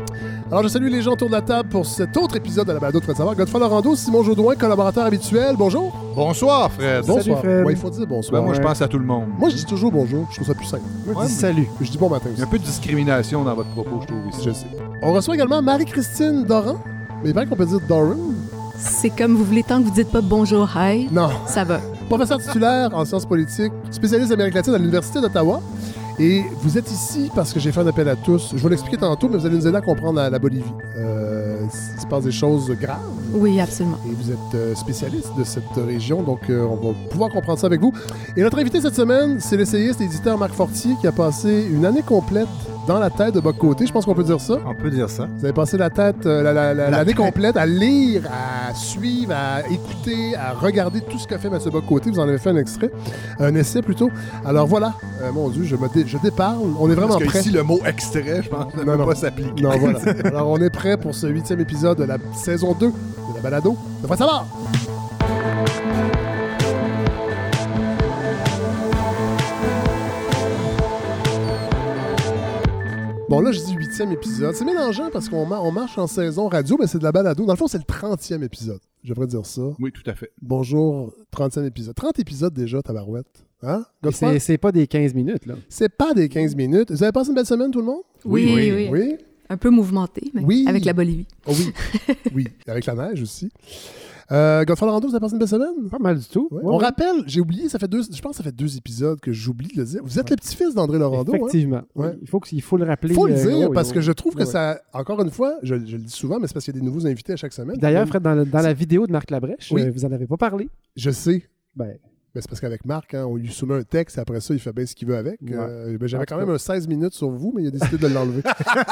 Alors, je salue les gens autour de la table pour cet autre épisode de la balado de Fred Savard. Godefroy Lorando, Simon Jaudoin, collaborateur habituel. Bonjour. Bonsoir, Fred. Bonsoir. Salut, Fred. Ouais, il faut dire bonsoir. Ben, moi, je pense à tout le monde. Moi, je dis toujours bonjour. Je trouve ça plus simple. Moi, je dis salut. Je dis bon matin Il y aussi. a un peu de discrimination dans votre propos, je trouve, ici. Je sais. On reçoit également Marie-Christine Doran. Mais il paraît qu'on peut dire Doran. C'est comme vous voulez, tant que vous dites pas bonjour, hi, Non. ça va. Professeur titulaire en sciences politiques, spécialiste d'Amérique latine à l'Université d'Ottawa. Et vous êtes ici parce que j'ai fait un appel à tous. Je vais l'expliquer tantôt, mais vous allez nous aider à comprendre la Bolivie. Il se passe des choses graves. Oui, absolument. Et vous êtes spécialiste de cette région, donc on va pouvoir comprendre ça avec vous. Et notre invité cette semaine, c'est l'essayiste et éditeur Marc Fortier qui a passé une année complète dans la tête de Boc-Côté. Je pense qu'on peut dire ça. On peut dire ça. Vous avez passé la tête, l'année complète à lire, à suivre, à écouter, à regarder tout ce qu'a fait M. Boc-Côté. Vous en avez fait un extrait, un essai plutôt. Alors voilà, mon Dieu, je déparle. On est vraiment Parce que prêts. ici, le mot extrait, je pense, ne peut pas s'appliquer. Non, voilà. Alors on est prêts pour ce 8e épisode de la saison 2 de la balado de Fred Savard. Bon, là, je dis 8e épisode. C'est mélangeant parce qu'on marche en saison radio, mais c'est de la balado. Dans le fond, c'est le 30e épisode. Je devrais dire ça. Oui, tout à fait. Bonjour, 30e épisode. 30 épisodes déjà, tabarouette. Hein? Et Godefroy? c'est pas des 15 minutes, là. C'est pas des 15 minutes. Vous avez passé une belle semaine, tout le monde? Oui, Oui, oui. Oui? Un peu mouvementé, mais Oui. avec la Bolivie. Oh oui. Oui, avec la neige aussi. Godefroy Lorando, vous avez passé une belle semaine? Pas mal du tout. Ouais. Ouais, On ouais. rappelle, j'ai oublié, je pense que ça fait 2 épisodes que j'oublie de le dire. Vous êtes le petit-fils d'André Lorando. Effectivement. Ouais. Il faut le rappeler. Il faut le dire oui, parce oui. que je trouve que Ouais. ça, encore une fois, je le dis souvent, mais c'est parce qu'il y a des nouveaux invités à chaque semaine. D'ailleurs, Fred, dans la vidéo de Marc Labrèche, Oui. vous en avez pas parlé. Je sais. Ben, Mais c'est parce qu'avec Marc, on lui soumet un texte et après ça, il fait bien ce qu'il veut avec. Ouais. J'avais En quand tout même un 16 minutes sur vous, mais il a décidé de l'enlever.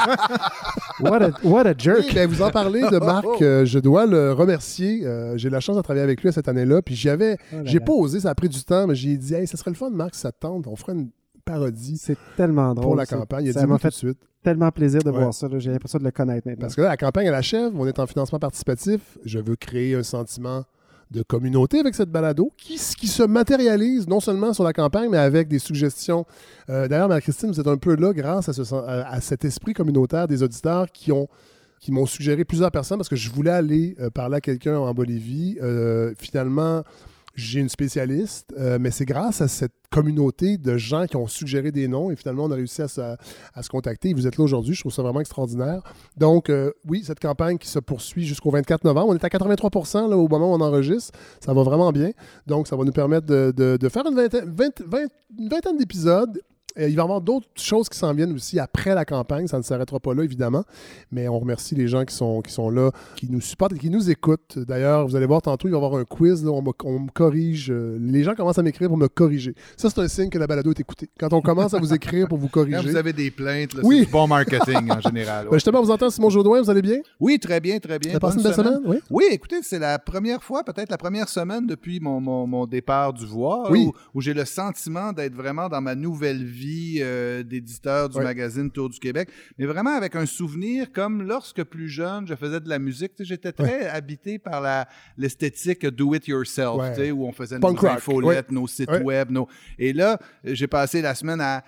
what a jerk. Oui, ben, vous en parlez de Marc, je dois le remercier. J'ai la chance de travailler avec lui cette année-là. Puis j'ai là pas osé, ça a pris du temps, mais j'ai dit, hey, ça serait le fun, Marc, si ça te tente, on ferait une parodie C'est tellement drôle. pour la ça. campagne. Il a Ça dit m'a oui tout fait de suite. tellement plaisir de Ouais. voir ça. là. J'ai l'impression de le connaître maintenant. Parce que là, la campagne, elle achève. On est en financement participatif. Je veux créer un sentiment de communauté avec cette balado qui se matérialise non seulement sur la campagne, mais avec des suggestions. D'ailleurs, Marie-Christine, vous êtes un peu là grâce à cet esprit communautaire des auditeurs qui m'ont suggéré plusieurs personnes parce que je voulais aller parler à quelqu'un en Bolivie. Finalement, j'ai une spécialiste, mais c'est grâce à cette communauté de gens qui ont suggéré des noms et finalement, on a réussi à se contacter. Et vous êtes là aujourd'hui, je trouve ça vraiment extraordinaire. Donc, oui, cette campagne qui se poursuit jusqu'au 24 novembre. On est à 83% là, au moment où on enregistre. Ça va vraiment bien. Donc, ça va nous permettre de faire une vingtaine d'épisodes. Il va y avoir d'autres choses qui s'en viennent aussi après la campagne. Ça ne s'arrêtera pas là, évidemment. Mais on remercie les gens qui sont là, qui nous supportent et qui nous écoutent. D'ailleurs, vous allez voir tantôt, il va y avoir un quiz. Là, on me corrige. Les gens commencent à m'écrire pour me corriger. Ça, c'est un signe que la balado est écoutée. Quand on commence à vous écrire pour vous corriger. Quand vous avez des plaintes, là, Oui. c'est du bon marketing en général. ouais. Ben, justement, vous entendez Simon Jaudoin, vous allez bien? Oui, très bien, très bien. Vous avez passé une Bonne belle semaine? Oui. Oui, écoutez, c'est la première fois, peut-être la première semaine depuis mon départ du Voir, Oui. où j'ai le sentiment d'être vraiment dans ma nouvelle vie d'éditeur du Ouais. magazine Tour du Québec, mais vraiment avec un souvenir comme lorsque plus jeune, je faisais de la musique. Tu sais, j'étais très habité par l'esthétique do-it-yourself, Ouais. tu sais, où on faisait Punk nos rock, infolettes, ouais. nos sites Ouais. web. Et là, j'ai passé la semaine à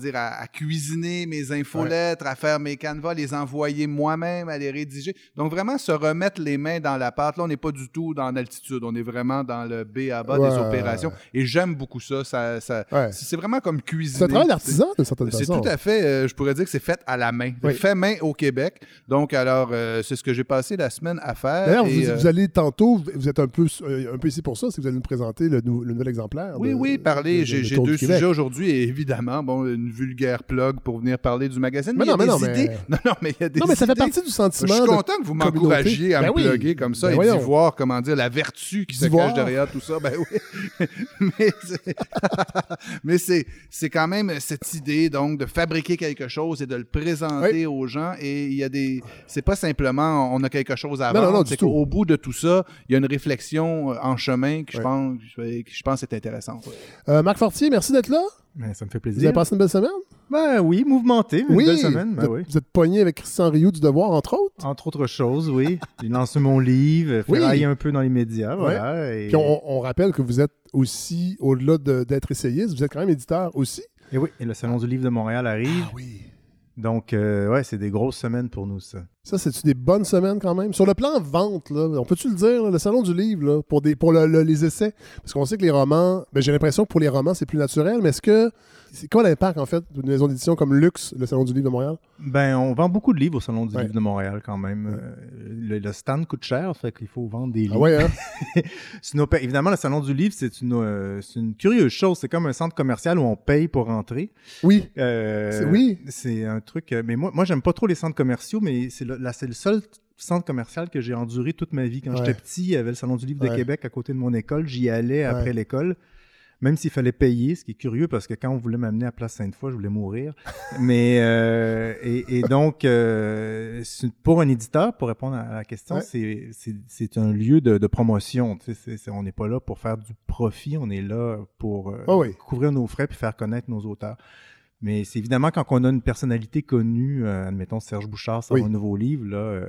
cuisiner mes infolettres, à faire mes canevas, les envoyer moi-même, à les rédiger. Donc, vraiment se remettre les mains dans la pâte. Là, on n'est pas du tout dans l'altitude. On est vraiment dans le B à bas des opérations. Et j'aime beaucoup ça. Ouais. C'est vraiment comme cuisiner. C'est un travail d'artisan, d'une certaine C'est façon. tout à fait, je pourrais dire que c'est fait à la main. Oui. Fait main au Québec. Donc, alors, c'est ce que j'ai passé la semaine à faire. D'ailleurs, Et, vous allez tantôt, vous êtes un peu ici pour ça, c'est que vous allez nous présenter le nouvel exemplaire. Oui, parler. J'ai Tour du deux Québec. sujets aujourd'hui et évidemment, bon, une vulgaire plug pour venir parler du magazine. Mais il y a non, des idées. mais- Non, mais il y a des Non, mais ça fait idées. partie du Je sentiment. suis de content que vous communauté. m'encouragiez à Ben me oui. plugger comme ça Ben et voyons. d'y voir, comment dire, la vertu qui se D'y voir. cache derrière tout ça. Ben oui. mais c'est quand même cette idée, donc, de fabriquer quelque chose et de le présenter aux gens. Et il y a des... C'est pas simplement, on a quelque chose à Non, vendre. non, du C'est tout. qu'au bout de tout ça, il y a une réflexion en chemin que Ouais. je pense est intéressante. Ouais. Marc Fortier, merci d'être là. Ben, ça me fait Vous avez plaisir. passé une belle semaine? Ben oui, mouvementé, mais une belle semaine. Ben oui. Vous êtes pogné avec Christian Rioux du Devoir, entre autres. Entre autres choses, oui. J'ai lancé mon livre, Oui. ferrailler un peu dans les médias, voilà. Et, Puis on rappelle que vous êtes aussi, au-delà d'être essayiste, vous êtes quand même éditeur aussi. et oui, et le Salon du livre de Montréal arrive. oui. Donc, ouais, c'est des grosses semaines pour nous, ça. Ça, c'est-tu des bonnes semaines quand même? Sur le plan vente, là, on peut-tu le dire, là, le Salon du Livre, là, pour les essais? Parce qu'on sait que les romans, j'ai l'impression que pour les romans, c'est plus naturel, mais c'est quoi l'impact, en fait, d'une maison d'édition comme Luxe, le Salon du Livre de Montréal? On vend beaucoup de livres au Salon du Livre de Montréal, quand même. Le stand coûte cher, fait qu'il faut vendre des livres. Ah ouais, hein? Évidemment, le Salon du Livre, c'est une curieuse chose. C'est comme un centre commercial où on paye pour rentrer. Oui. Oui. C'est un truc... Mais moi, j'aime pas trop les centres commerciaux, mais c'est le seul centre commercial que j'ai enduré toute ma vie. Quand j'étais petit, il y avait le Salon du Livre de Québec à côté de mon école. J'y allais après l'école. Même s'il fallait payer, ce qui est curieux parce que quand on voulait m'amener à Place Sainte-Foy, je voulais mourir. Mais donc, pour un éditeur, pour répondre à la question, c'est un lieu de promotion. On n'est pas là pour faire du profit, on est là pour couvrir nos frais puis faire connaître nos auteurs. Mais c'est évidemment quand on a une personnalité connue, admettons Serge Bouchard sort un nouveau livre, là,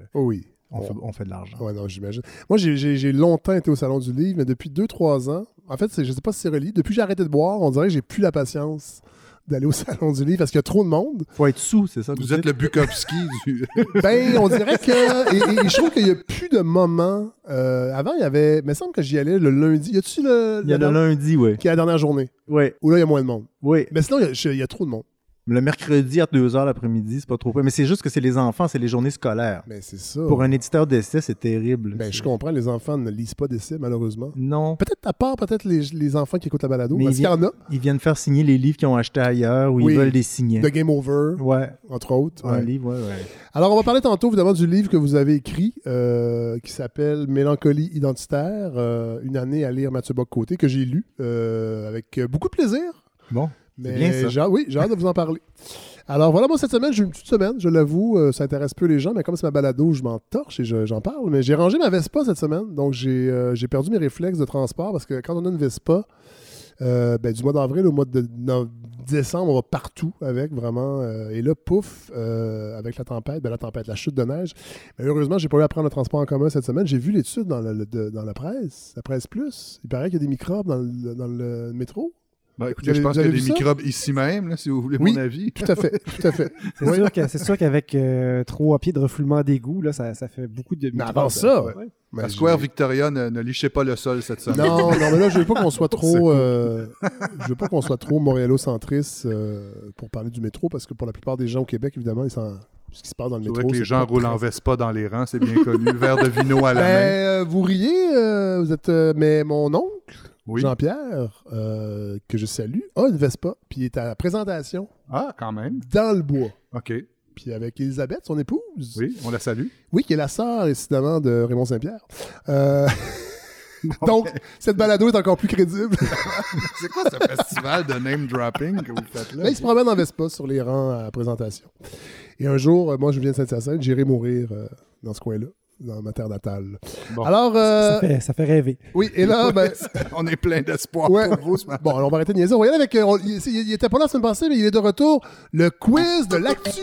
on fait de l'argent. Oui, non, j'imagine. Moi, j'ai longtemps été au Salon du Livre, mais depuis 2-3 ans, en fait, je ne sais pas si c'est relié. Depuis que j'ai arrêté de boire, on dirait que j'ai plus la patience d'aller au Salon du Livre parce qu'il y a trop de monde. Faut être sous, c'est ça? Vous êtes le Bukowski du... On dirait que... Et je trouve qu'il n'y a plus de moments... avant, il y avait... Il me semble que j'y allais le lundi. Y a-tu le... Il y a le lundi, oui. Qui est la dernière journée. Oui. Où là, il y a moins de monde. Oui. Mais sinon, il y a trop de monde. Le mercredi à 2h l'après-midi, c'est pas trop près. Mais c'est juste que c'est les enfants, c'est les journées scolaires. Mais c'est ça. Pour un éditeur d'essai, c'est terrible. Je comprends, les enfants ne lisent pas d'essai, malheureusement. Non. Peut-être à part les enfants qui écoutent la balado. Mais qu'il y en a. Ils viennent faire signer les livres qu'ils ont achetés ailleurs ou ils veulent les signer. De Game Over, entre autres. Un livre, ouais. Alors, on va parler tantôt, évidemment, du livre que vous avez écrit, qui s'appelle Mélancolie identitaire, une année à lire Mathieu Bock-Côté, que j'ai lu avec beaucoup de plaisir. Bon, mais c'est bien ça. J'ai hâte de vous en parler. Alors voilà, moi cette semaine, j'ai une petite semaine, je l'avoue, ça intéresse peu les gens, mais comme c'est ma balado, je m'en torche et j'en parle. Mais j'ai rangé ma Vespa cette semaine, donc j'ai perdu mes réflexes de transport parce que quand on a une Vespa, du mois d'avril au mois de décembre, on va partout avec, vraiment. Et là, pouf, avec la tempête, la chute de neige. Mais heureusement, j'ai pas eu à prendre le transport en commun cette semaine. J'ai vu l'étude dans la presse, la Presse Plus. Il paraît qu'il y a des microbes dans le métro. Écoutez, je pense qu'il y a des microbes ici même, là, si vous voulez mon avis. Tout à fait. C'est sûr qu'avec 3 pieds de refoulement d'égout, là, ça fait beaucoup de... Mais avant ça... À Square Victoria, ne lichez pas le sol cette semaine. Non, mais là, je veux pas qu'on soit trop... je veux pas qu'on soit trop montréalocentriste pour parler du métro, parce que pour la plupart des gens au Québec, évidemment, ce qui se passe dans le métro... C'est vrai que les gens roulent en Vespa dans les rangs, c'est bien connu. Verre de vino à la main. Vous riez, vous êtes... mais mon oncle... Oui. Jean-Pierre, que je salue, a une Vespa, puis il est à la présentation. Ah, quand même. Dans le bois. OK. Puis avec Elisabeth, son épouse. Oui, on la salue. Oui, qui est la sœur, évidemment, de Raymond Saint-Pierre. Donc, cette balado est encore plus crédible. C'est quoi ce festival de name-dropping que vous faites là? Là, il se promène en Vespa sur les rangs à la présentation. Et un jour, moi, je viens de Saint-Hyacinthe, j'irai mourir dans ce coin-là. Dans ma terre natale. Bon. Alors, ça fait rêver. Oui, et là, on est plein d'espoir pour vous ce matin. Bon, alors on va arrêter de niaiser. On va y aller avec... il était pas là la semaine passée, mais il est de retour. Le quiz de l'actu.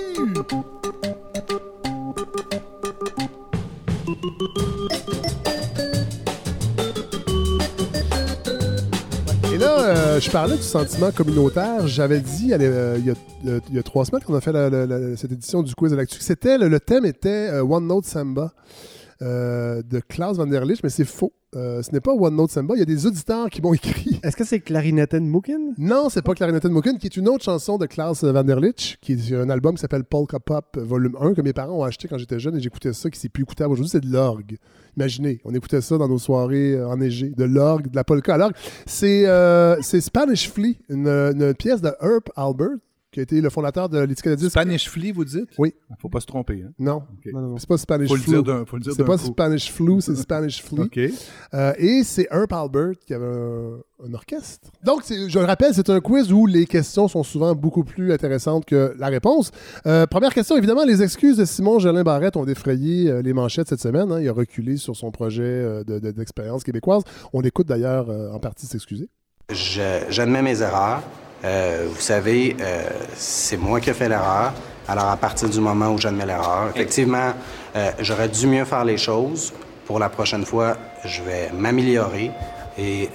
Et là, je parlais du sentiment communautaire. J'avais dit il y a 3 semaines qu'on a fait cette édition du quiz de l'actu. Le thème était One Note Samba de Klaus van der Lich, mais c'est faux. Ce n'est pas One Note Samba. Il y a des auditeurs qui m'ont écrit. Est-ce que c'est Clarinetten Mukin? Non, c'est pas Clarinetten Mukin, qui est une autre chanson de Klaus van der Lich, qui est un album qui s'appelle Polka Pop Volume 1, que mes parents ont acheté quand j'étais jeune et j'écoutais ça, qui c'est plus écoutable aujourd'hui. C'est de l'orgue. Imaginez, on écoutait ça dans nos soirées enneigées. De l'orgue, de la polka à l'orgue. C'est Spanish Flea, une pièce de Herb Albert, qui a été le fondateur de l'étiquette de disque. Spanish Flea, vous dites? Oui. Faut pas se tromper. Hein? Non. Okay. Non. C'est pas Spanish Flu. Faut le dire c'est pas coup. Spanish Flu, c'est Spanish Flea. OK. Et c'est Herb Albert qui avait un orchestre. Donc, je le rappelle, c'est un quiz où les questions sont souvent beaucoup plus intéressantes que la réponse. Première question, évidemment, les excuses de Simon Jolin Barrette ont défrayé les manchettes cette semaine. Hein. Il a reculé sur son projet d'expérience québécoise. On écoute d'ailleurs en partie s'excuser. J'admets mes erreurs. Vous savez, c'est moi qui ai fait l'erreur. Alors, à partir du moment où j'admets l'erreur, effectivement, j'aurais dû mieux faire les choses. Pour la prochaine fois, je vais m'améliorer. Et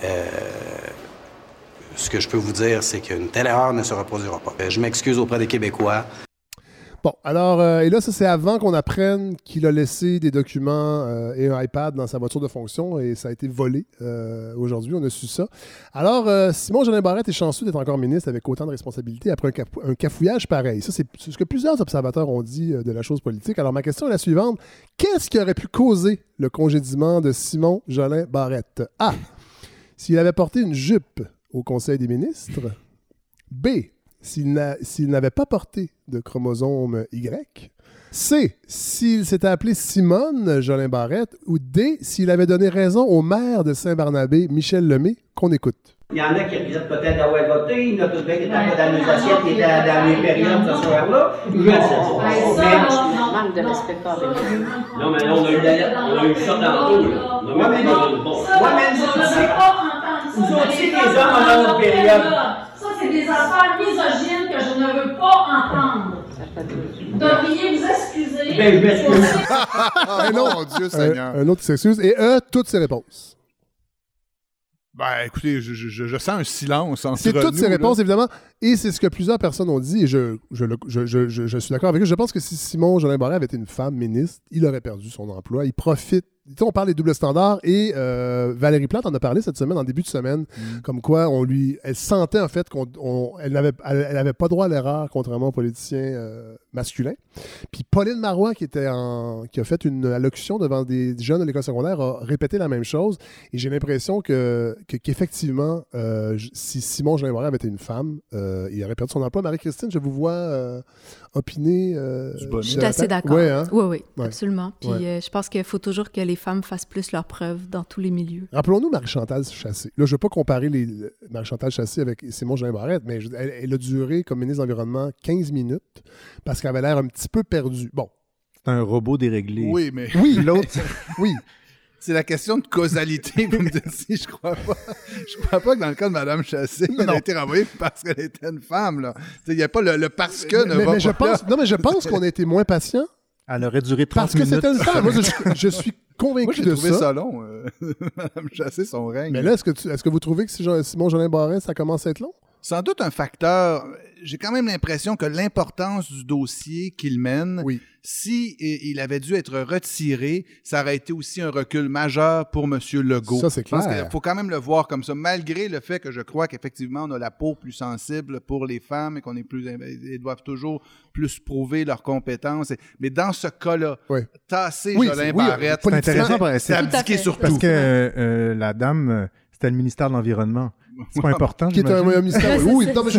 ce que je peux vous dire, c'est qu'une telle erreur ne se reproduira pas. Je m'excuse auprès des Québécois. Bon, alors, et là, ça, c'est avant qu'on apprenne qu'il a laissé des documents et un iPad dans sa voiture de fonction et ça a été volé aujourd'hui. On a su ça. Alors, Simon-Jolin Barrette est chanceux d'être encore ministre avec autant de responsabilités après un cafouillage pareil. Ça, c'est ce que plusieurs observateurs ont dit de la chose politique. Alors, ma question est la suivante. Qu'est-ce qui aurait pu causer le congédiement de Simon-Jolin Barrette? A. S'il avait porté une jupe au Conseil des ministres. B. S'il n'avait pas porté de chromosome Y. C. S'il s'était appelé Simone Jolin Barrette. Ou D. S'il avait donné raison au maire de Saint-Barnabé, Michel Lemay, qu'on écoute. Il y en a qui regrettent peut-être d'avoir voté, il y en a tout bien qui n'étaient pas dans nos assiettes, qui étaient dans les périodes ce soir-là. Je ne sais pas. Manque de respect pas avec nous. Non, mais on a eu ça tantôt, là. Ouais, mais nous aussi, les hommes, on a notre période. Ça, c'est des affaires misogynes que je ne veux pas entendre. Vous devriez vous excuser. Ben, je m'excuse. Non, mon Dieu Seigneur. Un autre qui s'excuse. Et toutes ses réponses. Ben, écoutez, je sens un silence entre C'est toutes nous, ces réponses, là. évidemment. Et c'est ce que plusieurs personnes ont dit. Et je suis d'accord avec eux. Je pense que si Simon-Jolin Barrette avait été une femme ministre, il aurait perdu son emploi. Il profite. Tu sais, on parle des doubles standards et Valérie Plante en a parlé cette semaine, en début de semaine, comme quoi elle sentait en fait qu'elle n'avait pas droit à l'erreur, contrairement aux politiciens masculins. Puis Pauline Marois, qui a fait une allocution devant des jeunes de l'école secondaire, a répété la même chose. Et j'ai l'impression qu'effectivement, si Simon-Jolin Barrette avait été une femme, il aurait perdu son emploi. Marie-Christine, je vous vois opiner. Je suis assez d'accord. Ouais, hein? Oui, Ouais. absolument. Puis je pense qu'il faut toujours que les femmes fassent plus leurs preuves dans tous les milieux. Rappelons-nous Marie-Chantal Chassé. Là, je ne veux pas comparer Marie-Chantal Chassé avec Simon-Jolin Barrette, mais elle a duré comme ministre de l'Environnement 15 minutes parce qu'elle avait l'air un petit peu perdue. Bon. C'est un robot déréglé. Oui, mais Oui, l'autre. Oui. c'est la question de causalité que vous me dites si je crois pas. Je crois pas que dans le cas de Mme Chassé, elle a été renvoyée parce qu'elle était une femme, là. Il n'y a pas le parce que ne va pas là. Non, mais je pense qu'on a été moins patient Elle aurait duré 30 parce que minutes. c'était une femme. Moi, je suis convaincu Moi, j'ai de trouvé ça. ça long, Mme Chassé, son règne. Mais là, est-ce que vous trouvez que Simon-Jolin Barrette, ça commence à être long? Sans doute un facteur. J'ai quand même l'impression que l'importance du dossier qu'il mène, Oui. si il avait dû être retiré, ça aurait été aussi un recul majeur pour M. Legault. Ça, c'est Je pense clair. qu'il faut quand même le voir comme ça, malgré le fait que je crois qu'effectivement, on a la peau plus sensible pour les femmes et qu'on est plus, ils doivent toujours plus prouver leurs compétences. Mais dans ce cas-là, Oui. tasser Oui, Jolin oui, Barrette, C'est intéressant, c'est Tout à abdiquer fait. sur parce tout. que la dame, c'était le ministère de l'Environnement. C'est pas important, Qui est j'imagine. un mystère. Ouais, Oui, c'est non, mais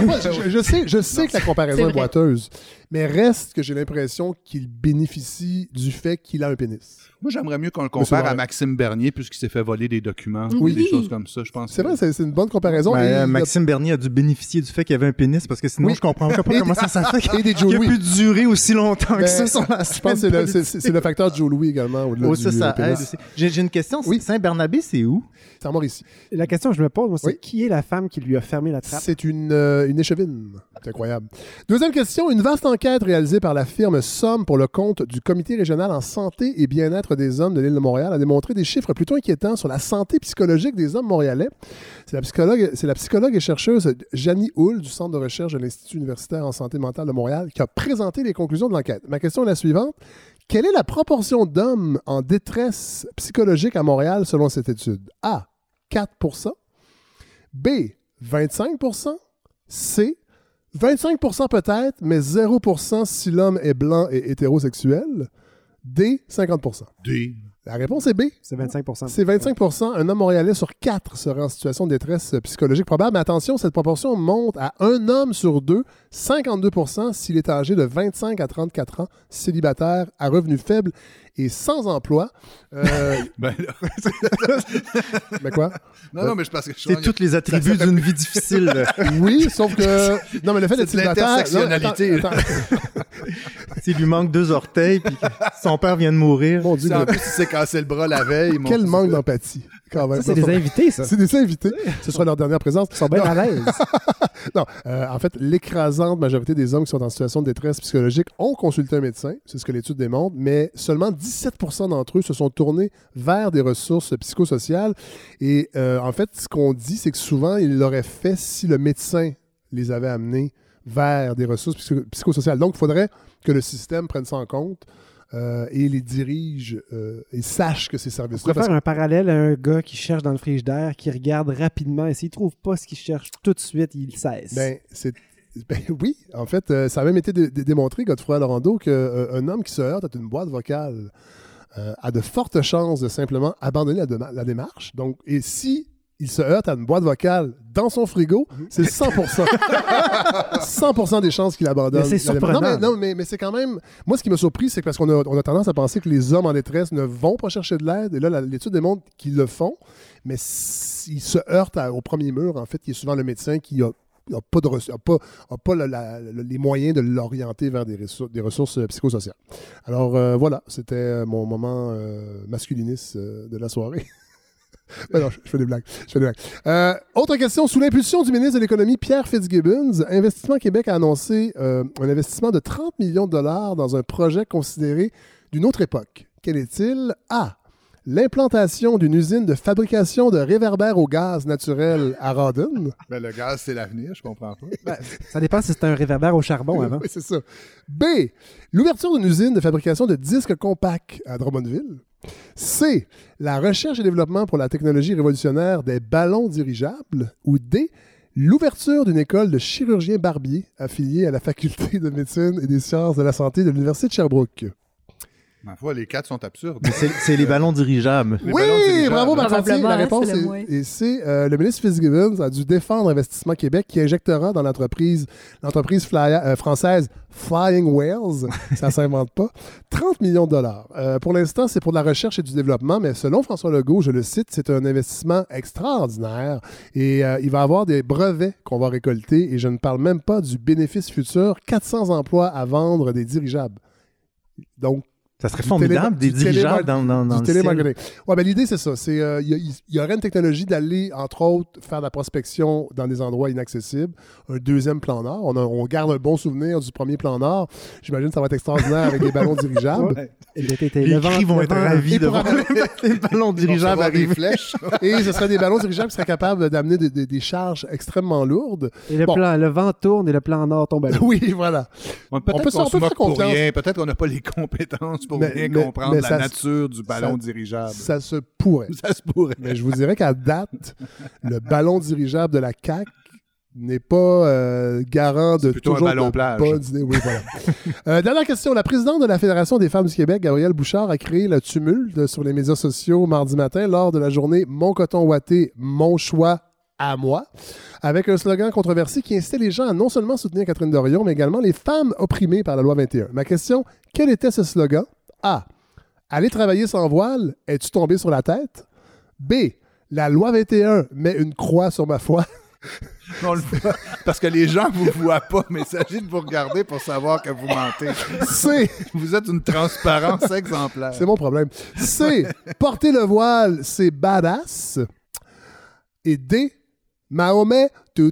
je sais que la comparaison C'est est vrai. boiteuse, mais reste que j'ai l'impression qu'il bénéficie du fait qu'il a un pénis. Moi, j'aimerais mieux qu'on le Monsieur compare à Barrette. Maxime Bernier, puisqu'il s'est fait voler des documents, Oui. des choses comme ça. Je pense C'est que- vrai, c'est une bonne comparaison. Ben, Et- Maxime Bernier a dû bénéficier du fait qu'il y avait un pénis parce que sinon, Oui. je comprends pas comment ça se fait Et des qu'il Joe a Louis. pu durer aussi longtemps Ben, que ça sur la Je pense que c'est le facteur Joe Louis également. Au-delà Oh, du ça pénis. aide aussi. J'ai une question. Oui. Saint-Barnabé, c'est où? C'est en Mauricie. La question que je me pose, moi, c'est Oui. qui est la femme qui lui a fermé la trappe? C'est une échevine. C'est incroyable. Deuxième question. Une vaste enquête réalisée par la firme Somme pour le compte du Comité régional en santé et bien-être des hommes de l'île de Montréal a démontré des chiffres plutôt inquiétants sur la santé psychologique des hommes montréalais. C'est la psychologue et chercheuse Janie Houle du Centre de recherche de l'Institut universitaire en santé mentale de Montréal qui a présenté les conclusions de l'enquête. Ma question est la suivante. Quelle est la proportion d'hommes en détresse psychologique à Montréal selon cette étude? A. 4 B. 25 C. 25 peut-être, mais 0 si l'homme est blanc et hétérosexuel. D. 50 Des- La réponse est B. C'est 25%. C'est 25 Un homme montréalais sur 4 serait en situation de détresse psychologique probable. Mais attention, cette proportion monte à un homme sur 2, 52 s'il est âgé de 25 à 34 ans, célibataire, à revenu faible et sans emploi. Ben là- Mais quoi? non, mais je pense que je C'est tous les attributs d'une vie difficile. Oui, sauf que... Non, mais le fait d'être C'est de célibataire... l'intersectionnalité. Non, attends. S'il lui manque 2 orteils, puis que son père vient de mourir. Mon Dieu, Si en mais plus, il s'est cassé le bras la veille. mon quel Dieu. manque d'empathie, quand même. Ça, c'est des invités, ça. C'est des invités. Ce sera leur dernière présence. Ils sont bien à l'aise. Non, en fait, l'écrasante majorité des hommes qui sont en situation de détresse psychologique ont consulté un médecin, c'est ce que l'étude démontre, mais seulement 17 d'entre eux se sont tournés vers des ressources psychosociales. Et en fait, ce qu'on dit, c'est que souvent, ils l'auraient fait si le médecin les avait amenés vers des ressources psychosociales. Donc, il faudrait que le système prenne ça en compte et les dirige et sache que ces services-là... On pourrait faire un parallèle à un gars qui cherche dans le frigidaire, qui regarde rapidement et s'il ne trouve pas ce qu'il cherche tout de suite, il cesse. Oui, en fait, ça a même été démontré, Godefroy Lorando, qu'un homme qui se heurte à une boîte vocale a de fortes chances de simplement abandonner la démarche. Donc, et si il se heurte à une boîte vocale dans son frigo, c'est 100%. 100% des chances qu'il abandonne. Mais c'est surprenant. Non, mais c'est quand même... Moi, ce qui m'a surpris, c'est que parce qu'on a tendance à penser que les hommes en détresse ne vont pas chercher de l'aide. Et là, l'étude démontre qu'ils le font, mais s'ils se heurtent au premier mur, en fait, qui est souvent le médecin qui n'a pas les moyens de l'orienter vers des ressources psychosociales. Alors, voilà, c'était mon moment masculiniste de la soirée. Non, je fais des blagues. Autre question. Sous l'impulsion du ministre de l'Économie, Pierre Fitzgibbons, Investissement Québec a annoncé un investissement de 30 millions de dollars dans un projet considéré d'une autre époque. Quel est-il? A. L'implantation d'une usine de fabrication de réverbères au gaz naturel à Rawdon. Le gaz, c'est l'avenir, je comprends pas. Ça dépend si c'est un réverbère au charbon avant. Oui, c'est ça. B. L'ouverture d'une usine de fabrication de disques compacts à Drummondville. C. La recherche et développement pour la technologie révolutionnaire des ballons dirigeables. Ou D. L'ouverture d'une école de chirurgiens barbiers affiliée à la faculté de médecine et des sciences de la santé de l'Université de Sherbrooke. Ma foi, les 4 sont absurdes. C'est les ballons dirigeables. Oui, bravo Marc-Antoine. La réponse est C. Le ministre Fitzgibbons a dû défendre Investissement Québec qui injectera dans l'entreprise française Flying Whales, ça ne s'invente pas, 30 millions de dollars. Pour l'instant, c'est pour de la recherche et du développement, mais selon François Legault, je le cite, c'est un investissement extraordinaire et il va y avoir des brevets qu'on va récolter et je ne parle même pas du bénéfice futur, 400 emplois à vendre des dirigeables. Donc, ça serait formidable, des dirigeables dans le ciel. Ouais, ben l'idée, c'est ça. Il y aurait une technologie d'aller, entre autres, faire de la prospection dans des endroits inaccessibles. Un deuxième plan Nord. On garde un bon souvenir du premier plan Nord. J'imagine que ça va être extraordinaire avec des ballons dirigeables. Ouais. Les cris vont être ravis de voir les ballons dirigeables arriver. Des flèches. Et ce seraient des ballons dirigeables qui seraient capables d'amener des charges extrêmement lourdes. Et le vent tourne et le plan Nord tombe à l'eau. Oui, voilà. Peut-être qu'on se moque pour rien. Peut-être qu'on n'a pas les compétences pour bien comprendre la nature du ballon dirigeable. Ça se pourrait. Ça se pourrait. Mais je vous dirais qu'à date, le ballon dirigeable de la CAQ n'est pas garant de plutôt toujours un ballon de plage. bonnes idées. Oui, voilà. Dernière question. La présidente de la Fédération des femmes du Québec, Gabrielle Bouchard, a créé le tumulte sur les médias sociaux mardi matin lors de la journée « Mon coton ouaté, mon choix à moi », avec un slogan controversé qui incitait les gens à non seulement soutenir Catherine Dorion, mais également les femmes opprimées par la loi 21. Ma question, quel était ce slogan? A. Aller travailler sans voile, es-tu tombé sur la tête? B. La loi 21 met une croix sur ma foi. On le voit parce que les gens ne vous voient pas, mais il s'agit de vous regarder pour savoir que vous mentez. C. Vous êtes une transparence exemplaire. C'est mon problème. C. Porter le voile, c'est badass. Et D. Mahomet,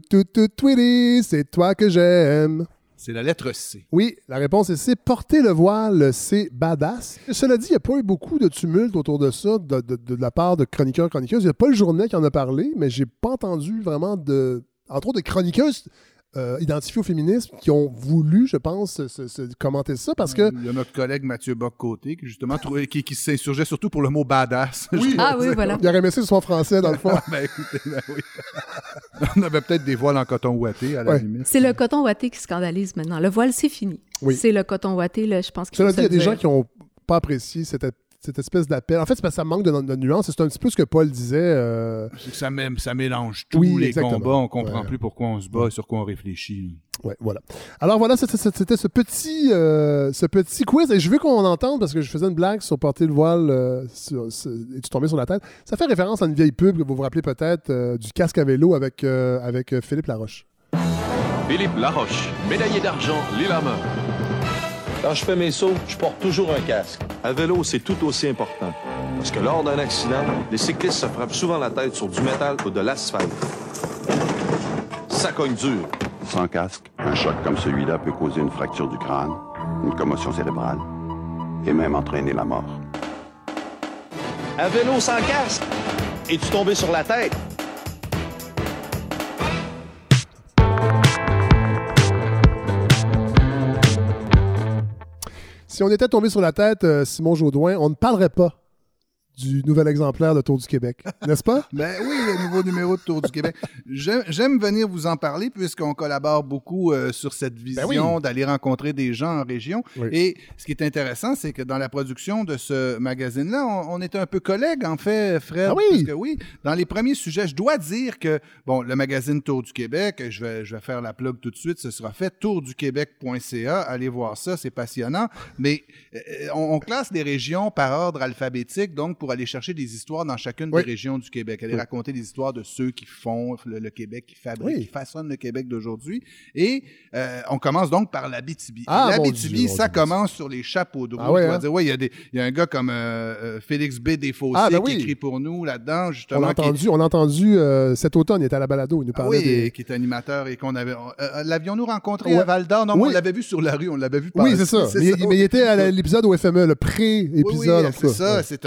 Tweety, c'est toi que j'aime. C'est la lettre C. Oui, la réponse est C. Porter le voile, c'est badass. Cela dit, il n'y a pas eu beaucoup de tumulte autour de ça de la part de chroniqueurs-chroniqueuses. Il n'y a pas le journal qui en a parlé, mais j'ai pas entendu vraiment entre autres, des chroniqueuses identifiées au féminisme qui ont voulu, je pense, commenter ça parce que... Il y a notre collègue Mathieu Bock-Côté qui, justement, qui s'insurgeait surtout pour le mot badass. Oui, voilà. Il aurait aimé ça que ce soit français, dans le fond. Écoutez, oui. On avait peut-être des voiles en coton ouaté, à la limite. C'est le coton ouaté qui scandalise maintenant. Le voile, c'est fini. Oui. C'est le coton ouaté, là, je pense qu'il Cela dit, il y a des gens qui n'ont pas apprécié cette espèce d'appel. En fait, c'est parce que ça manque de nuances. C'est un petit peu ce que Paul disait. C'est que ça mélange tous les combats. On ne comprend plus pourquoi on se bat et sur quoi on réfléchit. Oui, voilà. Alors voilà, c'était ce petit quiz. Et je veux qu'on entende, parce que je faisais une blague sur porter le voile et tu tombais sur la tête. Ça fait référence à une vieille pub que vous vous rappelez peut-être du casque à vélo avec Philippe Laroche. Philippe Laroche, médaillé d'argent, Lillehammer. Quand je fais mes sauts, je porte toujours un casque. À vélo, c'est tout aussi important. Parce que lors d'un accident, les cyclistes se frappent souvent la tête sur du métal ou de l'asphalte. Ça cogne dur. Sans casque, un choc comme celui-là peut causer une fracture du crâne, une commotion cérébrale et même entraîner la mort. À vélo sans casque, es-tu tombé sur la tête? Si on était tombé sur la tête, Simon Jaudoin, on ne parlerait pas du nouvel exemplaire de Tour du Québec, n'est-ce pas? Ben oui, le nouveau numéro de Tour du Québec. J'aime venir vous en parler puisqu'on collabore beaucoup sur cette vision d'aller rencontrer des gens en région. Oui. Et ce qui est intéressant, c'est que dans la production de ce magazine-là, on était un peu collègues, en fait, Fred. Ah oui? Parce que oui, dans les premiers sujets, je dois dire que, bon, le magazine Tour du Québec, je vais faire la plug tout de suite, ce sera fait, tourduquebec.ca, allez voir ça, c'est passionnant. Mais on classe les régions par ordre alphabétique, donc pour aller chercher des histoires dans chacune des régions du Québec, aller raconter des histoires de ceux qui font le Québec, qui fabriquent, qui façonnent le Québec d'aujourd'hui. Et on commence donc par l'Abitibi. L'Abitibi, ça commence sur les chapeaux de roue. Tu vas dire, il y a un gars comme Félix B. Desfossés qui écrit pour nous là-dedans, justement. On l'a entendu cet automne, il était à la balado, il nous parlait qui est animateur et qu'on avait... L'avions-nous rencontré à Val-d'Or? Non, on l'avait vu sur la rue, on l'avait vu passer. Oui, c'est ça. Mais il était à l'épisode au FME, le pré-épisode. Oui, c'est ça. C'est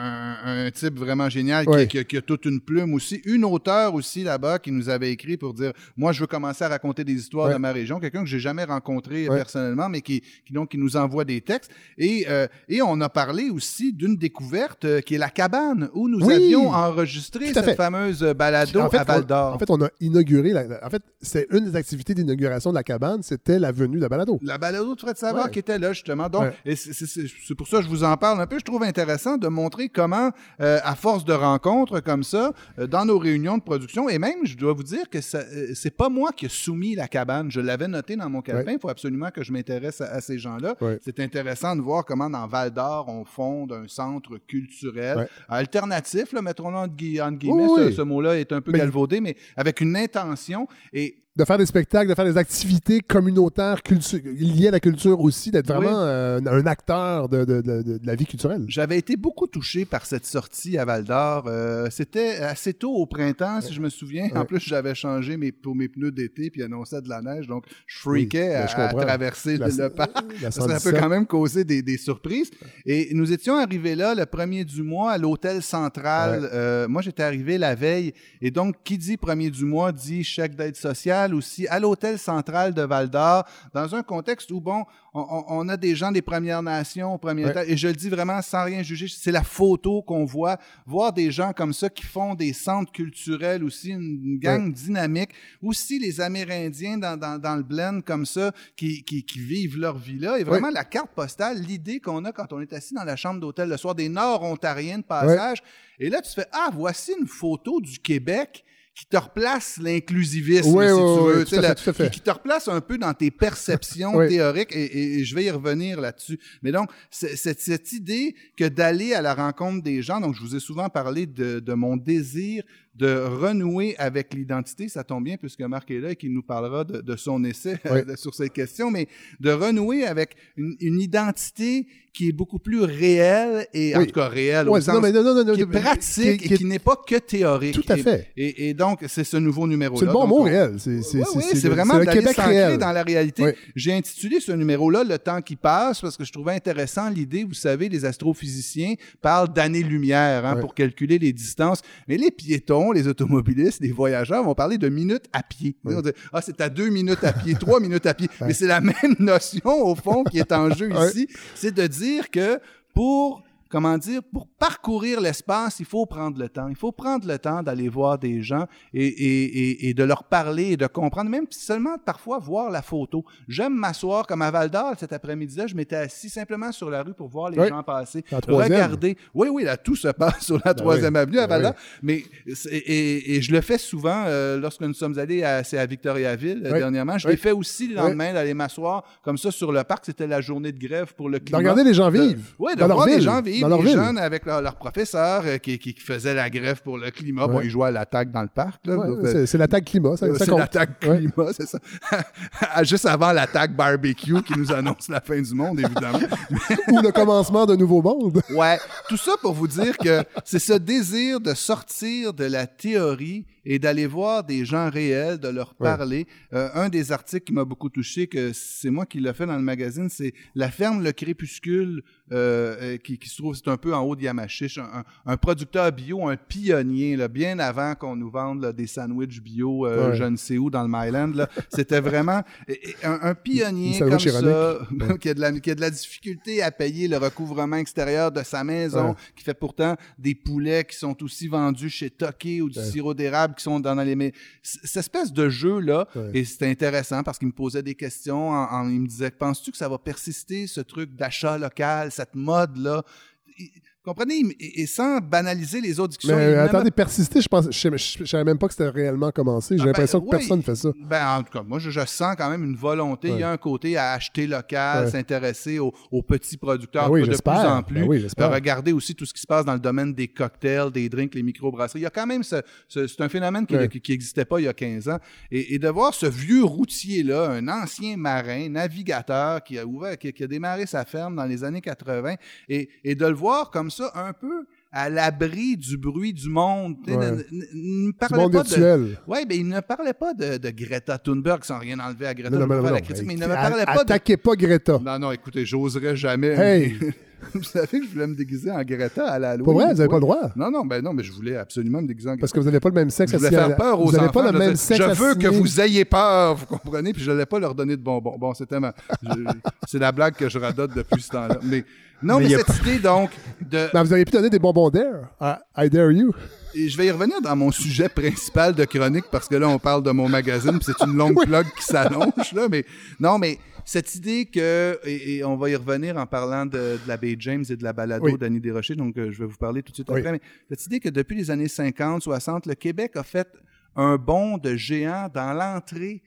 un type vraiment génial qui a toute une plume aussi. Une auteure aussi là-bas qui nous avait écrit pour dire « Moi, je veux commencer à raconter des histoires de ma région. » Quelqu'un que j'ai jamais rencontré personnellement, mais qui nous envoie des textes. Et on a parlé aussi d'une découverte qui est la cabane, où nous avions enregistré cette fameuse balado à Val-d'Or. En fait, on a inauguré... En fait, c'est une des activités d'inauguration de la cabane, c'était la venue de la balado. La balado de Fred Savard qui était là, justement. Donc, et c'est pour ça que je vous en parle un peu. Je trouve intéressant de montrer comment, à force de rencontres comme ça, dans nos réunions de production, et même, je dois vous dire que c'est pas moi qui ai soumis la cabane. Je l'avais noté dans mon calepin. Il faut absolument que je m'intéresse à ces gens-là. C'est intéressant de voir comment, dans Val-d'Or, on fonde un centre culturel alternatif, là, mettons-le entre guillemets. Ce mot-là est un peu galvaudé, mais avec une intention. Et de faire des spectacles, de faire des activités communautaires liées à la culture aussi, d'être vraiment un acteur de la vie culturelle. J'avais été beaucoup touché par cette sortie à Val-d'Or. C'était assez tôt au printemps, si je me souviens. En plus, j'avais changé pour mes pneus d'été puis annonçait de la neige, donc je freakais à traverser le parc. Ça peut quand même causer des surprises. Et nous étions arrivés là le 1er du mois à l'Hôtel Central. Moi, j'étais arrivé la veille. Et donc, qui dit 1er du mois dit chèque d'aide sociale aussi à l'Hôtel Central de Val-d'Or, dans un contexte où, bon, on a des gens des Premières Nations au premier étage, et je le dis vraiment sans rien juger, c'est la photo qu'on voit, voir des gens comme ça qui font des centres culturels aussi, une gang dynamique, aussi les Amérindiens dans le blend comme ça, qui vivent leur vie là, et vraiment la carte postale, l'idée qu'on a quand on est assis dans la chambre d'hôtel le soir, des Nord-Ontariens de passage, et là tu fais, voici une photo du Québec qui te replace l'inclusivisme, si tu veux, qui te replace un peu dans tes perceptions théoriques, et je vais y revenir là-dessus. Mais donc, cette idée que d'aller à la rencontre des gens, donc je vous ai souvent parlé de mon désir de renouer avec l'identité, ça tombe bien puisque Marc est là et qu'il nous parlera de son essai sur cette question, mais de renouer avec une identité qui est beaucoup plus réelle, et en tout cas réelle au sens qui est pratique et qui n'est pas que théorique. Tout à fait. Et donc, c'est ce nouveau numéro-là. C'est le bon mot, réel. C'est vraiment d'aller s'ancrer dans la réalité. J'ai intitulé ce numéro-là « Le temps qui passe » parce que je trouvais intéressant l'idée, vous savez, les astrophysiciens parlent d'années-lumière pour calculer les distances, mais les piétons, les automobilistes, les voyageurs vont parler de minutes à pied. On va dire, c'est à 2 minutes à pied, 3 minutes à pied. Mais c'est la même notion, au fond, qui est en jeu ici. C'est de dire que pour parcourir l'espace, il faut prendre le temps. Il faut prendre le temps d'aller voir des gens et de leur parler et de comprendre, même seulement parfois voir la photo. J'aime m'asseoir comme à Val-d'Or cet après-midi-là. Je m'étais assis simplement sur la rue pour voir les gens passer. Regarder. Oui, là, tout se passe sur la 3e avenue à Val-d'Or. Mais, et je le fais souvent lorsque nous sommes allés à Victoriaville dernièrement. Je l'ai fait aussi le lendemain d'aller m'asseoir comme ça sur le parc. C'était la journée de grève pour le climat. De regarder les gens vivre. Oui, de voir les gens vivre. Les jeunes avec leur professeur qui faisait la grève pour le climat. Bon, ils jouaient à la tag dans le parc. Là. C'est la tag climat. C'est la tag climat, c'est ça. Juste avant la tag barbecue qui nous annonce la fin du monde, évidemment. Ou le commencement d'un nouveau monde. Tout ça pour vous dire que c'est ce désir de sortir de la théorie et d'aller voir des gens réels, de leur parler. Un des articles qui m'a beaucoup touché, que c'est moi qui l'ai fait dans le magazine, c'est La ferme Le Crépuscule, qui se trouve, c'est un peu en haut de Yamachiche, un producteur bio, un pionnier, là, bien avant qu'on nous vende là, des sandwichs bio, je ne sais où, dans le Myland. Là. C'était vraiment un pionnier comme ça, qui a de la difficulté à payer le recouvrement extérieur de sa maison, qui fait pourtant des poulets qui sont aussi vendus chez Toqué ou du sirop d'érable qui sont dans les... Cette espèce de jeu-là, et c'était intéressant parce qu'il me posait des questions, il me disait, penses-tu que ça va persister, ce truc d'achat local, cette mode-là? Comprenez? Et sans banaliser les autres discussions. Mais attendez, persister, je savais même pas que c'était réellement commencé. J'ai l'impression que personne ne fait ça. En tout cas, moi, je sens quand même une volonté. Il y a un côté à acheter local, s'intéresser aux petits producteurs de plus en plus. Regarder aussi tout ce qui se passe dans le domaine des cocktails, des drinks, les microbrasseries. Il y a quand même c'est un phénomène qui n'existait pas il y a 15 ans. Et de voir ce vieux routier-là, un ancien marin, navigateur, qui a démarré sa ferme dans les années 80, et de le voir comme ça, un peu à l'abri du bruit du monde. Il ne parlait pas virtuel. Il ne parlait pas de Greta Thunberg, sans rien enlever à Greta. La critique, mais il ne me parlait pas attaquez pas Greta. Non, écoutez, j'oserais jamais. Hey. Vous savez que je voulais me déguiser en Greta à l'Halloween. Pas vrai, vous n'avez pas le droit. Non, mais je voulais absolument me déguiser en Greta. Parce que vous n'avez pas le même sexe. Je voulais faire peur aux enfants. Vous n'avez pas le même sexe. Je veux que vous ayez peur, vous comprenez? Puis je n'allais pas leur donner de bonbons. Bon, c'est la blague que je radote depuis ce temps-là. Mais cette idée, donc, de... Ben, vous auriez pu donner des bonbons d'air. I dare you. Et je vais y revenir dans mon sujet principal de chronique, parce que là, on parle de mon magazine, puis c'est une longue plug qui s'allonge, là. Mais cette idée que, et on va y revenir en parlant de la baie James et de la balado d'Annie Desrochers, donc je vais vous parler tout de suite après, mais cette idée que depuis les années 50, 60, le Québec a fait un bond de géant dans l'entrée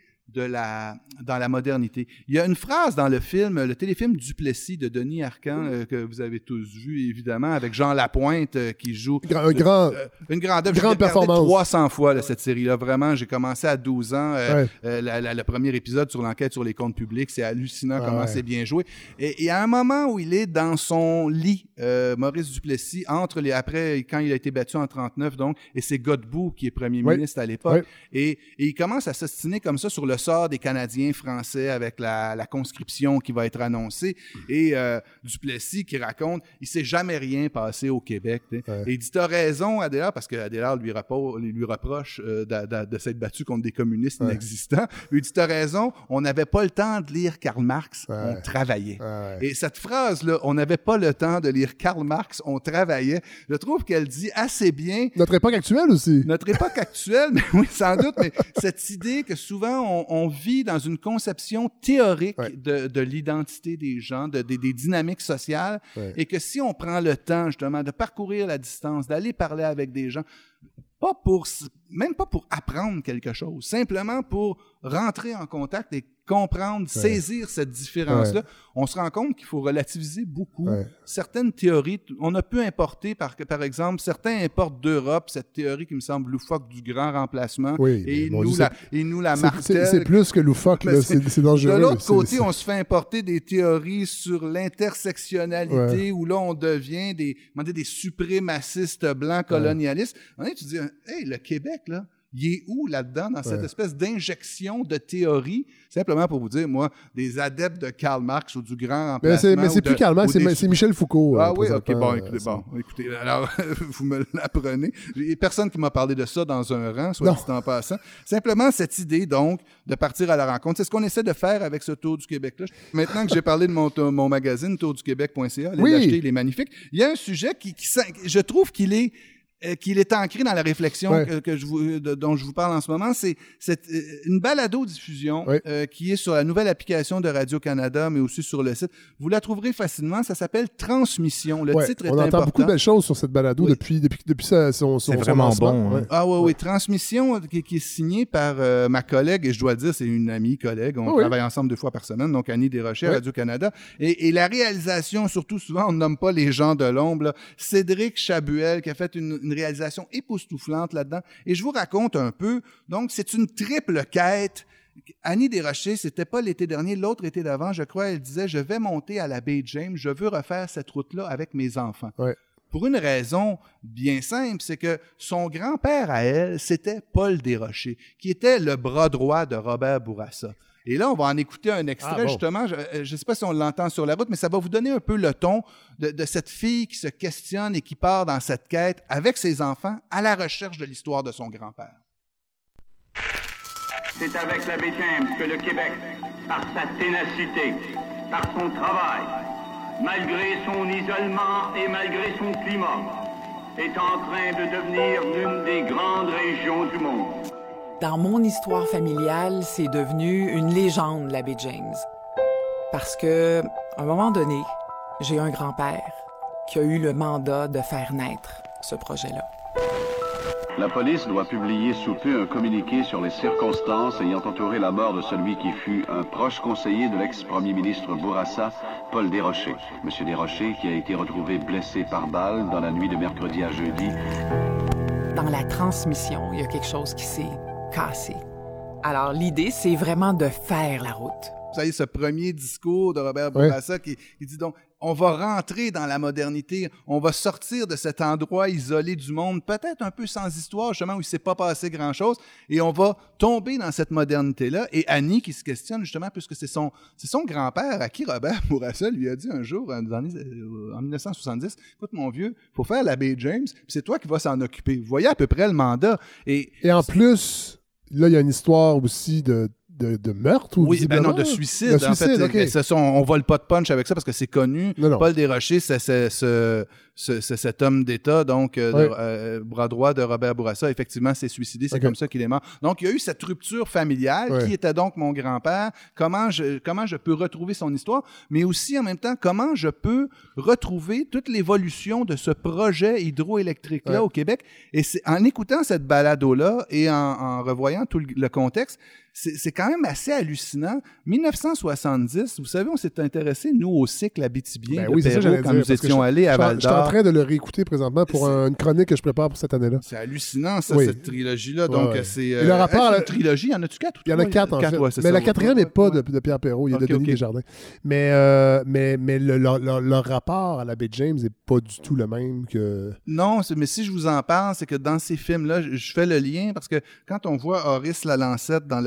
dans la modernité. Il y a une phrase dans le téléfilm Duplessis de Denis Arcand, que vous avez tous vu, évidemment, avec Jean Lapointe qui joue une grande œuvre. J'ai regardé 300 fois cette série-là. Vraiment, j'ai commencé à 12 ans. Le premier épisode sur l'enquête sur les comptes publics, c'est hallucinant comment c'est bien joué. Et à un moment où il est dans son lit, Maurice Duplessis, après, quand il a été battu en 1939, donc, et c'est Godbout qui est premier ministre à l'époque, et il commence à s'ostiner comme ça sur le sort des Canadiens français avec la conscription qui va être annoncée, et Duplessis qui raconte il s'est jamais rien passé au Québec. Et il dit t'as raison Adélard, parce que Adélard lui reproche de s'être battu contre des communistes inexistants. Il dit t'as raison, on n'avait pas le temps de lire Karl Marx, on travaillait. Et cette phrase-là, on n'avait pas le temps de lire Karl Marx, on travaillait, je trouve qu'elle dit assez bien notre époque actuelle aussi. Notre époque actuelle, mais oui, sans doute, mais cette idée que souvent on vit dans une conception théorique de l'identité des gens, des dynamiques sociales, et que si on prend le temps, justement, de parcourir la distance, d'aller parler avec des gens, même pas pour apprendre quelque chose, simplement pour rentrer en contact et comprendre, saisir cette différence-là, on se rend compte qu'il faut relativiser beaucoup certaines théories. On a pu importer, par exemple, certains importent d'Europe cette théorie qui me semble loufoque du grand remplacement, et ils nous la martèlent. C'est plus que loufoque, c'est dangereux. De l'autre côté, on se fait importer des théories sur l'intersectionnalité, où là, on devient des suprémacistes blancs colonialistes. Tu dis, hey, le Québec, là, il est où là-dedans, dans cette espèce d'injection de théorie? Simplement pour vous dire, moi, des adeptes de Karl Marx ou du grand remplacement... Mais c'est plus Karl Marx, c'est Michel Foucault. Ah oui, OK, écoutez, alors, vous me l'apprenez. Il n'y a personne qui m'a parlé de ça dans un rang, soit dit en passant. Simplement, cette idée, donc, de partir à la rencontre, c'est ce qu'on essaie de faire avec ce Tour du Québec-là. Maintenant que j'ai parlé de mon magazine, tourduquebec.ca, allez l'acheter, il est magnifique. Il y a un sujet qui je trouve qu'il est ancré dans la réflexion dont je vous parle en ce moment. C'est une balado-diffusion qui est sur la nouvelle application de Radio-Canada, mais aussi sur le site. Vous la trouverez facilement. Ça s'appelle Transmission. Le titre est important. On entend beaucoup de belles choses sur cette balado depuis son C'est vraiment bon. Ah oui. Transmission qui est signée par ma collègue, et je dois dire, c'est une amie collègue. On travaille ensemble 2 fois par semaine, donc Annie Desrochers à Radio-Canada. Et la réalisation, surtout souvent, on ne nomme pas les gens de l'ombre, là. Cédric Chabuel qui a fait une réalisation époustouflante là-dedans. Et je vous raconte un peu. Donc, c'est une triple quête. Annie Desrochers, c'était pas l'été dernier, l'autre été d'avant, je crois, elle disait « Je vais monter à la baie James, je veux refaire cette route-là avec mes enfants. » pour une raison bien simple, c'est que son grand-père à elle, c'était Paul Desrochers, qui était le bras droit de Robert Bourassa. Et là, on va en écouter un extrait, justement. Je ne sais pas si on l'entend sur la route, mais ça va vous donner un peu le ton de cette fille qui se questionne et qui part dans cette quête avec ses enfants à la recherche de l'histoire de son grand-père. C'est avec l'abbé James que le Québec, par sa ténacité, par son travail, malgré son isolement et malgré son climat, est en train de devenir l'une des grandes régions du monde. Dans mon histoire familiale, c'est devenu une légende, l'abbé James. Parce que, à un moment donné, j'ai un grand-père qui a eu le mandat de faire naître ce projet-là. La police doit publier sous peu un communiqué sur les circonstances ayant entouré la mort de celui qui fut un proche conseiller de l'ex-premier ministre Bourassa, Paul Desrochers. Monsieur Desrochers qui a été retrouvé blessé par balle dans la nuit de mercredi à jeudi. Dans la transmission, il y a quelque chose qui s'est cassé. Alors, l'idée, c'est vraiment de faire la route. Vous savez, ce premier discours de Robert Bourassa qui dit donc, on va rentrer dans la modernité, on va sortir de cet endroit isolé du monde, peut-être un peu sans histoire, justement, où il ne s'est pas passé grand-chose, et on va tomber dans cette modernité-là. Et Annie qui se questionne, justement, puisque c'est son grand-père à qui Robert Bourassa lui a dit un jour, en 1970, « Écoute, mon vieux, il faut faire l'abbé James, puis c'est toi qui vas s'en occuper. » Vous voyez à peu près le mandat. Et en plus, là, il y a une histoire aussi de meurtre ou oui, ben non, de suicide. En fait, okay. On vole pas de punch avec ça parce que c'est connu. Non. Paul Desrochers, c'est cet homme d'État, donc bras droit de Robert Bourassa, effectivement, s'est suicidé. C'est comme ça qu'il est mort. Donc, il y a eu cette rupture familiale qui était donc mon grand-père. Comment je peux retrouver son histoire, mais aussi, en même temps, comment je peux retrouver toute l'évolution de ce projet hydroélectrique-là au Québec. Et c'est en écoutant cette balado-là et en revoyant tout le contexte, c'est quand même assez hallucinant. 1970, vous savez, on s'est intéressé, nous, au cycle abitibien de Perrault quand nous étions allés à Val-d'Or. Je suis en train de le réécouter présentement pour une chronique que je prépare pour cette année-là. C'est hallucinant, ça, cette trilogie-là. Donc, c'est le rapport, une trilogie, il y en a-tu 4 ou 3? Il y en a 4, en fait. Mais la quatrième n'est pas de Pierre Perrault, il y a de Denis Desjardins. Mais le rapport à l'abbé James n'est pas du tout le même que... Non, mais si je vous en parle, c'est que dans ces films-là, je fais le lien parce que quand on voit Horace Lalancette dans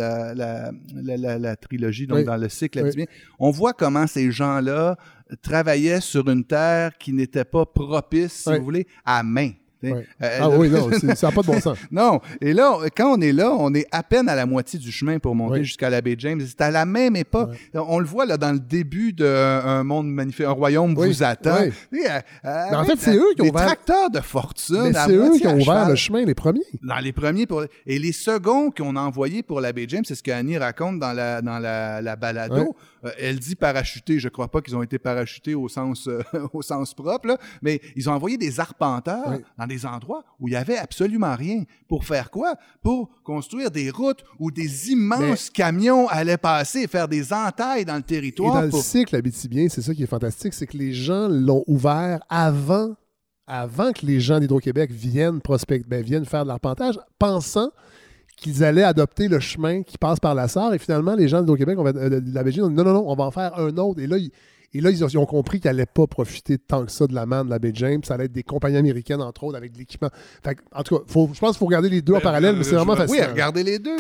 la trilogie, donc dans le cycle abitibien, on voit comment ces gens-là travaillaient sur une terre qui n'était pas propice, si vous voulez, à main. Oui, non, ça n'a pas de bon sens. Non. Et là, quand on est là, on est à peine à la moitié du chemin pour monter jusqu'à l'abbé James. C'est à la même époque. On le voit là dans le début d'un monde magnifique, un royaume vous attend. En fait, c'est eux qui ont ouvert... Des tracteurs de fortune. Mais c'est eux qui ont ouvert le chemin, les premiers. Dans les premiers. Et les seconds qu'on a envoyés pour l'abbé James, c'est ce qu'Annie raconte dans la balado. Elle dit parachutés. Je ne crois pas qu'ils ont été parachutés au sens propre, là, mais ils ont envoyé des arpenteurs dans des endroits où il n'y avait absolument rien. Pour faire quoi? Pour construire des routes où des immenses camions allaient passer et faire des entailles dans le territoire. Et dans le cycle abitibien, c'est ça qui est fantastique, c'est que les gens l'ont ouvert avant que les gens d'Hydro-Québec viennent faire de l'arpentage, pensant qu'ils allaient adopter le chemin qui passe par la Sarre. Et finalement, les gens d'Hydro-Québec, l'abbé James, ont dit non, on va en faire un autre. Et là, ils ont compris qu'ils n'allaient pas profiter tant que ça de la manne de l'abbé James. Ça allait être des compagnies américaines, entre autres, avec de l'équipement. En tout cas, je pense qu'il faut regarder les deux en parallèle, mais c'est vraiment facile. Oui, regardez les deux.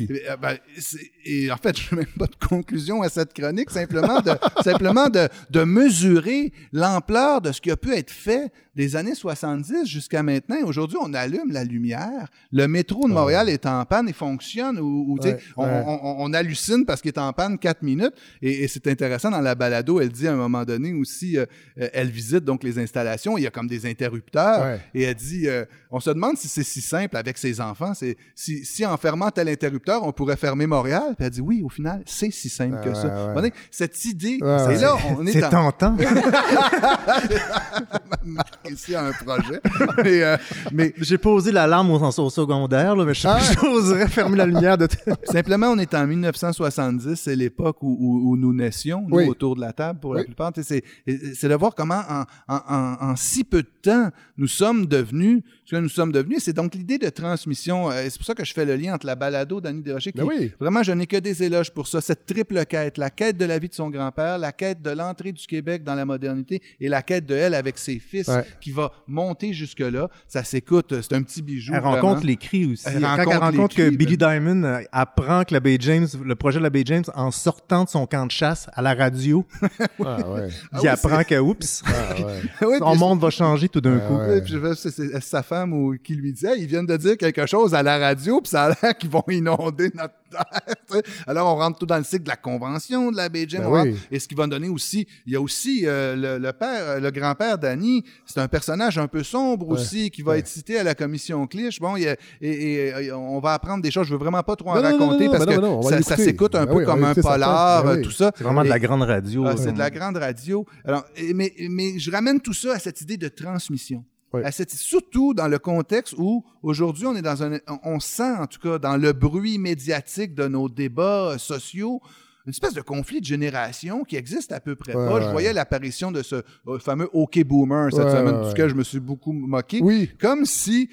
Et en fait, je n'ai même pas de conclusion à cette chronique, simplement de mesurer l'ampleur de ce qui a pu être fait des années 70 jusqu'à maintenant. Aujourd'hui, on allume la lumière. Le métro de Montréal est en panne et fonctionne. On hallucine parce qu'il est en panne 4 minutes. Et c'est intéressant, dans la balado, elle dit à un moment donné aussi, elle visite donc les installations, il y a comme des interrupteurs. Et elle dit, on se demande si c'est si simple avec ses enfants. Si en fermant tel interrupteur, on pourrait fermer Montréal. Puis elle dit, oui, au final, c'est si simple que ça. Cette idée, c'est là, on est... C'est tentant. Ici un projet. Mais j'ai posé l'alarme au secondaire, là, mais j'oserais fermer la lumière Simplement, on est en 1970, c'est l'époque où nous naissions, nous, autour de la table, pour la plupart. C'est de voir comment en si peu de temps nous sommes devenus ce que nous sommes devenus. C'est donc l'idée de transmission. C'est pour ça que je fais le lien entre la balado d'Annie Desrochers. Vraiment, je n'ai que des éloges pour ça. Cette triple quête, la quête de la vie de son grand-père, la quête de l'entrée du Québec dans la modernité et la quête de elle avec ses fils qui va monter jusque-là. Ça s'écoute, c'est un petit bijou. Elle rencontre les cris aussi. Quand elle rencontre que Billy Diamond apprend que la Baie James, le projet de la Baie James, en sortant de son camp de chasse à la radio, il apprend que, oups, son monde va changer tout d'un coup. Puis c'est sa femme qui lui dit ils viennent de dire quelque chose à la radio, puis ça a l'air qu'ils vont inonder notre terre. Alors, on rentre tout dans le cycle de la convention de la Baie James. Et ce qui va donner aussi, il y a aussi le grand-père d'Annie, c'est un personnage un peu sombre aussi, qui va être cité à la commission Clich. Bon, on va apprendre des choses. Je veux vraiment pas trop en raconter parce que ça s'écoute un peu comme un polar, tout ça. C'est vraiment de la grande radio. C'est de la grande radio. Alors, mais je ramène tout ça à cette idée de transmission. Surtout dans le contexte où aujourd'hui on sent en tout cas dans le bruit médiatique de nos débats sociaux une espèce de conflit de génération qui existe à peu près pas. Je voyais l'apparition de ce fameux OK Boomer cette semaine, duquel je me suis beaucoup moqué. Comme si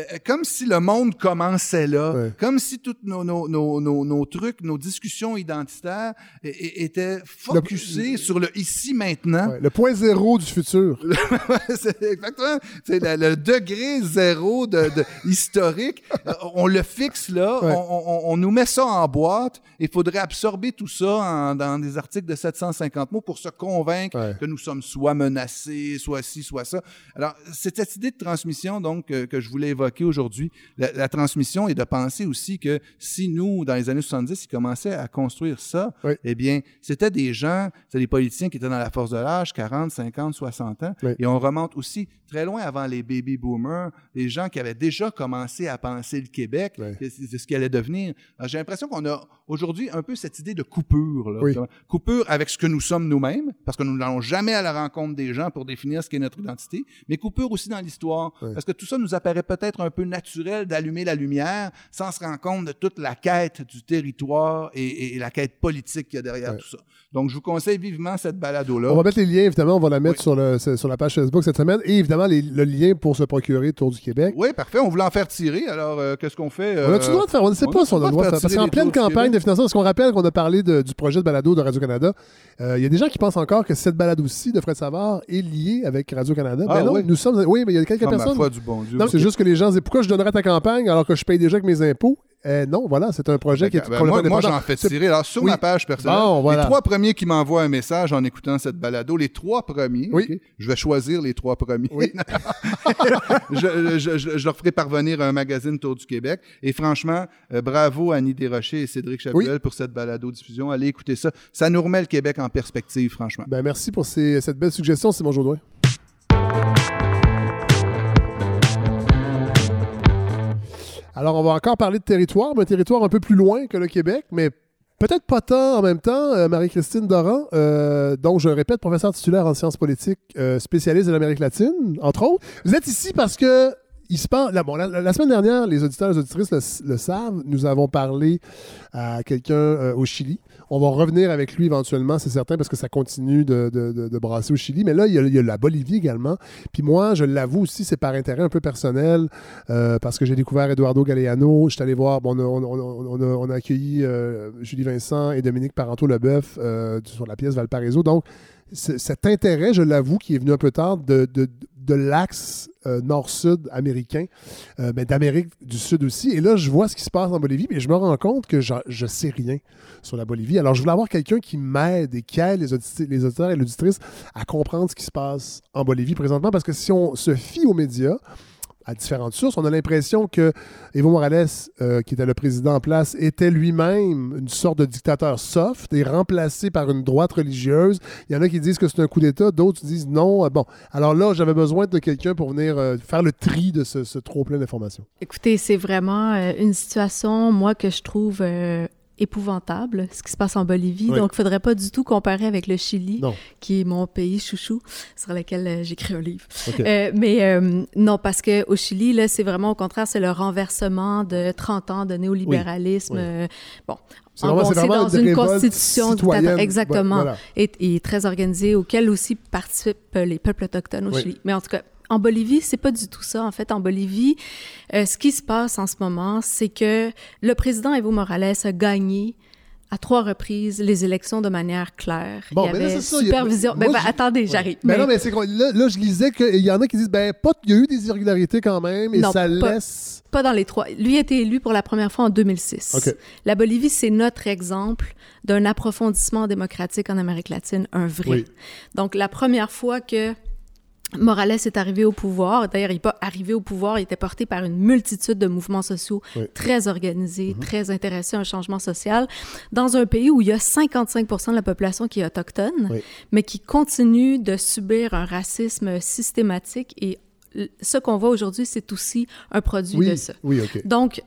le monde commençait là, comme si tous nos trucs, nos discussions identitaires étaient focusés sur le ici maintenant. Le point zéro du futur. C'est exactement. C'est le degré zéro de historique. On le fixe là, on nous met ça en boîte. Il faudrait absorber tout ça dans des articles de 750 mots pour se convaincre que nous sommes soit menacés, soit ci, soit ça. Alors, c'est cette idée de transmission donc que je voulais évoquer aujourd'hui. La transmission et de penser aussi que si nous, dans les années 70, ils commençaient à construire ça, eh bien, c'était des gens, c'est des politiciens qui étaient dans la force de l'âge, 40, 50, 60 ans. Et on remonte aussi très loin avant les baby boomers, des gens qui avaient déjà commencé à penser le Québec, c'est ce qui allait devenir. Alors, j'ai l'impression qu'on a aujourd'hui un peu cette idée de coupure. Coupure avec ce que nous sommes nous-mêmes, parce que nous n'allons jamais à la rencontre des gens pour définir ce qu'est notre identité, mais coupure aussi dans l'histoire, parce que tout ça nous apparaît peut-être un peu naturel d'allumer la lumière sans se rendre compte de toute la quête du territoire et la quête politique qu'il y a derrière tout ça. Donc, je vous conseille vivement cette balado-là. On va mettre les liens, évidemment, on va la mettre sur la page Facebook cette semaine, et évidemment, le lien pour se procurer Tour du Québec. Oui, parfait. On voulait en faire tirer. Alors, qu'est-ce qu'on fait? On a-tu le droit de faire? On ne sait pas si on a le droit de faire. Parce qu'en pleine campagne de financement, parce qu'on rappelle qu'on a parlé du projet de balado de Radio-Canada, il y a des gens qui pensent encore que cette balado-ci de Fred Savard est liée avec Radio-Canada. Nous sommes... Oui, mais il y a quelques personnes... Ma foi du bon Dieu. Non, c'est juste que les gens disent, pourquoi je donnerais ta campagne alors que je paye déjà avec mes impôts? Non, voilà, c'est un projet qui est moi, j'en fais tirer. Alors, sur ma page personnelle, les 3 premiers qui m'envoient un message en écoutant cette balado, les 3 premiers, je vais choisir les 3 premiers. Je leur ferai parvenir un magazine Tour du Québec. Et franchement, bravo Annie Desrochers et Cédric Chapuel pour cette balado-diffusion. Allez écouter ça. Ça nous remet le Québec en perspective, franchement. Merci pour cette belle suggestion, Simon Jaudoin. Alors, on va encore parler de territoire, mais un territoire un peu plus loin que le Québec, mais peut-être pas tant en même temps. Marie-Christine Doran, donc je répète, professeure titulaire en sciences politiques, spécialiste de l'Amérique latine, entre autres. Vous êtes ici parce que il se passe... La semaine dernière, les auditeurs et les auditrices le savent, nous avons parlé à quelqu'un au Chili. On va revenir avec lui éventuellement, c'est certain, parce que ça continue de brasser au Chili. Mais là, il y a la Bolivie également. Puis moi, je l'avoue aussi, c'est par intérêt un peu personnel, parce que j'ai découvert Eduardo Galeano. Je suis allé voir, on a accueilli Julie Vincent et Dominique Parenteau-Leboeuf sur la pièce Valparaiso. Donc, cet intérêt, je l'avoue, qui est venu un peu tard de l'axe nord-sud américain, mais d'Amérique du Sud aussi. Et là, je vois ce qui se passe en Bolivie, mais je me rends compte que je sais rien sur la Bolivie. Alors, je voulais avoir quelqu'un qui m'aide et qui aide les auditeurs et les auditrices à comprendre ce qui se passe en Bolivie présentement, parce que si on se fie aux médias, à différentes sources, on a l'impression que Evo Morales, qui était le président en place, était lui-même une sorte de dictateur soft et remplacé par une droite religieuse. Il y en a qui disent que c'est un coup d'État, d'autres disent non. Bon, alors là, j'avais besoin de quelqu'un pour venir faire le tri de ce trop-plein d'informations. Écoutez, c'est vraiment une situation, moi, que je trouve épouvantable, ce qui se passe en Bolivie. Oui. Donc, il ne faudrait pas du tout comparer avec le Chili, Non. qui est mon pays chouchou, sur lequel j'écris un livre. OK. Non, parce qu'au Chili, là, c'est vraiment au contraire, c'est le renversement de 30 ans de néolibéralisme. Oui. Bon, C'est en vraiment- gros, c'est c'est vraiment dans des une révoltes constitution citoyennes. exactement, Voilà. et très organisée, auquel aussi participent les peuples autochtones au Oui. Chili. Mais en tout cas, en Bolivie, c'est pas du tout ça. En fait, en Bolivie, ce qui se passe en ce moment, c'est que le président Evo Morales a gagné à 3 reprises les élections de manière claire. Bon, il y mais là, avait c'est ça. supervision. Moi, Attendez, Ouais. j'arrive. Ben non, mais c'est là, je lisais qu'il y en a qui disent, il y a eu des irrégularités quand même, et Non, ça pas- laisse... Pas dans les 3. Lui a été élu pour la première fois en 2006. OK. La Bolivie, c'est notre exemple d'un approfondissement démocratique en Amérique latine, un vrai. Oui. Donc, la première fois que Morales est arrivé au pouvoir, d'ailleurs, il n'est pas arrivé au pouvoir, il était porté par une multitude de mouvements sociaux Oui. très organisés, très intéressés à un changement social, dans un pays où il y a 55% de la population qui est autochtone, Oui. mais qui continue de subir un racisme systématique. Et ce qu'on voit aujourd'hui, c'est aussi un produit de ça. Oui, OK. Donc,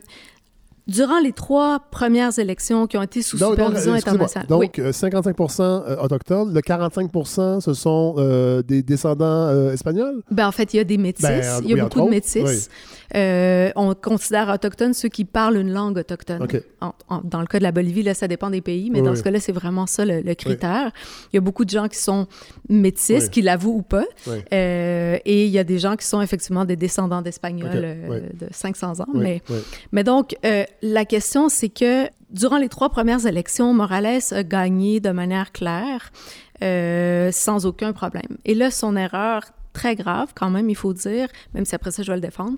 durant les 3 premières élections qui ont été sous supervision excusez-moi. internationale. Donc, 55% autochtones, le 45%, ce sont des descendants espagnols? Ben, en fait, il y a des métis. Il y a beaucoup de métis. On considère autochtones ceux qui parlent une langue autochtone. OK. Dans le cas de la Bolivie, là, ça dépend des pays, mais dans ce cas-là, c'est vraiment ça le critère. Il y a beaucoup de gens qui sont métis, qui l'avouent ou pas. Et il y a des gens qui sont effectivement des descendants d'Espagnols de 500 ans. Mais donc, la question, c'est que durant les 3 premières élections, Morales a gagné de manière claire, sans aucun problème. Et là, son erreur très grave, quand même, il faut dire, même si après ça, je vais le défendre,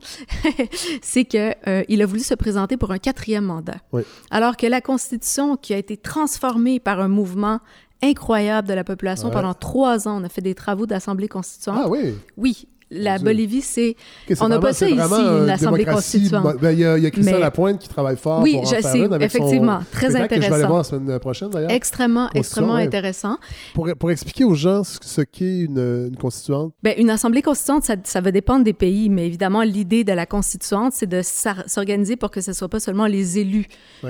c'est qu'il a voulu se présenter pour un 4e mandat. Oui. Alors que la Constitution, qui a été transformée par un mouvement incroyable de la population pendant 3 ans, on a fait des travaux d'Assemblée constituante. Ah oui? Oui. La Bolivie, on n'a vraiment- pas ça ici, une Assemblée constituante. Il y a Christian Lapointe qui travaille fort Oui, pour en je faire sais, une avec effectivement, son très spectacle que je vais aller intéressant. voir la semaine prochaine, d'ailleurs. Extrêmement Ouais. intéressant. Pour expliquer aux gens ce qu'est une constituante. Bien, une assemblée constituante, ça va dépendre des pays, mais évidemment, l'idée de la constituante, c'est de s'organiser pour que ce ne soit pas seulement les élus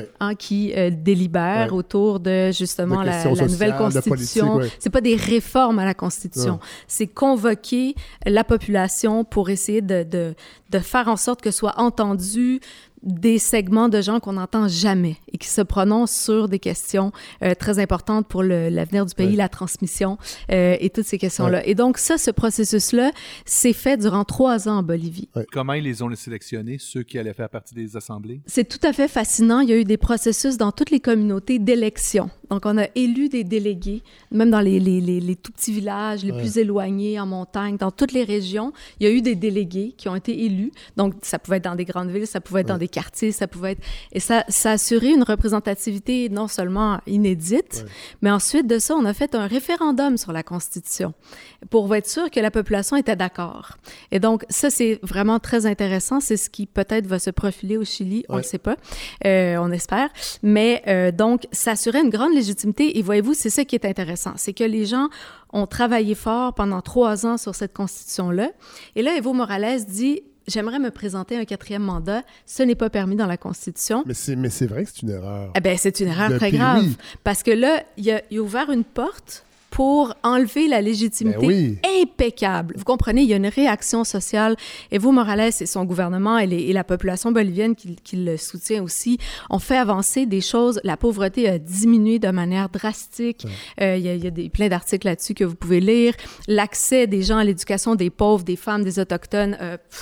qui délibèrent autour de, justement, De la questions nouvelle sociales, de constitution. politique, C'est pas des réformes à la constitution. Non. C'est convoquer la population pour essayer de faire en sorte que soient entendus des segments de gens qu'on n'entend jamais et qui se prononcent sur des questions très importantes pour l'avenir du pays, la transmission et toutes ces questions-là. Et donc ça, ce processus-là s'est fait durant 3 ans en Bolivie. Comment ils les ont sélectionnés, ceux qui allaient faire partie des assemblées? C'est tout à fait fascinant. Il y a eu des processus dans toutes les communautés d'élection. Donc, on a élu des délégués, même dans les tout petits villages, les plus éloignés, en montagne, dans toutes les régions. Il y a eu des délégués qui ont été élus. Donc, ça pouvait être dans des grandes villes, ça pouvait être dans des quartiers, ça pouvait être... Et ça a assuré une représentativité non seulement inédite, mais ensuite de ça, on a fait un référendum sur la Constitution pour être sûr que la population était d'accord. Et donc, ça, c'est vraiment très intéressant. C'est ce qui peut-être va se profiler au Chili, on ne le sait pas, on espère. Mais donc, ça assurait une grande légitimité. Et voyez-vous, c'est ça qui est intéressant. C'est que les gens ont travaillé fort pendant 3 ans sur cette Constitution-là. Et là, Evo Morales dit... J'aimerais me présenter un 4e mandat. Ce n'est pas permis dans la Constitution. Mais c'est vrai que c'est une erreur. Eh bien, c'est une erreur très grave. Oui. Parce que là, il a ouvert une porte pour enlever la légitimité impeccable. Vous comprenez, il y a une réaction sociale. Evo Morales et son gouvernement et la population bolivienne qui le soutient aussi ont fait avancer des choses. La pauvreté a diminué de manière drastique. Il y a plein d'articles là-dessus que vous pouvez lire. L'accès des gens à l'éducation, des pauvres, des femmes, des autochtones...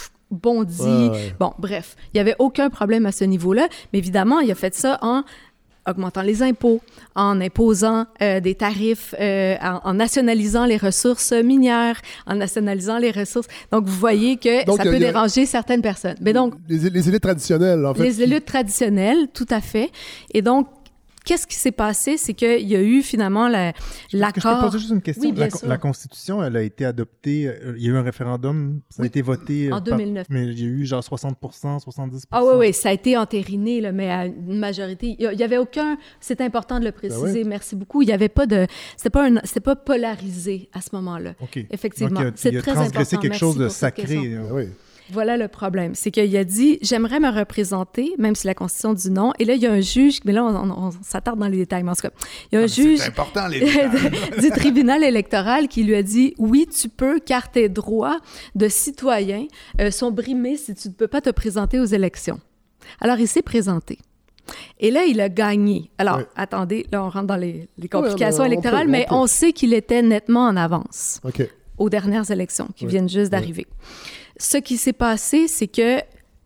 bondi. Bon, bref, il n'y avait aucun problème à ce niveau-là, mais évidemment, il a fait ça en augmentant les impôts, en imposant des tarifs, en nationalisant les ressources minières, en nationalisant les ressources. Donc, vous voyez que ça peut déranger certaines personnes. Mais donc, les élites traditionnelles, en fait. Les élites traditionnelles, tout à fait. Et donc, qu'est-ce qui s'est passé? C'est qu'il y a eu finalement l'accord... Je peux poser juste une question? Oui, bien sûr. La Constitution, elle a été adoptée, il y a eu un référendum, ça a été voté... En 2009. Mais il y a eu genre 60%, 70%. Ah oui, ça a été entériné, là, mais à une majorité. Il n'y avait aucun... C'est important de le préciser, merci beaucoup. Il n'y avait pas de... C'était pas polarisé à ce moment-là. OK. Effectivement. Donc, c'est il a très transgressé important. quelque chose de Merci pour cette sacré. question. Oui. Voilà le problème. C'est qu'il a dit « J'aimerais me représenter, même si la Constitution dit non. » Et là, il y a un juge, mais là, on s'attarde dans les détails. Mais en tout cas, il y a un juge c'est important, les détails. du tribunal électoral qui lui a dit « Oui, tu peux, car tes droits de citoyen sont brimés si tu ne peux pas te présenter aux élections. » Alors, il s'est présenté. Et là, il a gagné. Alors, attendez, là, on rentre dans les complications électorales, mais on sait qu'il était nettement en avance aux dernières élections qui viennent juste d'arriver. Ce qui s'est passé, c'est que,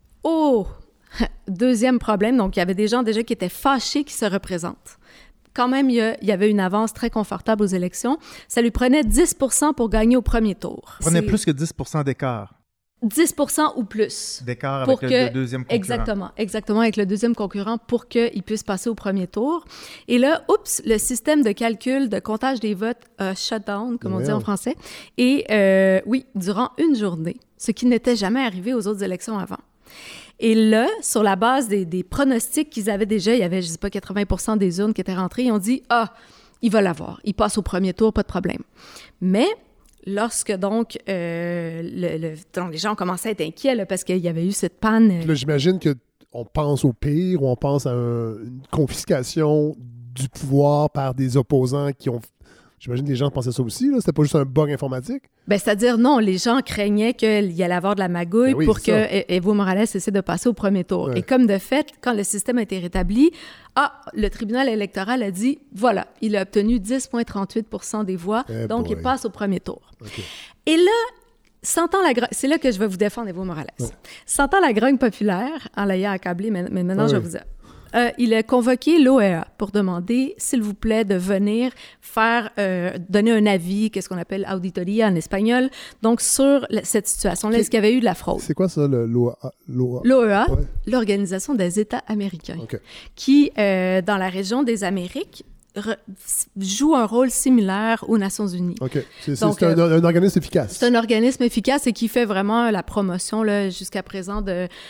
deuxième problème, donc il y avait des gens déjà qui étaient fâchés qui se représentent. Quand même, il y avait une avance très confortable aux élections. Ça lui prenait 10 % pour gagner au premier tour. Il prenait plus que 10 % d'écart. 10 % ou plus. D'écart avec le deuxième concurrent. Exactement, avec le deuxième concurrent pour qu'il puisse passer au premier tour. Et là, le système de calcul, de comptage des votes shut down, comme on dit en français. Et durant une journée, ce qui n'était jamais arrivé aux autres élections avant. Et là, sur la base des pronostics qu'ils avaient déjà, il y avait, 80 % des urnes qui étaient rentrées, ils ont dit « Ah, il va l'avoir. Il passe au premier tour, pas de problème. » Mais lorsque donc les gens ont commencé à être inquiets là, parce qu'il y avait eu cette panne. Là, j'imagine qu'on pense au pire ou on pense à une confiscation du pouvoir par des opposants qui ont. J'imagine que les gens pensaient ça aussi, là. C'était pas juste un bug informatique. Bien, c'est-à-dire, non, les gens craignaient qu'il y allait avoir de la magouille pour que Evo Morales essaie de passer au premier tour. Et comme de fait, quand le système a été rétabli, le tribunal électoral a dit, voilà, il a obtenu 10,38 % des voix, donc il passe au premier tour. Et là, c'est là que je vais vous défendre Evo Morales. Sentant la grogne populaire, en l'ayant accablé, mais maintenant je vais vous dire. Il a convoqué l'OEA pour demander, s'il vous plaît, de venir donner un avis, qu'est-ce qu'on appelle auditoria en espagnol, donc sur cette situation-là. Est-ce qu'il y avait eu de la fraude? C'est quoi ça, l'OEA? L'OEA, l'Organisation des États américains, qui, dans la région des Amériques, joue un rôle similaire aux Nations Unies. OK. C'est un organisme efficace. C'est un organisme efficace et qui fait vraiment la promotion là, jusqu'à présent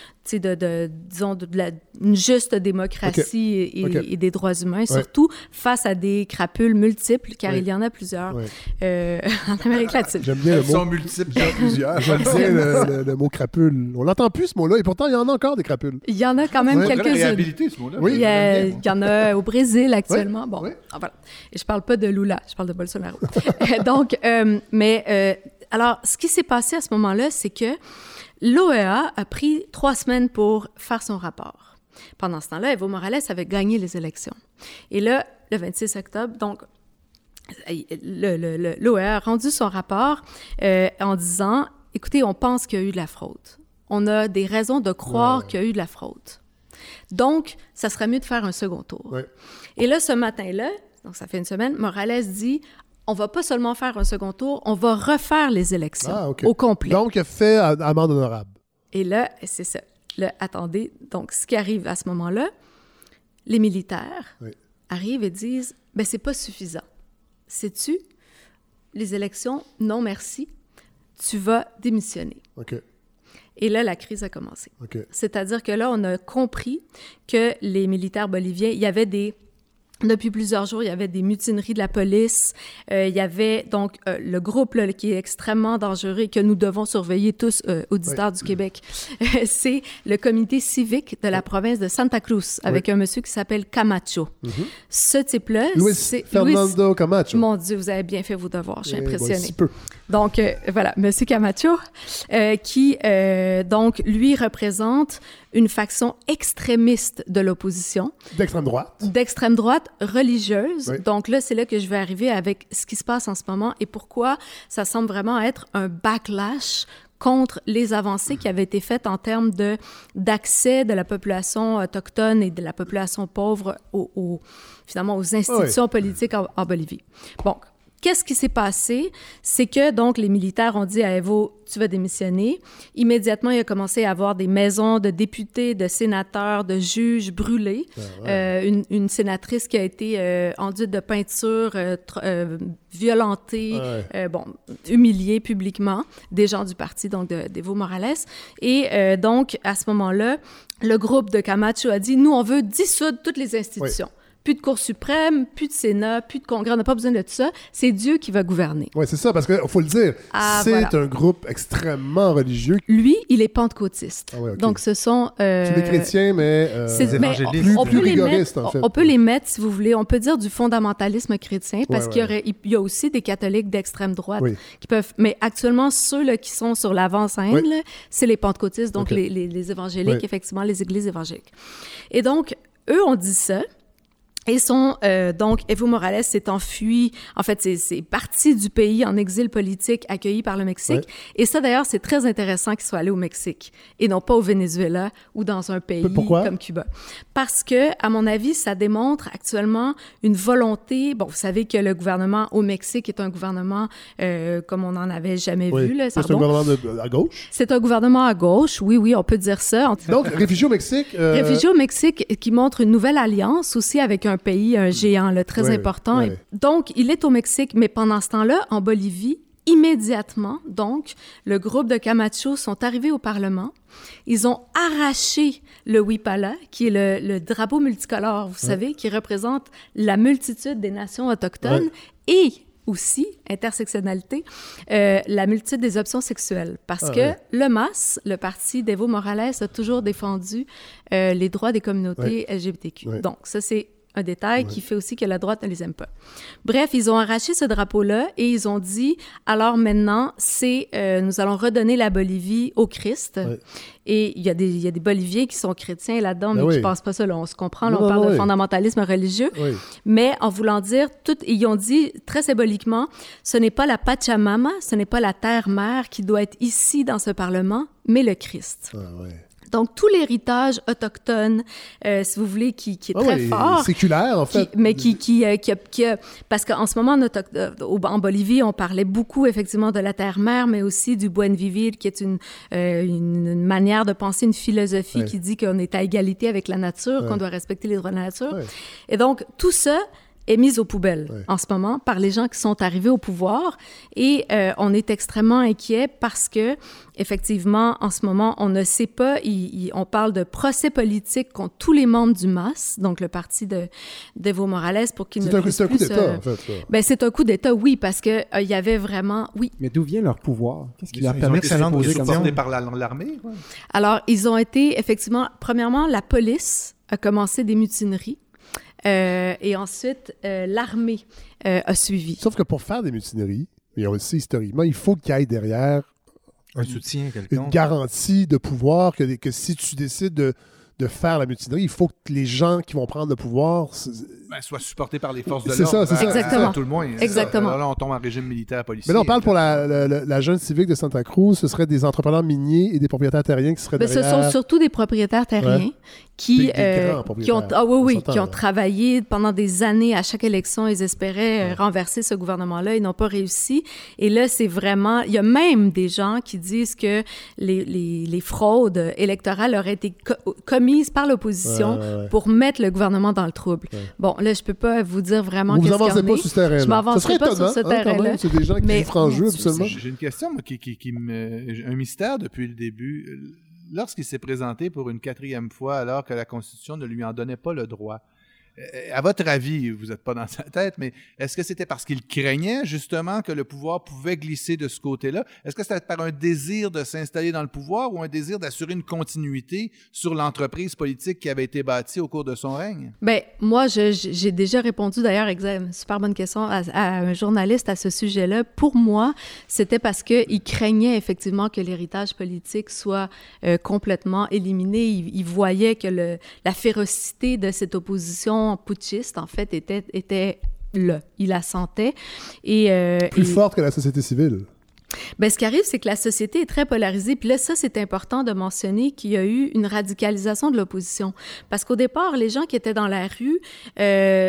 une juste démocratie et des droits humains, surtout face à des crapules multiples, car il y en a plusieurs en Amérique latine. J'aime bien le mot. Ils sont multiples, il y en a plusieurs. J'aime bien le mot crapule. On l'entend plus, ce mot-là, et pourtant, il y en a encore des crapules. Il y en a quand même quelques-unes. Réhabilité, ce mot-là. Oui, il y en a au Brésil actuellement. Bon, voilà. Et je parle pas de Lula, je parle de Bolsonaro. Donc, alors, ce qui s'est passé à ce moment-là, c'est que l'OEA a pris 3 semaines pour faire son rapport. Pendant ce temps-là, Evo Morales avait gagné les élections. Et là, le 26 octobre, donc, l'OEA a rendu son rapport en disant, écoutez, on pense qu'il y a eu de la fraude. On a des raisons de croire qu'il y a eu de la fraude. Donc, ça serait mieux de faire un second tour. Et là, ce matin-là, donc ça fait une semaine, Morales dit, on va pas seulement faire un second tour, on va refaire les élections au complet. Donc, il a fait amende honorable. Et là, c'est ça. Là, attendez, donc ce qui arrive à ce moment-là, les militaires arrivent et disent, ben c'est pas suffisant. Sais-tu, les élections, non merci, tu vas démissionner. Et là, la crise a commencé. C'est-à-dire que là, on a compris que les militaires boliviens, il y avait depuis plusieurs jours, il y avait des mutineries de la police. Il y avait donc le groupe là, qui est extrêmement dangereux et que nous devons surveiller tous, auditeurs du Québec. C'est le comité civique de la province de Santa Cruz avec un monsieur qui s'appelle Camacho. Ce type-là, c'est Fernando Camacho. Mon Dieu, vous avez bien fait vos devoirs. Je suis impressionnée. Si peu. Donc, voilà, monsieur Camacho, qui, donc, lui représente une faction extrémiste de l'opposition. D'extrême droite. D'extrême droite religieuse. Donc là, c'est là que je vais arriver avec ce qui se passe en ce moment et pourquoi ça semble vraiment être un backlash contre les avancées qui avaient été faites en termes d'accès de la population autochtone et de la population pauvre finalement aux institutions politiques en Bolivie. Bon. Qu'est-ce qui s'est passé? C'est que, donc, les militaires ont dit à Evo, tu vas démissionner. Immédiatement, il a commencé à avoir des maisons de députés, de sénateurs, de juges brûlés. Une sénatrice qui a été enduite de peinture, violentée, humiliée publiquement, des gens du parti, donc d'Evo Morales. Et donc, à ce moment-là, le groupe de Camacho a dit, nous, on veut dissoudre toutes les institutions. plus de Cour suprême, plus de Sénat, plus de Congrès, on n'a pas besoin de tout ça. C'est Dieu qui va gouverner. Oui, c'est ça, parce qu'il faut le dire, c'est un groupe extrêmement religieux. Lui, il est pentecôtiste. Ah ouais, okay. Donc, ce sont... c'est des chrétiens, mais évangélistes. plus rigoristes, en fait. On peut les mettre, si vous voulez, on peut dire du fondamentalisme chrétien, parce qu'il y a aussi des catholiques d'extrême droite qui peuvent... Mais actuellement, ceux là, qui sont sur l'avant-scène, c'est les pentecôtistes, donc les évangéliques, effectivement, les églises évangéliques. Et donc, eux ont dit ça. Et donc, Evo Morales s'est enfui. En fait, c'est parti du pays en exil politique, accueilli par le Mexique. Ouais. Et ça, d'ailleurs, c'est très intéressant qu'il soit allé au Mexique et non pas au Venezuela ou dans un pays comme Cuba. Parce que, à mon avis, ça démontre actuellement une volonté. Bon, vous savez que le gouvernement au Mexique est un gouvernement comme on n'en avait jamais vu. Là, c'est un gouvernement à gauche? C'est un gouvernement à gauche, oui, on peut dire ça. Donc, réfugiés au Mexique... Réfugiés au Mexique qui montre une nouvelle alliance aussi avec un pays, un géant là, très important. Et donc, il est au Mexique, mais pendant ce temps-là, en Bolivie, immédiatement, donc, le groupe de Camacho sont arrivés au Parlement. Ils ont arraché le Huipala, qui est le drapeau multicolore, vous savez, qui représente la multitude des nations autochtones et aussi, intersectionnalité, la multitude des options sexuelles. Parce que le MAS, le parti d'Evo Morales, a toujours défendu les droits des communautés LGBTQ. Donc, ça, c'est un détail qui fait aussi que la droite ne les aime pas. Bref, ils ont arraché ce drapeau-là et ils ont dit, alors maintenant, nous allons redonner la Bolivie au Christ. Et il y a des Boliviens qui sont chrétiens là-dedans, mais qui ne pensent pas ça. Là, on se comprend, là, on parle de fondamentalisme religieux. Mais en voulant dire, ils ont dit très symboliquement, ce n'est pas la Pachamama, ce n'est pas la terre-mère qui doit être ici dans ce Parlement, mais le Christ. Donc, tout l'héritage autochtone, si vous voulez, qui est très fort. Séculaire, en fait. Mais parce qu'en ce moment, en Bolivie, on parlait beaucoup, effectivement, de la terre-mère, mais aussi du buen vivir, qui est une manière de penser, une philosophie qui dit qu'on est à égalité avec la nature, qu'on doit respecter les droits de la nature. Et donc, tout ça est mise aux poubelles en ce moment par les gens qui sont arrivés au pouvoir. Et on est extrêmement inquiet parce que, effectivement, en ce moment, on ne sait pas, on parle de procès politique contre tous les membres du MAS, donc le parti d'Evo Morales, pour qu'ils ne puissent plus... C'est un coup d'État, en fait. Ben, c'est un coup d'État, oui, parce qu'il y avait vraiment... Oui. Mais d'où vient leur pouvoir? Qu'est-ce qui leur permet de s'imposer comme ça? Par l'armée? Alors, ils ont été, effectivement... Premièrement, la police a commencé des mutineries. Et ensuite, l'armée a suivi. Sauf que pour faire des mutineries, et on le sait historiquement, il faut qu'il y ait derrière un soutien quelconque, une garantie de pouvoir que si tu décides de faire la mutinerie, il faut que les gens qui vont prendre le pouvoir soient supportés par les forces de l'ordre. C'est ça. Exactement. Tout le moins. Exactement. Alors là, on tombe en régime militaire policier. Mais là, on parle pour la jeune civique de Santa Cruz, ce serait des entrepreneurs miniers et des propriétaires terriens qui seraient derrière... Ce sont surtout des propriétaires terriens qui ont travaillé pendant des années. À chaque élection, ils espéraient renverser ce gouvernement-là. Ils n'ont pas réussi. Et là, c'est vraiment... Il y a même des gens qui disent que les fraudes électorales auraient été commises par l'opposition pour mettre le gouvernement dans le trouble. Bon, là, je peux pas vous dire vraiment qu'est-ce qu'il y en est. Vous avancez pas sur ce terrain-là. Je m'avancerai pas sur ce terrain-là. C'est des gens qui souffrent en jeu, absolument. J'ai une question un mystère depuis le début. Lorsqu'il s'est présenté pour une 4e fois, alors que la Constitution ne lui en donnait pas le droit, à votre avis, vous n'êtes pas dans sa tête, mais est-ce que c'était parce qu'il craignait justement que le pouvoir pouvait glisser de ce côté-là? Est-ce que c'était par un désir de s'installer dans le pouvoir ou un désir d'assurer une continuité sur l'entreprise politique qui avait été bâtie au cours de son règne? Bien, moi, j'ai déjà répondu d'ailleurs, super bonne question, à un journaliste à ce sujet-là. Pour moi, c'était parce qu'il craignait effectivement que l'héritage politique soit complètement éliminé. Il voyait que la férocité de cette opposition putschiste, en fait, était là. Il la sentait. Plus forte que la société civile. Bien, ce qui arrive, c'est que la société est très polarisée. Puis là, ça, c'est important de mentionner qu'il y a eu une radicalisation de l'opposition. Parce qu'au départ, les gens qui étaient dans la rue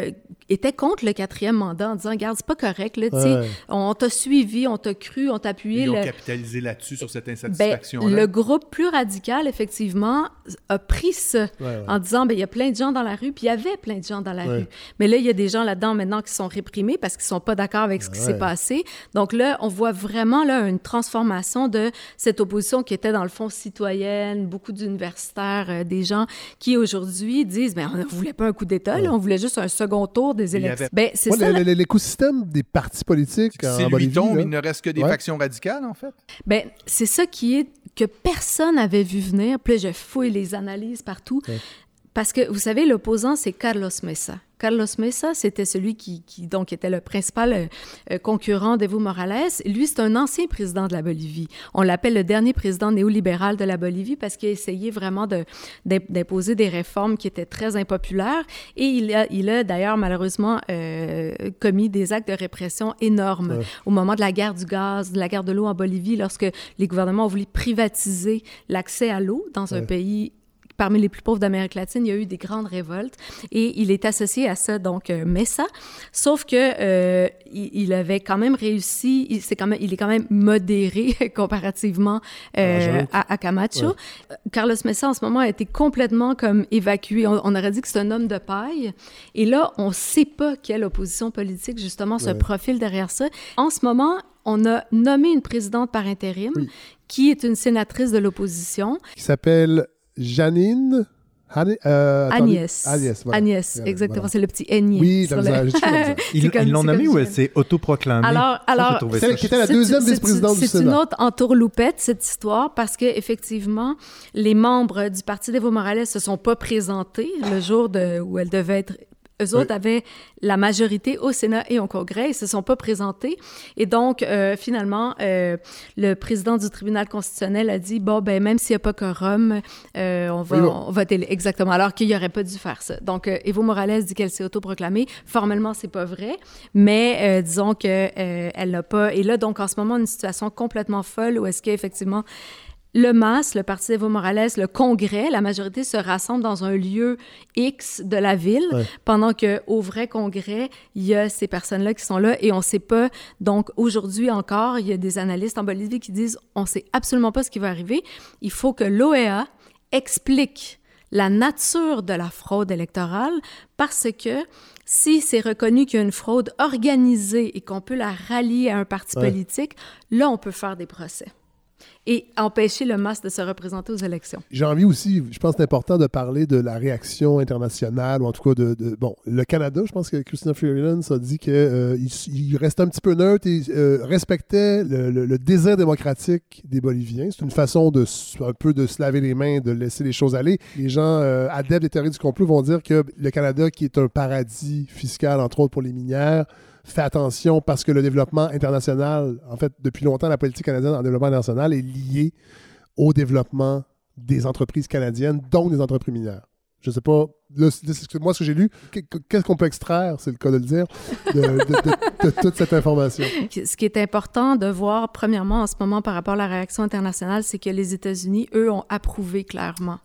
étaient contre le 4e mandat en disant, regarde, c'est pas correct, là, tu sais, on t'a suivi, on t'a cru, on t'a appuyé. Ils ont capitalisé là-dessus, sur cette insatisfaction-là. Le groupe plus radical, effectivement, a pris ça en disant, il y a plein de gens dans la rue, puis il y avait plein de gens dans la rue. Mais là, il y a des gens là-dedans maintenant qui sont réprimés parce qu'ils sont pas d'accord avec ce qui s'est passé. Donc là, on voit vraiment là une transformation de cette opposition qui était dans le fond citoyenne, beaucoup d'universitaires, des gens qui aujourd'hui disent, on ne voulait pas un coup d'État, là, on voulait juste un second tour des élections. C'est ça. L'écosystème des partis politiques si en lui Bolivie, tombe, là, il ne reste que des factions radicales, en fait. C'est ça que personne n'avait vu venir. Puis là, je fouille les analyses partout. Parce que, vous savez, l'opposant, c'est Carlos Mesa. Carlos Mesa, c'était celui qui donc était le principal concurrent d'Evo Morales. Lui, c'est un ancien président de la Bolivie. On l'appelle le dernier président néolibéral de la Bolivie parce qu'il a essayé vraiment d'imposer des réformes qui étaient très impopulaires. Et il a d'ailleurs, malheureusement, commis des actes de répression énormes au moment de la guerre du gaz, de la guerre de l'eau en Bolivie, lorsque les gouvernements ont voulu privatiser l'accès à l'eau dans un pays parmi les plus pauvres d'Amérique latine. Il y a eu des grandes révoltes et il est associé à ça, donc Mesa. Sauf que il avait quand même réussi, il est quand même modéré comparativement à Camacho. Carlos Mesa, en ce moment, a été complètement comme évacué. On aurait dit que c'est un homme de paille. Et là, on ne sait pas quelle opposition politique, justement, se profile derrière ça. En ce moment, on a nommé une présidente par intérim qui est une sénatrice de l'opposition. Qui s'appelle Janine... Agnès. Voilà. Agnès, exactement. Voilà. C'est le petit Agnès. Oui, ils l'ont nommé ou elle s'est autoproclamée? Alors c'est qui était la deuxième vice-présidente du Sénat. C'est une autre entourloupette, cette histoire, parce qu'effectivement, les membres du parti d'Evo Morales ne se sont pas présentés le jour où elle devait être... Eux autres avaient la majorité au Sénat et au Congrès. Ils ne se sont pas présentés. Et donc, finalement, le président du tribunal constitutionnel a dit, même s'il n'y a pas quorum, on va exactement, alors qu'il n'aurait pas dû faire ça. Donc, Evo Morales dit qu'elle s'est autoproclamée. Formellement, ce n'est pas vrai, mais disons qu'elle n'a pas... Et là, donc, en ce moment, une situation complètement folle où est-ce qu'effectivement... Le MAS, le parti d'Evo Morales, le Congrès, la majorité se rassemble dans un lieu X de la ville, pendant qu'au vrai Congrès, il y a ces personnes-là qui sont là et on ne sait pas. Donc, aujourd'hui encore, il y a des analystes en Bolivie qui disent on ne sait absolument pas ce qui va arriver. Il faut que l'OEA explique la nature de la fraude électorale parce que si c'est reconnu qu'il y a une fraude organisée et qu'on peut la rallier à un parti politique, là, on peut faire des procès et empêcher le MAS de se représenter aux élections. J'ai envie aussi, je pense que c'est important de parler de la réaction internationale, ou en tout cas le Canada, je pense que Chrystia Freeland a dit qu'il restait un petit peu neutre et respectait le désir démocratique des Boliviens. C'est une façon un peu de se laver les mains, de laisser les choses aller. Les gens adeptes des théories du complot vont dire que le Canada, qui est un paradis fiscal, entre autres pour les minières, fait attention parce que le développement international, en fait, depuis longtemps, la politique canadienne en développement international est liée au développement des entreprises canadiennes, donc des entreprises minières. Je ne sais pas, moi, ce que j'ai lu, qu'est-ce qu'on peut extraire, c'est le cas de le dire, de toute cette information? Ce qui est important de voir, premièrement, en ce moment, par rapport à la réaction internationale, c'est que les États-Unis, eux, ont approuvé clairement.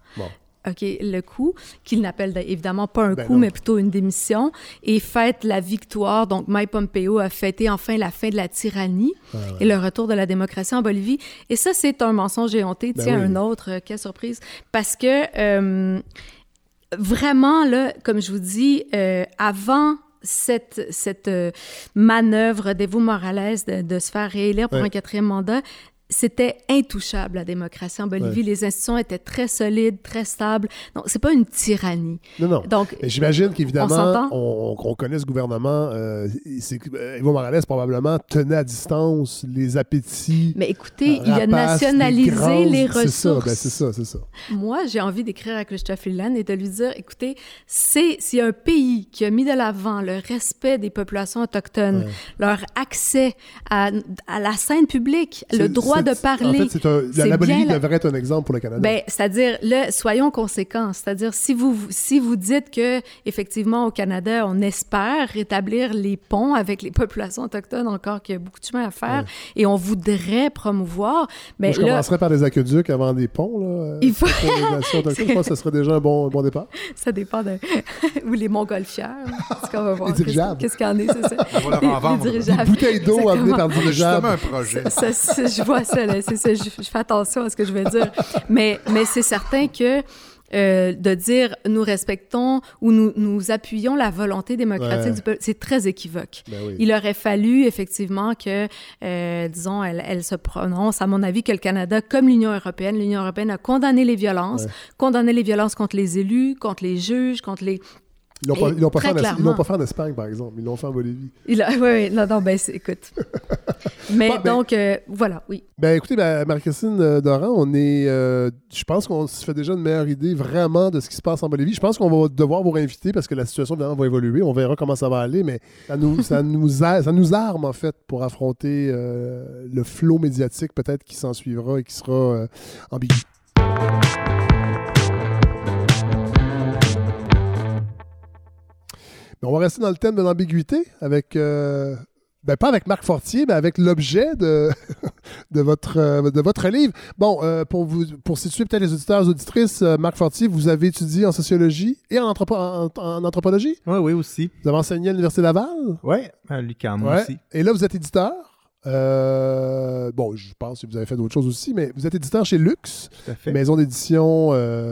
Le coup, qu'ils n'appellent évidemment pas un coup, mais plutôt une démission, et fête la victoire. Donc, Mike Pompeo a fêté enfin la fin de la tyrannie et le retour de la démocratie en Bolivie. Et ça, c'est un mensonge éhonté. Un autre, quelle surprise. Parce que, vraiment, là, comme je vous dis, avant cette manœuvre d'Evo Morales de se faire réélire pour un 4e mandat, c'était intouchable, la démocratie en Bolivie. Les institutions étaient très solides, très stables. Donc, c'est pas une tyrannie. Non. Donc, j'imagine qu'évidemment, on connaît ce gouvernement. Evo Morales, probablement, tenait à distance les appétits. Mais écoutez, il a nationalisé les ressources. C'est ça. Moi, j'ai envie d'écrire à Chrystia Freeland et de lui dire, écoutez, s'il y a un pays qui a mis de l'avant le respect des populations autochtones, leur accès à la scène publique, le droit de parler. En fait, la Bolivie devrait être un exemple pour le Canada. C'est-à-dire, là, soyons conséquents. C'est-à-dire, si vous dites que effectivement au Canada, on espère rétablir les ponts avec les populations autochtones, encore qu'il y a beaucoup de chemin à faire, et on voudrait promouvoir. Moi, je commencerais par des aqueducs avant des ponts. Il faut... pour les nations autochtones. Je pense que ce serait déjà un bon départ. Ça dépend de... Ou les montgolfières. Est-ce qu'on va voir? Les dirigeables. Qu'est-ce qu'il y en est, c'est ça? On va leur en vendre. Des bouteilles d'eau amenées par le dirigeable. C'est justement un projet. Je vois ça, là. C'est ça. Je fais attention à ce que je vais dire. Mais c'est certain que de dire nous respectons ou nous appuyons la volonté démocratique du peuple, c'est très équivoque. Ben oui. Il aurait fallu effectivement que, disons, elle se prononce, à mon avis, que le Canada, comme l'Union européenne a condamné les violences, condamné les violences contre les élus, contre les juges, contre les... Ils l'ont pas fait en Espagne, par exemple. Ils l'ont fait en Bolivie. Oui, non, ben, écoute. Mais donc, voilà, oui. Ben, écoutez, Marie-Christine Doran, on est... je pense qu'on se fait déjà une meilleure idée vraiment de ce qui se passe en Bolivie. Je pense qu'on va devoir vous réinviter parce que la situation, évidemment, va évoluer. On verra comment ça va aller, mais ça nous arme, en fait, pour affronter le flot médiatique, peut-être, qui s'en suivra et qui sera ambigu. On va rester dans le thème de l'ambiguïté avec, pas avec Marc Fortier, mais avec l'objet de votre livre. Bon, pour situer peut-être les auditeurs et auditrices, Marc Fortier, vous avez étudié en sociologie et en anthropologie? Oui, aussi. Vous avez enseigné à l'Université Laval? Oui, à l'UQAM aussi. Et là, vous êtes éditeur? Je pense que vous avez fait d'autres choses aussi, mais vous êtes éditeur chez Luxe, tout à fait. Maison d'édition...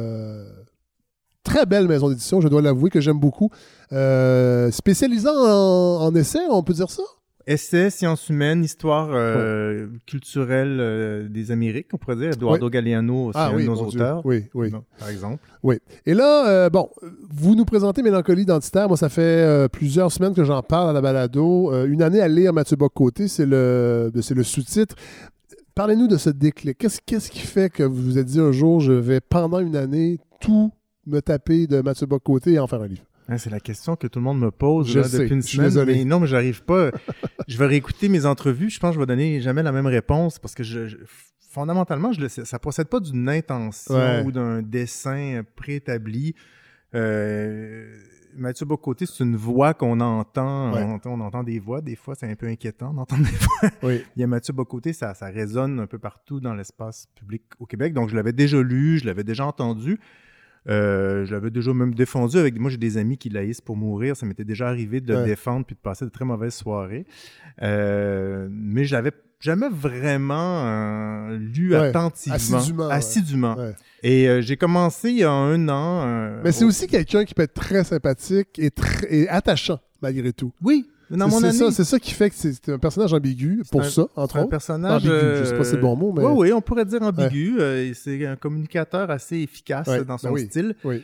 très belle maison d'édition, je dois l'avouer, que j'aime beaucoup. Spécialisant en essais, on peut dire ça? Essais, sciences humaines, histoire culturelle des Amériques, on pourrait dire. Eduardo Galeano, c'est un de nos auteurs. Oui. Non, par exemple. Oui. Et là, vous nous présentez Mélancolie identitaire. Moi, ça fait plusieurs semaines que j'en parle à la balado. Une année à lire Mathieu Bock-Côté, c'est le sous-titre. Parlez-nous de ce déclic. Qu'est-ce qui fait que vous vous êtes dit un jour, je vais pendant une année tout me taper de Mathieu Bock-Côté et en faire un livre? C'est la question que tout le monde me pose depuis une semaine. Désolé. Mais non, mais j'arrive pas. Je vais réécouter mes entrevues. Je pense que je vais donner jamais la même réponse parce que fondamentalement, ça procède pas d'une intention ou d'un dessin préétabli. Mathieu Bock-Côté, c'est une voix qu'on entend. On entend des voix. Des fois, c'est un peu inquiétant d'entendre des voix. Oui. Il y a Mathieu Bock-Côté, ça résonne un peu partout dans l'espace public au Québec. Donc, je l'avais déjà lu, je l'avais déjà entendu. Je l'avais déjà même défendu avec... Moi, j'ai des amis qui l'haïssent pour mourir. Ça m'était déjà arrivé de le défendre puis de passer de très mauvaises soirées. Mais je l'avais jamais vraiment lu attentivement. Assidûment. Ouais. Et j'ai commencé il y a 1 an... Mais c'est aussi quelqu'un qui peut être très sympathique et attachant, malgré tout. Oui. C'est ça qui fait que c'est un personnage ambigu, entre autres. Un personnage... ambigu, je ne sais pas si c'est le bon mot, mais... Oui, on pourrait dire ambigu. C'est un communicateur assez efficace dans son style. Oui.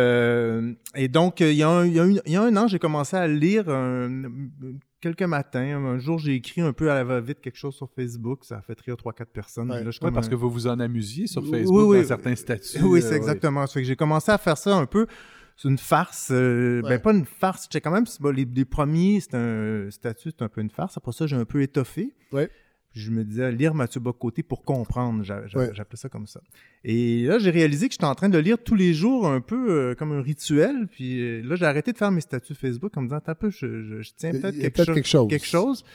Et donc, il y a 1 an, j'ai commencé à lire quelques matins. Un jour, j'ai écrit un peu à la va-vite quelque chose sur Facebook. Ça a fait rire 3-4 personnes. Là, parce que vous vous en amusiez sur Facebook dans certains statuts. Oui, c'est exactement. Ça fait que j'ai commencé à faire ça un peu. C'est une farce. Pas une farce. Quand même, les premiers, c'est un statut, c'est un peu une farce. Après ça, j'ai un peu étoffé. Ouais. Je me disais, lire Mathieu Bock-Côté pour comprendre. J'appelais ça comme ça. Et là, j'ai réalisé que j'étais en train de lire tous les jours un peu comme un rituel. Puis là, j'ai arrêté de faire mes statuts Facebook en me disant, un peu, je tiens peut-être quelque chose.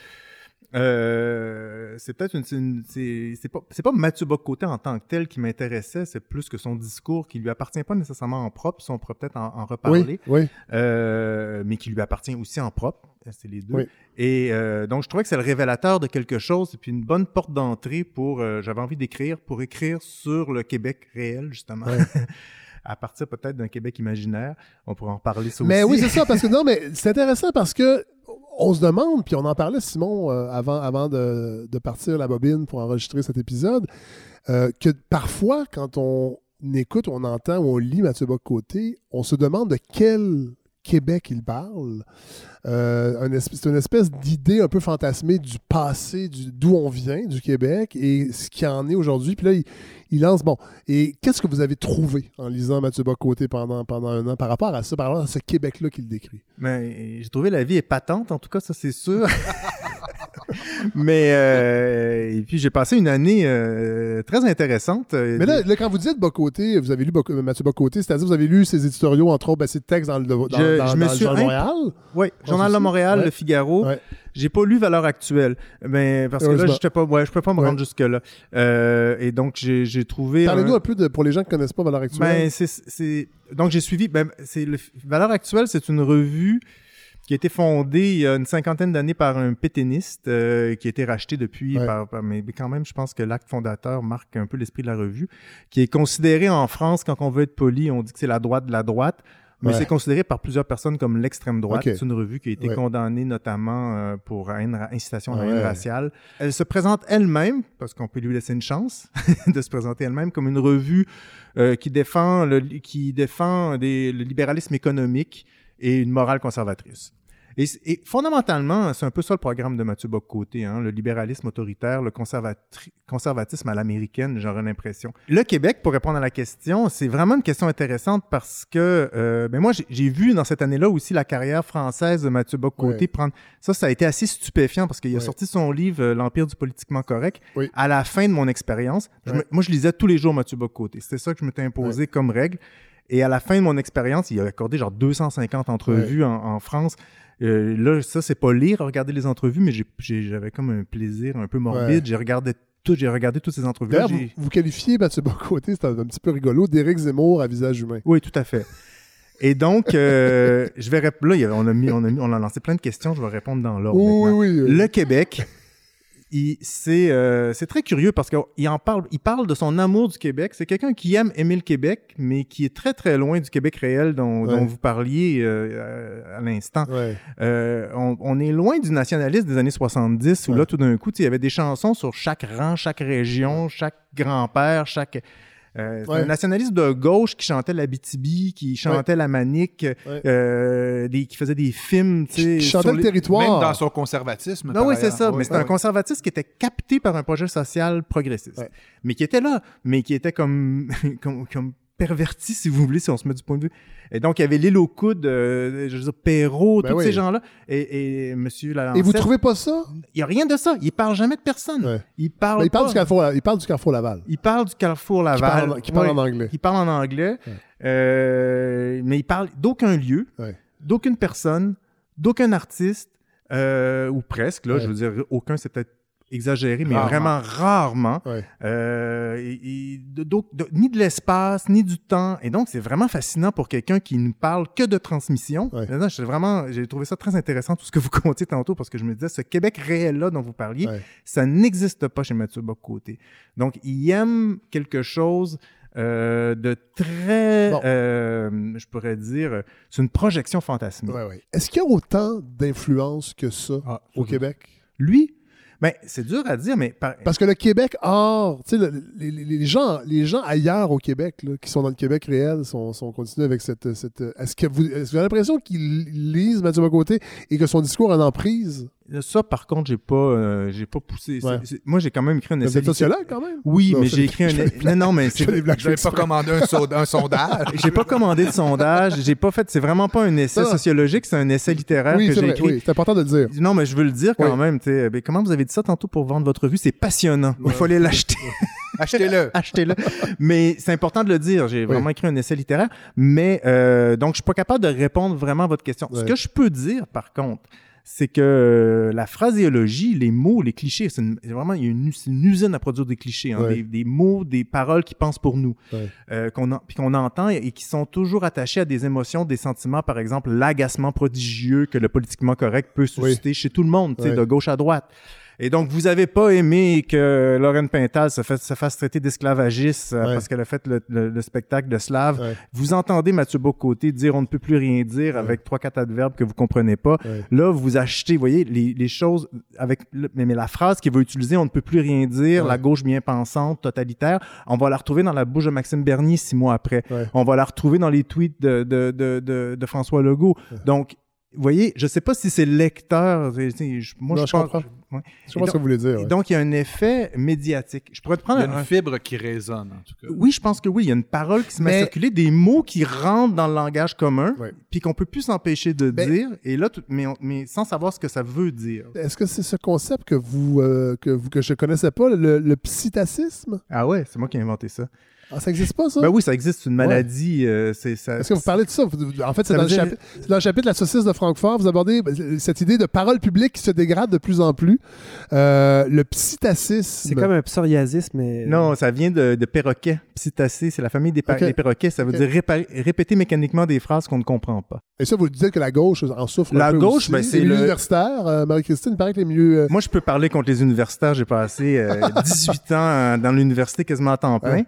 C'est peut-être c'est pas Mathieu Bock-Côté en tant que tel qui m'intéressait, c'est plus que son discours qui lui appartient pas nécessairement en propre, on pourrait peut-être en reparler, mais qui lui appartient aussi en propre, c'est les deux. Oui. Et donc je trouvais que c'est le révélateur de quelque chose et puis une bonne porte d'entrée pour j'avais envie d'écrire sur le Québec réel justement. Ouais. À partir peut-être d'un Québec imaginaire, on pourrait en parler ça aussi. Mais oui, c'est ça, parce que c'est intéressant parce que on se demande, puis on en parlait, Simon, avant de partir la bobine pour enregistrer cet épisode, que parfois, quand on écoute, on entend ou on lit Mathieu Bock-Côté, on se demande de quel Québec il parle. C'est une espèce d'idée un peu fantasmée du passé, d'où on vient, du Québec, et ce qu'il en est aujourd'hui. Puis là, il lance, et qu'est-ce que vous avez trouvé en lisant Mathieu Bock-Côté pendant 1 an par rapport à ça, par rapport à ce Québec-là qu'il décrit? Mais j'ai trouvé la vie épatante, en tout cas, ça c'est sûr. Mais et puis j'ai passé une année très intéressante. Mais là, quand vous dites Bock-Côté, vous avez lu Mathieu Bock-Côté, c'est-à-dire vous avez lu ses éditoriaux, entre autres, ses textes dans le Journal de Montréal? Oui, Journal de Montréal, Le Figaro. Ouais. J'ai pas lu Valeurs actuelles, mais parce que là, je peux pas me rendre jusque-là. Et donc, j'ai trouvé... Parlez-nous un peu pour les gens qui connaissent pas Valeurs actuelles. Donc, j'ai suivi... Valeurs actuelles, c'est une revue qui a été fondée il y a une 50aine d'années par un pétainiste qui a été racheté depuis mais quand même, je pense que l'acte fondateur marque un peu l'esprit de la revue, qui est considéré en France, quand on veut être poli, on dit que c'est la droite de la droite. Mais c'est considéré par plusieurs personnes comme l'extrême droite. Okay. C'est une revue qui a été condamnée notamment pour incitation à la haine raciale. Elle se présente elle-même, parce qu'on peut lui laisser une chance de se présenter elle-même, comme une revue qui défend le libéralisme économique et une morale conservatrice. Et fondamentalement, c'est un peu ça le programme de Mathieu Bock-Côté, hein, le libéralisme autoritaire, le conservatisme à l'américaine, j'aurais l'impression. Le Québec, pour répondre à la question, c'est vraiment une question intéressante parce que moi, j'ai vu dans cette année-là aussi la carrière française de Mathieu Bock-Côté prendre... Ça a été assez stupéfiant parce qu'il a sorti son livre « L'Empire du politiquement correct » à la fin de mon expérience. Moi, je lisais tous les jours Mathieu Bock-Côté. C'était ça que je m'étais imposé comme règle. Et à la fin de mon expérience, il a accordé genre 250 entrevues en France. Là, ça, c'est pas lire, regarder les entrevues, mais j'avais comme un plaisir un peu morbide. J'ai regardé toutes ces entrevues. D'ailleurs, vous qualifiez Mathieu Bock-Côté, c'est un petit peu rigolo, d'Éric Zemmour à visage humain. Oui, tout à fait. Et donc, je vais là, on a lancé plein de questions, je vais répondre dans l'ordre. Oui. Le Québec, c'est très curieux parce qu'il parle de son amour du Québec. C'est quelqu'un qui aime aimer le Québec, mais qui est très, très loin du Québec réel dont vous parliez à l'instant. Ouais. On est loin du nationalisme des années 70 où là, tout d'un coup, il y avait des chansons sur chaque rang, chaque région, chaque grand-père, chaque... un nationaliste de gauche qui chantait l'Abitibi, qui chantait la Manique, qui faisait des films, qui chantait le territoire. Même dans son conservatisme. Oui, c'est ça. Mais c'était un conservatisme qui était capté par un projet social progressiste. Mais qui était là, mais qui était comme perverti, si vous voulez, si on se met du point de vue. Et donc, il y avait l'île aux coudes, je veux dire, Perrault, tous ces gens-là. Et M. Lalancette... Et vous trouvez pas ça? Il n'y a rien de ça. Il parle jamais de personne. Ouais. Il parle du Carrefour Laval. Il parle du Carrefour Laval. Qui parle en anglais. Il parle en anglais. Mais il parle d'aucun lieu, d'aucune personne, d'aucun artiste, ou presque, là, je veux dire, aucun, c'est peut-être exagéré, mais vraiment rarement. Ni de l'espace, ni du temps. Et donc, c'est vraiment fascinant pour quelqu'un qui ne parle que de transmission. J'ai trouvé ça très intéressant, tout ce que vous comptiez tantôt, parce que je me disais, ce Québec réel-là dont vous parliez, ça n'existe pas chez Mathieu Bock-Côté. Donc, il aime quelque chose de très, je pourrais dire, c'est une projection fantasmée. Est-ce qu'il y a autant d'influence que ça au Québec? Lui? Ben, c'est dur à dire, mais... Parce que le Québec hors... Tu sais, les gens ailleurs au Québec, là, qui sont dans le Québec réel, sont continués avec cette... Est-ce que vous avez l'impression qu'ils lisent Mathieu Bock-Côté et que son discours a une emprise? Ça, par contre, j'ai pas poussé. Moi, j'ai quand même écrit un essai. Vous êtes sociologue, quand même? Oui, mais j'ai écrit un... Non, mais c'est... Vous n'avez pas commandé un sondage? J'ai pas commandé de sondage. J'ai pas fait... C'est vraiment pas un essai sociologique, c'est un essai littéraire que j'ai écrit. Oui, c'est important de le dire. Non, mais je veux le dire quand même. Mais comment vous avez dit ça tantôt pour vendre votre revue? C'est passionnant. Il faut aller l'acheter. Achetez-le. Achetez-le. Mais c'est important de le dire. J'ai vraiment écrit un essai littéraire. Mais donc, je suis pas capable de répondre vraiment à votre question. Ce que je peux dire, par contre, c'est que la phraséologie, les mots, les clichés, c'est vraiment une usine à produire des clichés, hein, des mots, des paroles qui pensent pour nous, qu'on entend et qui sont toujours attachés à des émotions, des sentiments, par exemple, l'agacement prodigieux que le politiquement correct peut susciter chez tout le monde, de gauche à droite. Et donc, vous avez pas aimé que Lorraine Pintal se fasse traiter d'esclavagiste parce qu'elle a fait le spectacle de Slave. Vous entendez Mathieu Bock-Côté dire « on ne peut plus rien dire » avec 3-4 adverbes que vous comprenez pas. Là, vous achetez, vous voyez, les choses avec... Mais la phrase qu'il va utiliser « on ne peut plus rien dire », la gauche bien pensante, totalitaire, on va la retrouver dans la bouche de Maxime Bernier 6 mois après. On va la retrouver dans les tweets de François Legault. Donc, vous voyez, je sais pas si c'est lecteur. Moi, je comprends. Ouais. Je comprends ce que vous voulez dire. Donc, il y a un effet médiatique. Je pourrais te prendre il y a une fibre qui résonne, en tout cas. Oui, je pense que oui. Il y a une parole qui se met à circuler, des mots qui rentrent dans le langage commun, puis qu'on peut plus s'empêcher de dire, et là, mais sans savoir ce que ça veut dire. Est-ce que c'est ce concept que je connaissais pas, le psittacisme? Ah ouais, c'est moi qui ai inventé ça. Ah, ça n'existe pas, ça? Ben oui, ça existe, c'est une maladie. Est-ce que vous parlez de ça? En fait, c'est dans le chapitre de la saucisse de Francfort, vous abordez cette idée de parole publique qui se dégrade de plus en plus. Le psittacisme. C'est comme un psoriasis, mais... Non, ça vient de perroquet. Psittacé, c'est la famille des perroquets. Ça veut dire répéter mécaniquement des phrases qu'on ne comprend pas. Et ça, vous dites que la gauche en souffre un peu aussi. La gauche, ben, c'est les milieux universitaires. Marie-Christine, il paraît que les milieux... Moi, je peux parler contre les universitaires. J'ai passé 18 ans dans l'université quasiment à temps plein.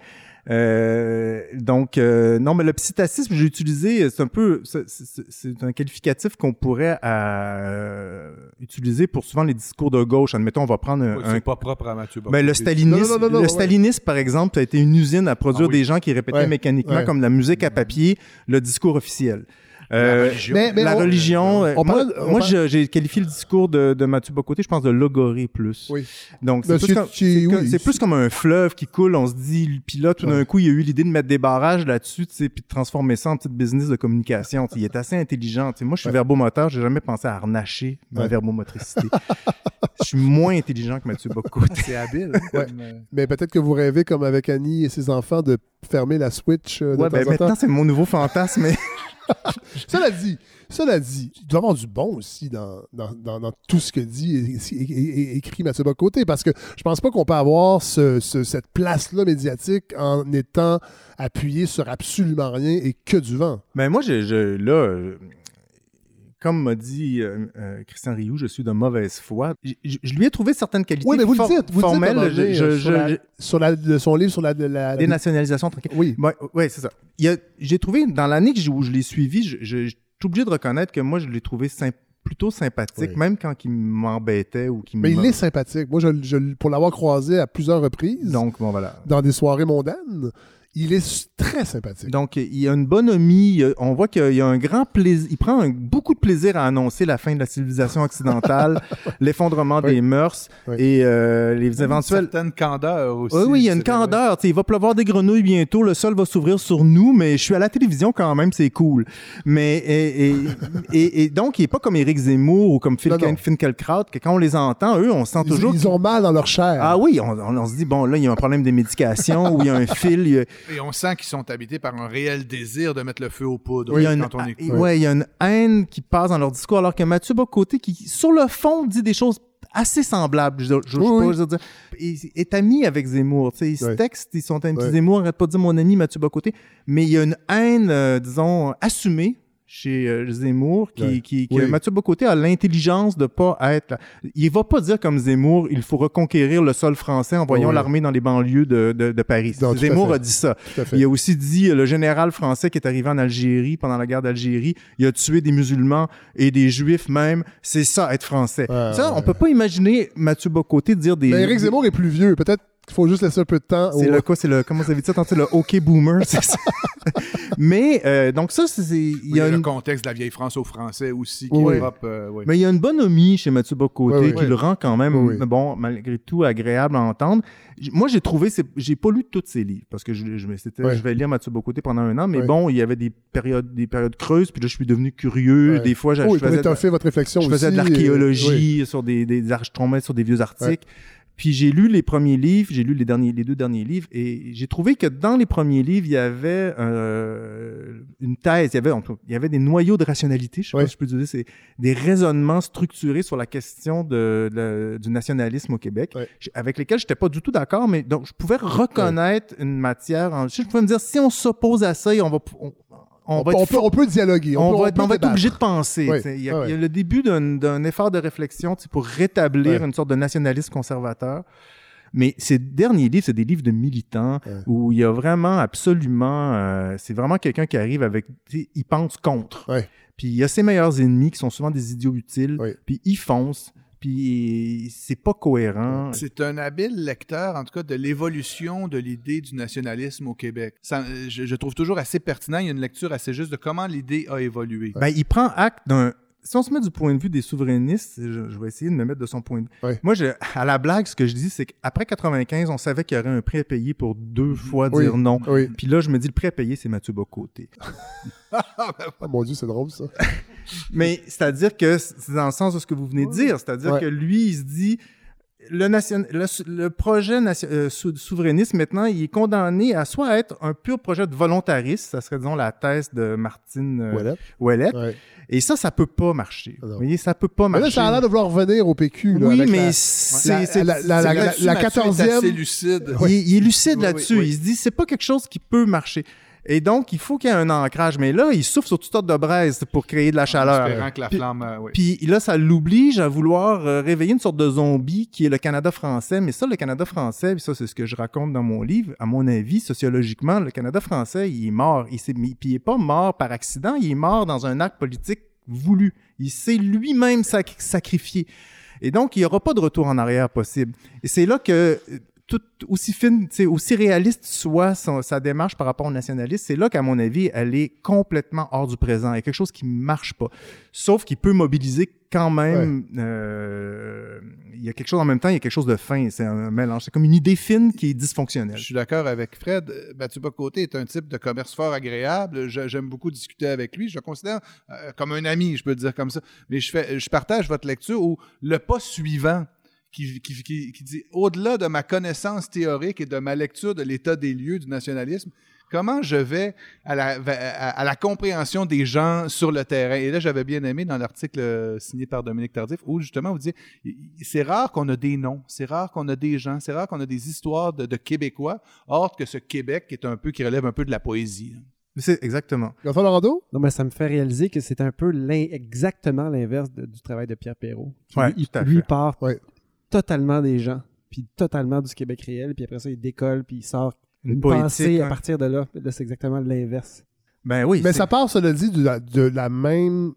Non, mais le psittacisme, j'ai utilisé, c'est un qualificatif qu'on pourrait utiliser pour souvent les discours de gauche. Admettons, on va prendre c'est pas propre à Mathieu Bock-Côté. Ben, le stalinisme, par exemple, a été une usine à produire des gens qui répétaient mécaniquement, comme la musique à papier, le discours officiel. La religion. J'ai qualifié le discours de Mathieu Bock-Côté, je pense, de logorée plus. Oui. Donc, c'est plus comme un fleuve qui coule, on se dit, puis là, tout d'un coup, il y a eu l'idée de mettre des barrages là-dessus, tu sais, puis de transformer ça en petit business de communication. Il est assez intelligent. Moi, je suis verbomoteur, j'ai jamais pensé à harnacher ma verbomotricité. Je suis moins intelligent que Mathieu Bock-Côté. C'est habile. Mais peut-être que vous rêvez, comme avec Annie et ses enfants, de fermer la Switch de temps en temps. Maintenant, c'est mon nouveau fantasme, mais... Cela dit, il doit y avoir du bon aussi dans tout ce que dit et écrit Mathieu Bock-Côté, parce que je pense pas qu'on peut avoir cette place-là médiatique en étant appuyé sur absolument rien et que du vent. Ben moi, comme m'a dit Christian Rioux, je suis de mauvaise foi. Je lui ai trouvé certaines qualités formelles. Son livre sur la dénationalisation tranquille. Oui, c'est ça. J'ai trouvé, dans l'année où je l'ai suivi, je suis obligé de reconnaître que moi, je l'ai trouvé plutôt sympathique, même quand il m'embêtait ou qu'il Mais il est sympathique. Moi, pour l'avoir croisé à plusieurs reprises, donc, bon, voilà, dans des soirées mondaines, il est très sympathique. Donc, il y a une bonhomie. On voit qu'il y a un grand plaisir. Il prend beaucoup de plaisir à annoncer la fin de la civilisation occidentale, l'effondrement des mœurs et les éventuels... Une certaine candeur aussi. Oui, il y a une candeur. Il va pleuvoir des grenouilles bientôt. Le sol va s'ouvrir sur nous, mais je suis à la télévision quand même, c'est cool. Mais et donc, il n'est pas comme Éric Zemmour ou comme Finkielkraut, que quand on les entend, eux, on sent toujours... Ils ont mal dans leur chair. Ah oui, on se dit, bon, là, il y a un problème de médication ou il y a un fil... Et on sent qu'ils sont habités par un réel désir de mettre le feu aux poudres. Il y a une haine qui passe dans leur discours, alors que Mathieu Bock-Côté, qui, sur le fond, dit des choses assez semblables, est ami avec Zemmour. Ils se textent, ils sont amis. Zemmour n'arrête pas de dire mon ami Mathieu Bock-Côté, mais il y a une haine, disons, assumée chez Zemmour, que Mathieu Bock-Côté a l'intelligence de pas être... Il va pas dire comme Zemmour, il faut reconquérir le sol français en voyant l'armée dans les banlieues de Paris. Non, Zemmour a dit ça. Il a aussi dit, le général français qui est arrivé en Algérie, pendant la guerre d'Algérie, il a tué des musulmans et des juifs même. C'est ça, être français. On peut pas imaginer Mathieu Bock-Côté dire des... Mais Éric Zemmour est plus vieux, peut-être. Il faut juste laisser un peu de temps. Comment vous avez dit ça tantôt, le OK boomer, c'est ça. Mais, donc ça, il y a le contexte de la vieille France aux Français aussi qui développe. Mais il y a une bonhomie chez Mathieu Bock-Côté qui le rend quand même, bon, malgré tout, agréable à entendre. Moi, j'ai pas lu tous ses livres parce que je vais lire Mathieu Bock-Côté pendant un an, mais bon, il y avait des périodes creuses, puis là, je suis devenu curieux. Des fois, je faisais votre réflexion je faisais de l'archéologie sur je tombais sur des vieux articles. Puis j'ai lu les premiers livres, j'ai lu les 2 derniers livres, et j'ai trouvé que dans les premiers livres, il y avait une thèse, il y avait des noyaux de rationalité, je sais pas si je peux dire, c'est des raisonnements structurés sur la question du nationalisme au Québec, avec lesquels je n'étais pas du tout d'accord, mais donc je pouvais reconnaître une matière, je pouvais me dire, si on s'oppose à ça, on peut dialoguer. On va être obligé de penser. Il y a le début d'un effort de réflexion pour rétablir une sorte de nationalisme conservateur. Mais ces derniers livres, c'est des livres de militants où il y a vraiment absolument... c'est vraiment quelqu'un qui arrive avec... Il pense contre. Puis il y a ses meilleurs ennemis qui sont souvent des idiots utiles. Puis il fonce. Puis c'est pas cohérent. C'est un habile lecteur, en tout cas, de l'évolution de l'idée du nationalisme au Québec. Je trouve toujours assez pertinent, il y a une lecture assez juste de comment l'idée a évolué. Ben, il prend acte si on se met du point de vue des souverainistes, je vais essayer de me mettre de son point de vue. Oui. Moi, à la blague, ce que je dis, c'est qu'après 95, on savait qu'il y aurait un prix à payer pour 2 fois dire non. Oui. Puis là, je me dis, le prix à payer, c'est Mathieu Bock-Côté. Oh mon Dieu, c'est drôle, ça. Mais c'est-à-dire que c'est dans le sens de ce que vous venez de dire. C'est-à-dire que lui, il se dit... Le projet souverainiste, maintenant, il est condamné à soit être un pur projet de volontarisme, ça serait, disons, la thèse de Martine Ouellette, et ça peut pas marcher. Vous voyez, ça peut pas marcher. Mais là, ça a l'air de vouloir revenir au PQ. Là, oui, avec mais la 14e... est assez lucide. Il est lucide là-dessus. Il se dit, c'est pas quelque chose qui peut marcher. Et donc, il faut qu'il y ait un ancrage. Mais là, il souffle sur toutes sortes de braises pour créer de la chaleur. En espérant que la flamme... Puis là, ça l'oblige à vouloir réveiller une sorte de zombie qui est le Canada français. Mais ça, le Canada français, puis ça, c'est ce que je raconte dans mon livre, à mon avis, sociologiquement, le Canada français, il est mort. Puis il est pas mort par accident, il est mort dans un acte politique voulu. Il s'est lui-même sacrifié. Et donc, il n'y aura pas de retour en arrière possible. Et c'est là que... aussi fine, aussi réaliste soit sa démarche par rapport au nationalisme, c'est là qu'à mon avis, elle est complètement hors du présent. Il y a quelque chose qui marche pas. Sauf qu'il peut mobiliser quand même... il y a quelque chose en même temps, il y a quelque chose de fin. C'est un mélange. C'est comme une idée fine qui est dysfonctionnelle. Je suis d'accord avec Fred. Mathieu Bock-Côté est un type de commerce fort agréable. J'aime beaucoup discuter avec lui. Je le considère comme un ami, je peux le dire comme ça. Mais je partage votre lecture où le pas suivant qui dit, au-delà de ma connaissance théorique et de ma lecture de l'état des lieux du nationalisme, comment je vais à la compréhension des gens sur le terrain. Et là, j'avais bien aimé dans l'article signé par Dominique Tardif, où justement, vous dites, c'est rare qu'on a des noms, c'est rare qu'on a des gens, c'est rare qu'on a des histoires de Québécois, hors que ce Québec qui relève un peu de la poésie. C'est exactement. Gonzalo Lorando? Non, mais ça me fait réaliser que c'est un peu exactement l'inverse du travail de Pierre Perrault. Lui part totalement des gens, puis totalement du Québec réel, puis après ça, il décolle, puis il sort une pensée à partir de là. Là, c'est exactement l'inverse. Ben oui. Mais ça part, cela dit, de la même...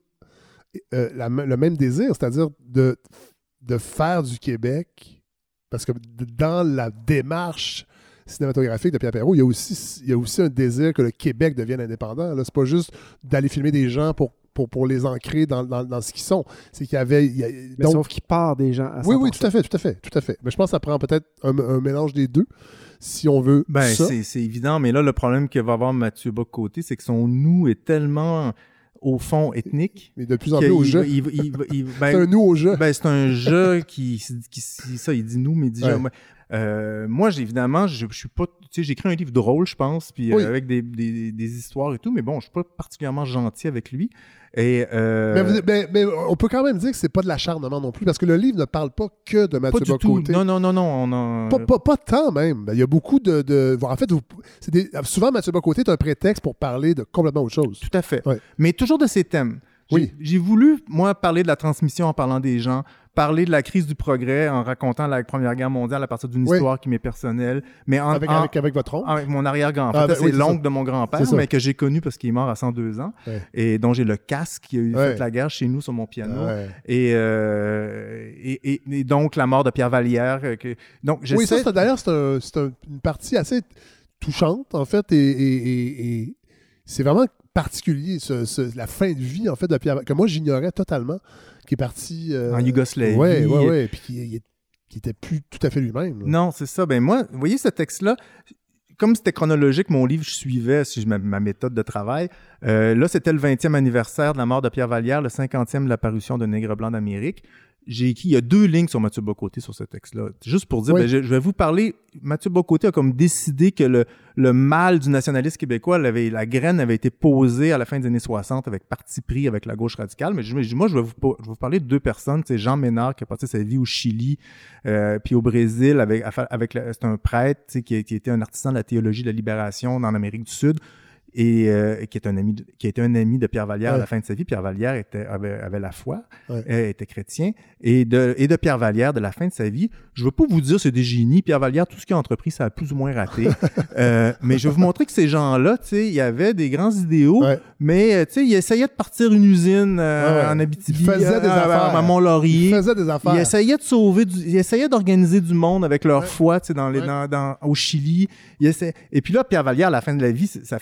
le même désir, c'est-à-dire de faire du Québec, parce que dans la démarche cinématographique de Pierre Perrault, il y a aussi un désir que le Québec devienne indépendant. Là, c'est pas juste d'aller filmer des gens pour les ancrer dans ce qu'ils sont. C'est qu'il y avait... Mais sauf qu'il part des gens à 100%. Oui, tout à fait. Mais je pense que ça prend peut-être un mélange des deux, si on veut ça. C'est évident, mais là, le problème que va avoir Mathieu Bock-Côté, c'est que son nous est tellement... au fond ethnique. Mais de plus en plus au jeu. C'est un nous au jeu. C'est un jeu qui ça, il dit nous, mais il dit jeu. Moi, évidemment, je suis pas... Tu sais, j'ai écrit un livre drôle, je pense, puis avec des histoires et tout, mais bon, je suis pas particulièrement gentil avec lui. Et mais on peut quand même dire que c'est pas de l'acharnement non plus, parce que le livre ne parle pas que de Mathieu Bock-Côté. Non. Pas tant même. Il y a beaucoup de... En fait, souvent, Mathieu Bock-Côté est un prétexte pour parler de complètement autre chose. Tout à fait. Mais toujours de ces thèmes. J'ai voulu, moi, parler de la transmission en parlant des gens, parler de la crise du progrès en racontant la Première Guerre mondiale à partir d'une histoire qui m'est personnelle. Mais avec votre oncle? Avec mon arrière-grand-père. C'est l'oncle de mon grand-père, mais que j'ai connu parce qu'il est mort à 102 ans. Et dont j'ai le casque qui a fait la guerre chez nous sur mon piano. Et donc, la mort de Pierre Vallière. Oui, ça, d'ailleurs, c'est une partie assez touchante, en fait, et c'est vraiment particulier, la fin de vie, en fait, de Pierre, que moi, j'ignorais totalement, qui est parti... en Yougoslavie. Oui, puis qui était plus tout à fait lui-même. Là. Non, c'est ça. Ben moi, vous voyez ce texte-là, comme c'était chronologique, mon livre, je suivais ma méthode de travail. Là, c'était le 20e anniversaire de la mort de Pierre Vallière, le 50e de la parution de Nègre blanc d'Amérique. J'ai écrit, il y a 2 lignes sur Mathieu Bock-Côté sur ce texte-là. Juste pour dire, je vais vous parler, Mathieu Bock-Côté a comme décidé que le mal du nationalisme québécois, la graine avait été posée à la fin des années 60 avec parti pris avec la gauche radicale. Mais moi, je vais vous parler de 2 personnes. C'est Jean Ménard qui a passé sa vie au Chili, puis au Brésil c'est un prêtre qui a été un artisan de la théologie de la libération en Amérique du Sud. Et qui a été un ami de Pierre Vallière à la fin de sa vie. Pierre Vallière avait la foi, était chrétien, et de Pierre Vallière de la fin de sa vie. Je ne veux pas vous dire c'est des génies. Pierre Vallière, tout ce qu'il a entrepris, ça a plus ou moins raté. Mais je vais vous montrer que ces gens-là, tu sais, il y avait des grands idéaux, mais tu sais, ils essayaient de partir une usine en Abitibi, ils faisaient des affaires à Mont-Laurier. Ils faisaient des affaires. Ils essayaient de ils essayaient d'organiser du monde avec leur foi, tu sais, au Chili. Et puis là, Pierre Vallière, à la fin de sa vie,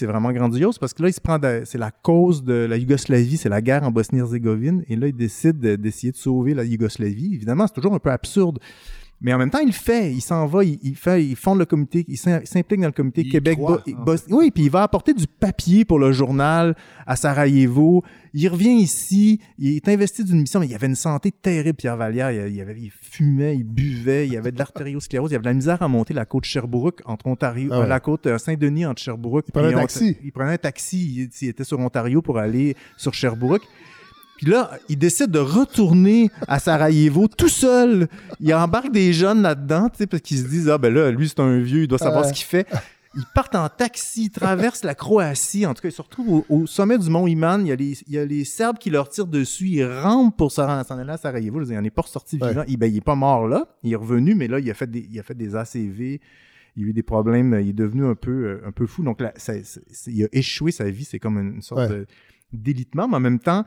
c'est vraiment grandiose parce que là, il se prend c'est la cause de la Yougoslavie, c'est la guerre en Bosnie-Herzégovine, et là, il décide d'essayer de sauver la Yougoslavie. Évidemment, c'est toujours un peu absurde. Mais en même temps, il le fait. Il s'en va, il fonde le comité, il s'implique dans le comité Québec. Oui, puis il va apporter du papier pour le journal à Sarajevo. Il revient ici, il est investi d'une mission, mais il avait une santé terrible, Pierre Vallière. Il fumait, il buvait, il avait de l'artériosclérose, il avait de la misère à monter la côte Sherbrooke entre Ontario, la côte Saint-Denis entre Sherbrooke. Il prenait un taxi. Il prenait un taxi, il était sur Ontario pour aller sur Sherbrooke. Puis là, il décide de retourner à Sarajevo tout seul. Il embarque des jeunes là-dedans, tu sais, parce qu'ils se disent, ah ben là, lui, c'est un vieux, il doit savoir ce qu'il fait. Ils partent en taxi, ils traversent la Croatie. En tout cas, ils se retrouvent au sommet du mont Iman. Il y a les Serbes qui leur tirent dessus. Ils rampent pour s'en aller à Sarajevo. Je veux dire, il n'en est pas ressorti vivant. Il n'est pas mort là. Il est revenu, mais là, il a fait des ACV. Il a eu des problèmes. Il est devenu un peu fou. Donc, là, il a échoué sa vie. C'est comme une sorte d'élitement, mais en même temps,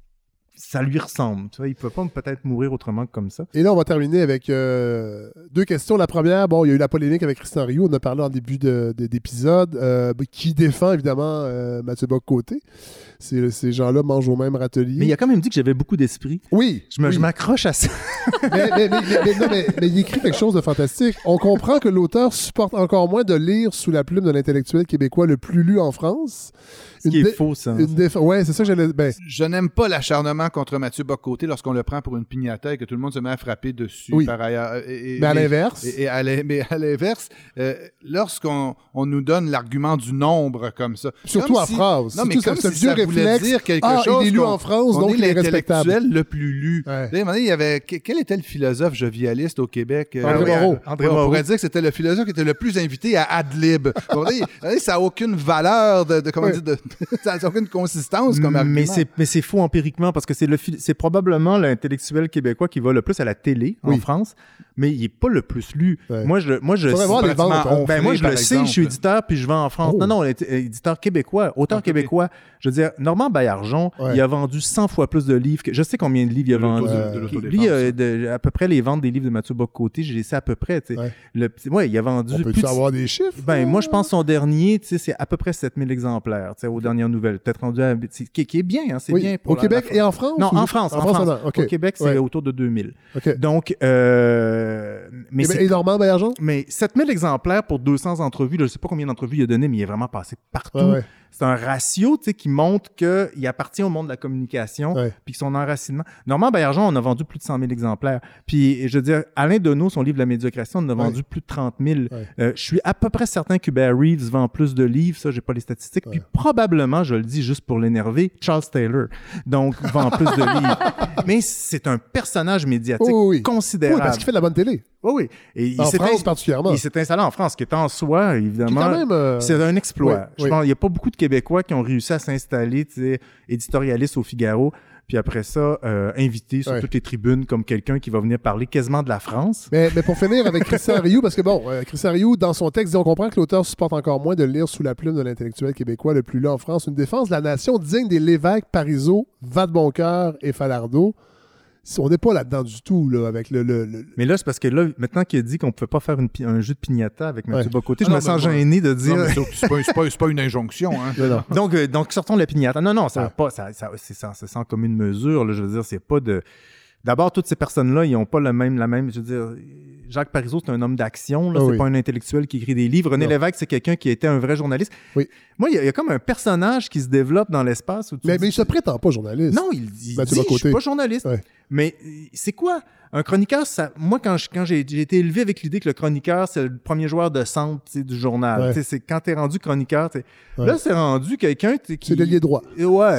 ça lui ressemble. Tu vois, il ne peut pas peut-être mourir autrement que comme ça. Et là, on va terminer avec 2 questions. La première, bon, il y a eu la polémique avec Christian Rioux. On en a parlé en début d'épisode, qui défend évidemment Mathieu Bock-Côté. Ces gens-là mangent au même râtelier. Mais il a quand même dit que j'avais beaucoup d'esprit. Oui. Je m'accroche à ça. mais il écrit quelque chose de fantastique. On comprend que l'auteur supporte encore moins de lire sous la plume de l'intellectuel québécois le plus lu en France. Ce qui est faux, ça. Ouais, c'est ça que j'allais... Je n'aime pas l'acharnement contre Mathieu Bock-Côté lorsqu'on le prend pour une pignata et que tout le monde se met à frapper dessus par ailleurs. Mais à l'inverse. Mais à l'inverse, lorsqu'on nous donne l'argument du nombre comme ça. Surtout en France. Non, mais comme si ça voulait dire quelque chose. Il est lu en France, donc il est respectable. L'intellectuel le plus lu. Ouais. Il y avait... Quel était le philosophe jovialiste au Québec? André Moreau. On pourrait dire que c'était le philosophe qui était le plus invité à ad-lib. Ça n'a aucune valeur comment dire, ça n'a aucune consistance comme argument. Mais c'est faux empiriquement parce que c'est probablement l'intellectuel québécois qui va le plus à la télé en France, mais il n'est pas le plus lu. Ouais. Moi, je le sais, je suis éditeur puis je vends en France. Non, éditeur québécois, auteur québécois. Je veux dire, Normand Baillargeon, il a vendu 100 fois plus de livres. Je sais combien de livres il a vendu. Lui, à peu près les ventes des livres de Mathieu Bock-Côté, je les sais à peu près. Il a vendu... On peut-tu avoir des chiffres? Moi, je pense que son dernier, c'est à peu près 7000 exemplaires aux dernières nouvelles. Peut-être rendu à... qui est bien, hein, c'est bien. Au Québec et en France? Non, en France. Au Québec, c'est autour de 2000. Okay. Donc... et Normand Baillargeon? Mais 7000 exemplaires pour 200 entrevues, je ne sais pas combien d'entrevues il a donné, mais il est vraiment passé partout. Ouais. C'est un ratio qui montre qu'il appartient au monde de la communication puis que son enracinement... Normand Baillargeon, on a vendu plus de 100 000 exemplaires. Puis, je veux dire, Alain Deneau, son livre La médiocratie, on en a vendu plus de 30 000. Je suis à peu près certain qu'Hubert Reeves vend plus de livres. Ça, j'ai pas les statistiques. Puis probablement, je le dis juste pour l'énerver, Charles Taylor. Donc, vend plus de livres. Mais c'est un personnage médiatique considérable. Oui, parce qu'il fait de la bonne télé. Oui. Et en France, particulièrement. Il s'est installé en France, qui est en soi, évidemment, c'est un exploit. Je pense qu'il n'y a pas beaucoup de Québécois qui ont réussi à s'installer éditorialistes au Figaro, puis après ça, invité sur toutes les tribunes comme quelqu'un qui va venir parler quasiment de la France. Mais pour finir avec Christian Rioux, parce que Christian Rioux, dans son texte, dit, on comprend que l'auteur supporte encore moins de lire sous la plume de l'intellectuel québécois le plus lu en France une défense de la nation digne des Lévesque, Parizeau, Vadeboncoeur et Falardeau. On n'est pas là-dedans du tout, là, avec le... Mais là, c'est parce que là, maintenant qu'il a dit qu'on ne pouvait pas faire un jeu de piñata avec Mathieu Bock-Côté, je me sens gêné de dire... Non, c'est pas une injonction, hein. Donc, sortons de la piñata. Non, ça c'est sans commune mesure, là, je veux dire, c'est pas de... D'abord, toutes ces personnes-là, ils n'ont pas la même... Je veux dire, Jacques Parizeau, c'est un homme d'action, là, c'est pas un intellectuel qui écrit des livres. René Lévesque, c'est quelqu'un qui était un vrai journaliste. Oui. Moi, il y a comme un personnage qui se développe dans l'espace. Mais il se prétend pas journaliste. Non, il dit je suis pas journaliste. Ouais. Mais c'est quoi? Un chroniqueur, moi, quand j'ai été élevé avec l'idée que le chroniqueur, c'est le premier joueur de centre du journal. Ouais. C'est quand t'es rendu chroniqueur, là, c'est rendu quelqu'un qui... C'est l'ailier droit. Ouais.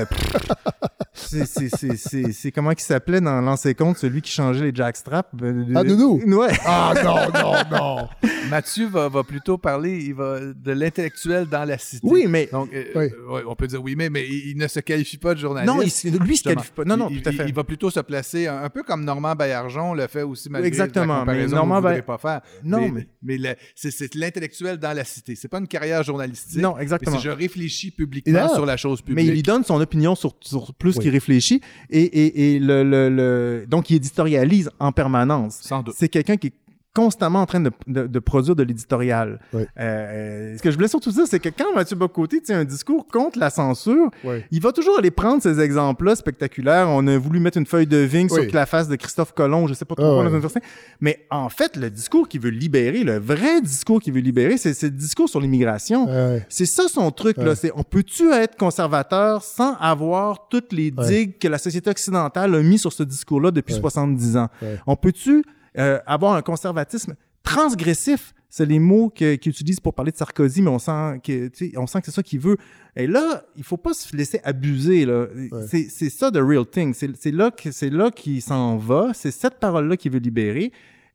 C'est comment il s'appelait dans Lancer compte, celui qui changeait les jackstraps? Nounou? Ouais. Ah non. Mathieu va plutôt parler de l'intellectuel dans la cité. Oui, mais... Donc, on peut dire oui, mais il ne se qualifie pas de journaliste. Non, lui, il se qualifie pas. Non, tout à fait. Il va plutôt se placer un peu comme Normand Baillargeon le fait aussi malgré exactement, la comparaison mais Normand que vous ne voudrez pas faire. Non, mais c'est l'intellectuel dans la cité. C'est pas une carrière journalistique. Non, exactement. Mais je réfléchis publiquement sur la chose publique. Mais il lui donne son opinion sur plus qu'il réfléchit et donc il éditorialise en permanence. Sans doute. C'est quelqu'un qui constamment en train de produire de l'éditorial. Oui. Ce que je voulais surtout dire, c'est que quand Mathieu Bock-Côté tient un discours contre la censure, il va toujours aller prendre ces exemples-là spectaculaires. On a voulu mettre une feuille de vigne sur la face de Christophe Colomb, je sais pas trop quoi dans une version. Mais en fait, le discours qu'il veut libérer, le vrai discours qu'il veut libérer, c'est le discours sur l'immigration. C'est ça son truc, là. C'est, on peut-tu être conservateur sans avoir toutes les digues que la société occidentale a mis sur ce discours-là depuis 70 ans? On peut-tu avoir un conservatisme transgressif, c'est les mots qu'il utilise pour parler de Sarkozy, mais on sent que c'est ça qu'il veut. Et là, il faut pas se laisser abuser, là. C'est ça the real thing. C'est là qu'il s'en va. C'est cette parole-là qu'il veut libérer.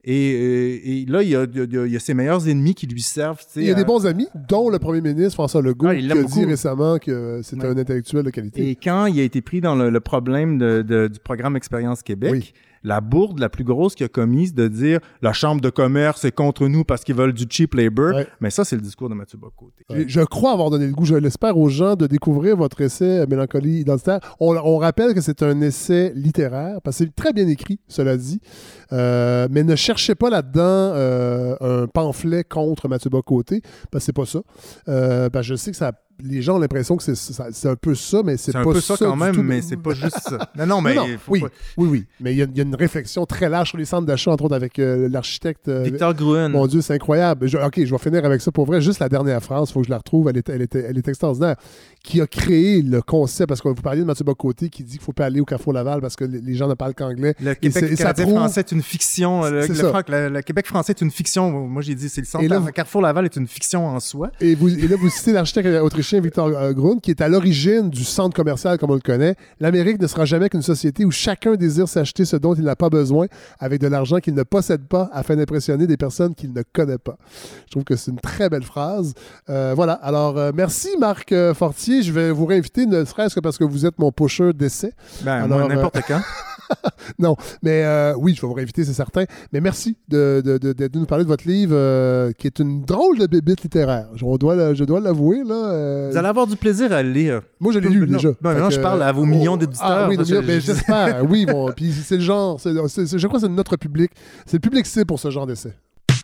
Et là, il y a ses meilleurs ennemis qui lui servent. Il y a des bons amis, dont le premier ministre François Legault, qui a dit récemment que c'était un intellectuel de qualité. Et quand il a été pris dans le problème du programme Expérience Québec, la bourde la plus grosse qu'il a commise de dire la Chambre de commerce est contre nous parce qu'ils veulent du cheap labor, mais ça, c'est le discours de Mathieu Bock-Côté. Je crois avoir donné le goût, je l'espère, aux gens de découvrir votre essai Mélancolie identitaire. On rappelle que c'est un essai littéraire, parce que c'est très bien écrit, cela dit, mais ne cherchez pas là-dedans un pamphlet contre Mathieu Bock-Côté, parce que c'est pas ça. Je sais que les gens ont l'impression que c'est un peu ça, mais c'est pas ça. C'est un peu ça quand même, mais c'est pas juste ça. Non, mais oui. Mais il y a une réflexion très large sur les centres d'achat, entre autres avec l'architecte Victor Gruen. Mon Dieu, c'est incroyable. Je vais finir avec ça pour vrai. Juste la dernière phrase, il faut que je la retrouve. Elle est extraordinaire. Qui a créé le concept, parce que vous parliez de Mathieu Bock-Côté qui dit qu'il ne faut pas aller au Carrefour Laval parce que les gens ne parlent qu'anglais. Le Québec français est une fiction. Le Québec français est une fiction. Moi, j'ai dit c'est le centre. Le Carrefour Laval est une fiction en soi. Et là, vous citez l'architecte autrichien Victor Gruen, qui est à l'origine du centre commercial comme on le connaît. L'Amérique ne sera jamais qu'une société où chacun désire s'acheter ce dont il n'a pas besoin avec de l'argent qu'il ne possède pas afin d'impressionner des personnes qu'il ne connaît pas. Je trouve que c'est une très belle phrase. Voilà. Alors, merci Marc Fortier. Je vais vous réinviter, ne serait-ce que parce que vous êtes mon pusher d'essai. Moi, n'importe quand. Non, mais oui, je vais vous réinviter, c'est certain. Mais merci de nous parler de votre livre, qui est une drôle de bébite littéraire. Je dois l'avouer. Là, Vous allez avoir du plaisir à le lire. Moi, je l'ai lu déjà. Maintenant, je parle à vos millions d'éditeurs. Oui, j'espère. Oui, bon. Puis c'est le genre. Je crois que c'est notre public. C'est le public cible pour ce genre d'essai.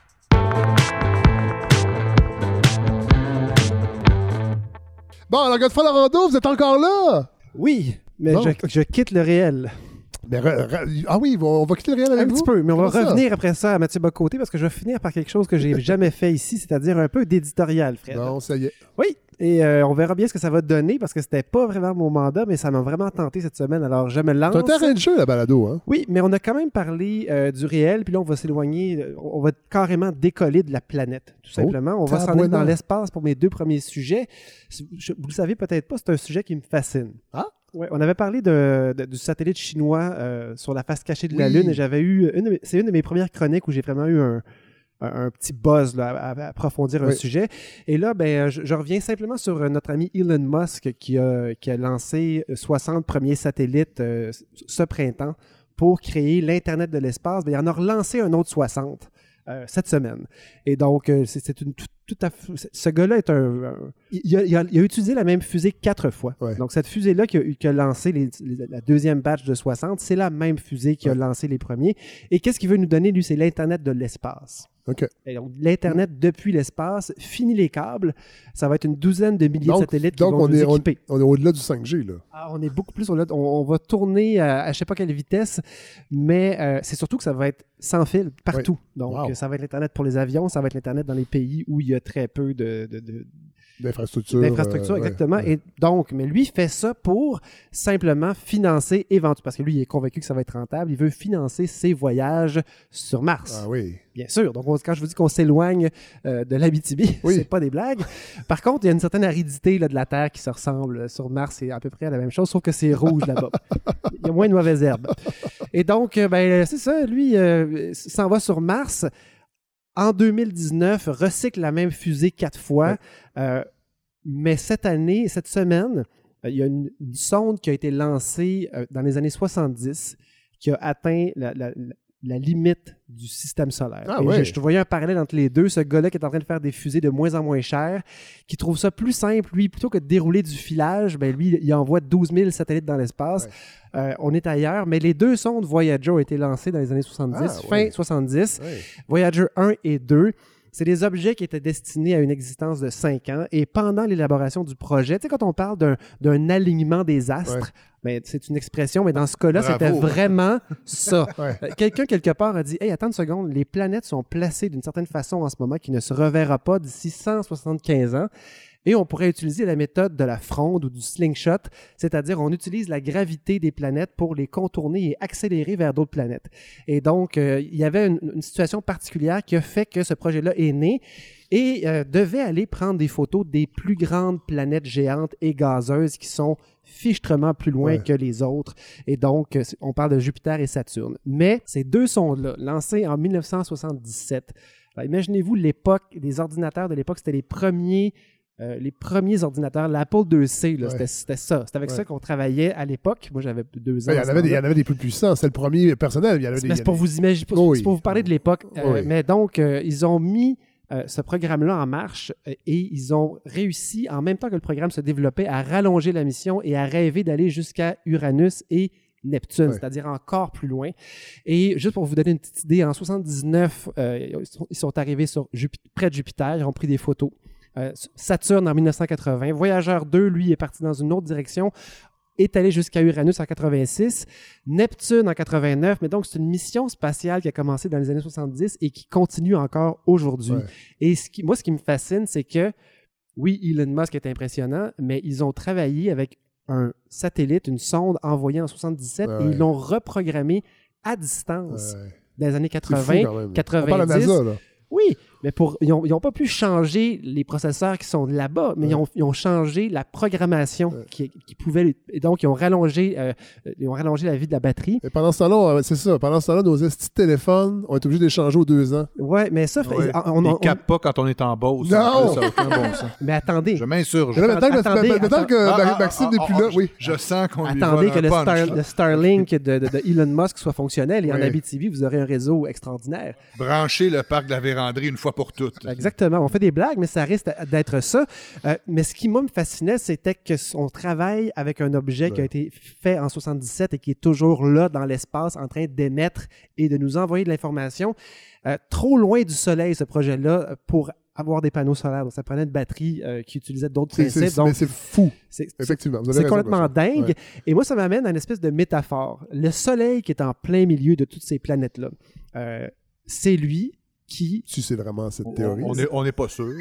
Bon, alors, Godefroy Larando, vous êtes encore là? Oui, mais je quitte le réel. Mais oui, on va quitter le réel avec vous? Un petit peu, mais on va revenir après ça à Mathieu Bock-Côté parce que je vais finir par quelque chose que j'ai jamais fait ici, c'est-à-dire un peu d'éditorial, Fred. Non, ça y est. Oui, et on verra bien ce que ça va donner parce que c'était pas vraiment mon mandat, mais ça m'a vraiment tenté cette semaine, alors je me lance. C'est un terrain de jeu, la balado, hein? Oui, mais on a quand même parlé du réel, puis là, on va s'éloigner, on va carrément décoller de la planète, tout simplement. On va s'en aller dans l'espace pour mes 2 premiers sujets. Vous le savez peut-être pas, c'est un sujet qui me fascine. Ah? Ouais, on avait parlé du satellite chinois sur la face cachée de la Lune et j'avais eu c'est une de mes premières chroniques où j'ai vraiment eu un petit buzz là, à approfondir un sujet. Et là, je reviens simplement sur notre ami Elon Musk qui a lancé 60 premiers satellites ce printemps pour créer l'Internet de l'espace. Il en a relancé un autre 60 cette semaine. Et donc, c'est une ce gars-là est il a utilisé la même fusée 4 fois. Ouais. Donc, cette fusée-là qui a lancé la deuxième batch de 60, c'est la même fusée qui a lancé les premiers. Et qu'est-ce qu'il veut nous donner, lui? C'est l'Internet de l'espace. OK. Et donc, l'Internet depuis l'espace, fini les câbles, ça va être une douzaine de milliers de satellites qui vont nous équiper. On est au-delà du 5G, là. Ah, on est beaucoup plus au-delà. On va tourner à je ne sais pas quelle vitesse, mais c'est surtout que ça va être sans fil partout. Oui. Donc, ça va être l'Internet pour les avions, ça va être l'Internet dans les pays où il y a très peu d'infrastructures. D'infrastructures, exactement. Ouais. Et donc, mais lui fait ça pour simplement financer éventuellement, parce que lui, il est convaincu que ça va être rentable, il veut financer ses voyages sur Mars. Ah oui. Bien sûr. Donc, quand je vous dis qu'on s'éloigne de l'Abitibi, c'est pas des blagues. Par contre, il y a une certaine aridité là, de la Terre qui se ressemble. Sur Mars, c'est à peu près la même chose, sauf que c'est rouge là-bas. Il y a moins de mauvaises herbes. Et donc, c'est ça. Lui, s'en va sur Mars. En 2019, recycle la même fusée 4 fois. Ouais. Mais cette semaine, il y a une sonde qui a été lancée dans les années 70 qui a atteint la limite du système solaire. Ah, ouais. Je te voyais un parallèle entre les deux. Ce gars-là qui est en train de faire des fusées de moins en moins chères, qui trouve ça plus simple, lui, plutôt que de dérouler du filage, ben lui, il envoie 12 000 satellites dans l'espace. Ouais. On est ailleurs, mais les 2 sondes Voyager ont été lancées dans les années 70, fin 70. Ouais. Voyager 1 et 2. C'est des objets qui étaient destinés à une existence de 5 ans. Et pendant l'élaboration du projet, tu sais, quand on parle d'un alignement des astres, ben, c'est une expression, mais dans ce cas-là, c'était vraiment ça. Quelqu'un, quelque part, a dit « Hey, attends une seconde, les planètes sont placées d'une certaine façon en ce moment qui ne se reverra pas d'ici 175 ans. » Et on pourrait utiliser la méthode de la fronde ou du slingshot, c'est-à-dire on utilise la gravité des planètes pour les contourner et accélérer vers d'autres planètes. Et donc, il y avait une situation particulière qui a fait que ce projet-là est né et devait aller prendre des photos des plus grandes planètes géantes et gazeuses qui sont fichtrement plus loin que les autres. Et donc, on parle de Jupiter et Saturne. Mais ces 2 sondes-là, lancées en 1977, alors, imaginez-vous l'époque, des ordinateurs de l'époque, c'était les premiers ordinateurs, l'Apple IIc, là, c'était ça. C'était avec ça qu'on travaillait à l'époque. Moi, j'avais 2 ans. Il y en avait des plus puissants. C'était le premier personnel. C'est pour vous imaginer, pour vous parler de l'époque. Mais donc, ils ont mis ce programme-là en marche et ils ont réussi, en même temps que le programme se développait, à rallonger la mission et à rêver d'aller jusqu'à Uranus et Neptune, c'est-à-dire encore plus loin. Et juste pour vous donner une petite idée, en 1979, ils sont arrivés près de Jupiter, ils ont pris des photos. Saturne en 1980. Voyageur 2, lui, est parti dans une autre direction, est allé jusqu'à Uranus en 86. Neptune en 89. Mais donc, c'est une mission spatiale qui a commencé dans les années 70 et qui continue encore aujourd'hui. Et ce qui me fascine, c'est que, oui, Elon Musk est impressionnant, mais ils ont travaillé avec un satellite, une sonde envoyée en 77 et ils l'ont reprogrammé à distance dans les années 80, 90. On parle de NASA, là. Oui, mais ils n'ont pas pu changer les processeurs qui sont là-bas, mais ils ont changé la programmation qui pouvait... Et donc, ils ont rallongé la vie de la batterie. Et pendant ce temps-là, c'est ça. Pendant ce temps-là, nos petits téléphones ont été obligés de les changer aux 2 ans. Oui, mais ça... Ils ne capent pas quand on est en Beauce. Non! Ça n'a aucun bon sens. Mais attendez. Je m'insurge. Maintenant que Maxime n'est plus là, oui. Je sens qu'on lui Attendez que punch, le Starlink de Elon Musk soit fonctionnel et en Abitibi, vous aurez un réseau extraordinaire. Brancher le parc de la Vérandrie une fois pour toutes. Exactement. On fait des blagues, mais ça risque d'être ça. Mais ce qui, moi, me fascinait, c'était qu'on travaille avec un objet qui a été fait en 77 et qui est toujours là dans l'espace en train d'émettre et de nous envoyer de l'information. Trop loin du Soleil, ce projet-là, pour avoir des panneaux solaires. Donc, ça prenait une batterie qui utilisait d'autres principes. Mais c'est fou. Effectivement. C'est complètement dingue. Et moi, ça m'amène à une espèce de métaphore. Le Soleil qui est en plein milieu de toutes ces planètes-là, c'est lui qui... Tu sais vraiment cette théorie? On n'est pas sûr.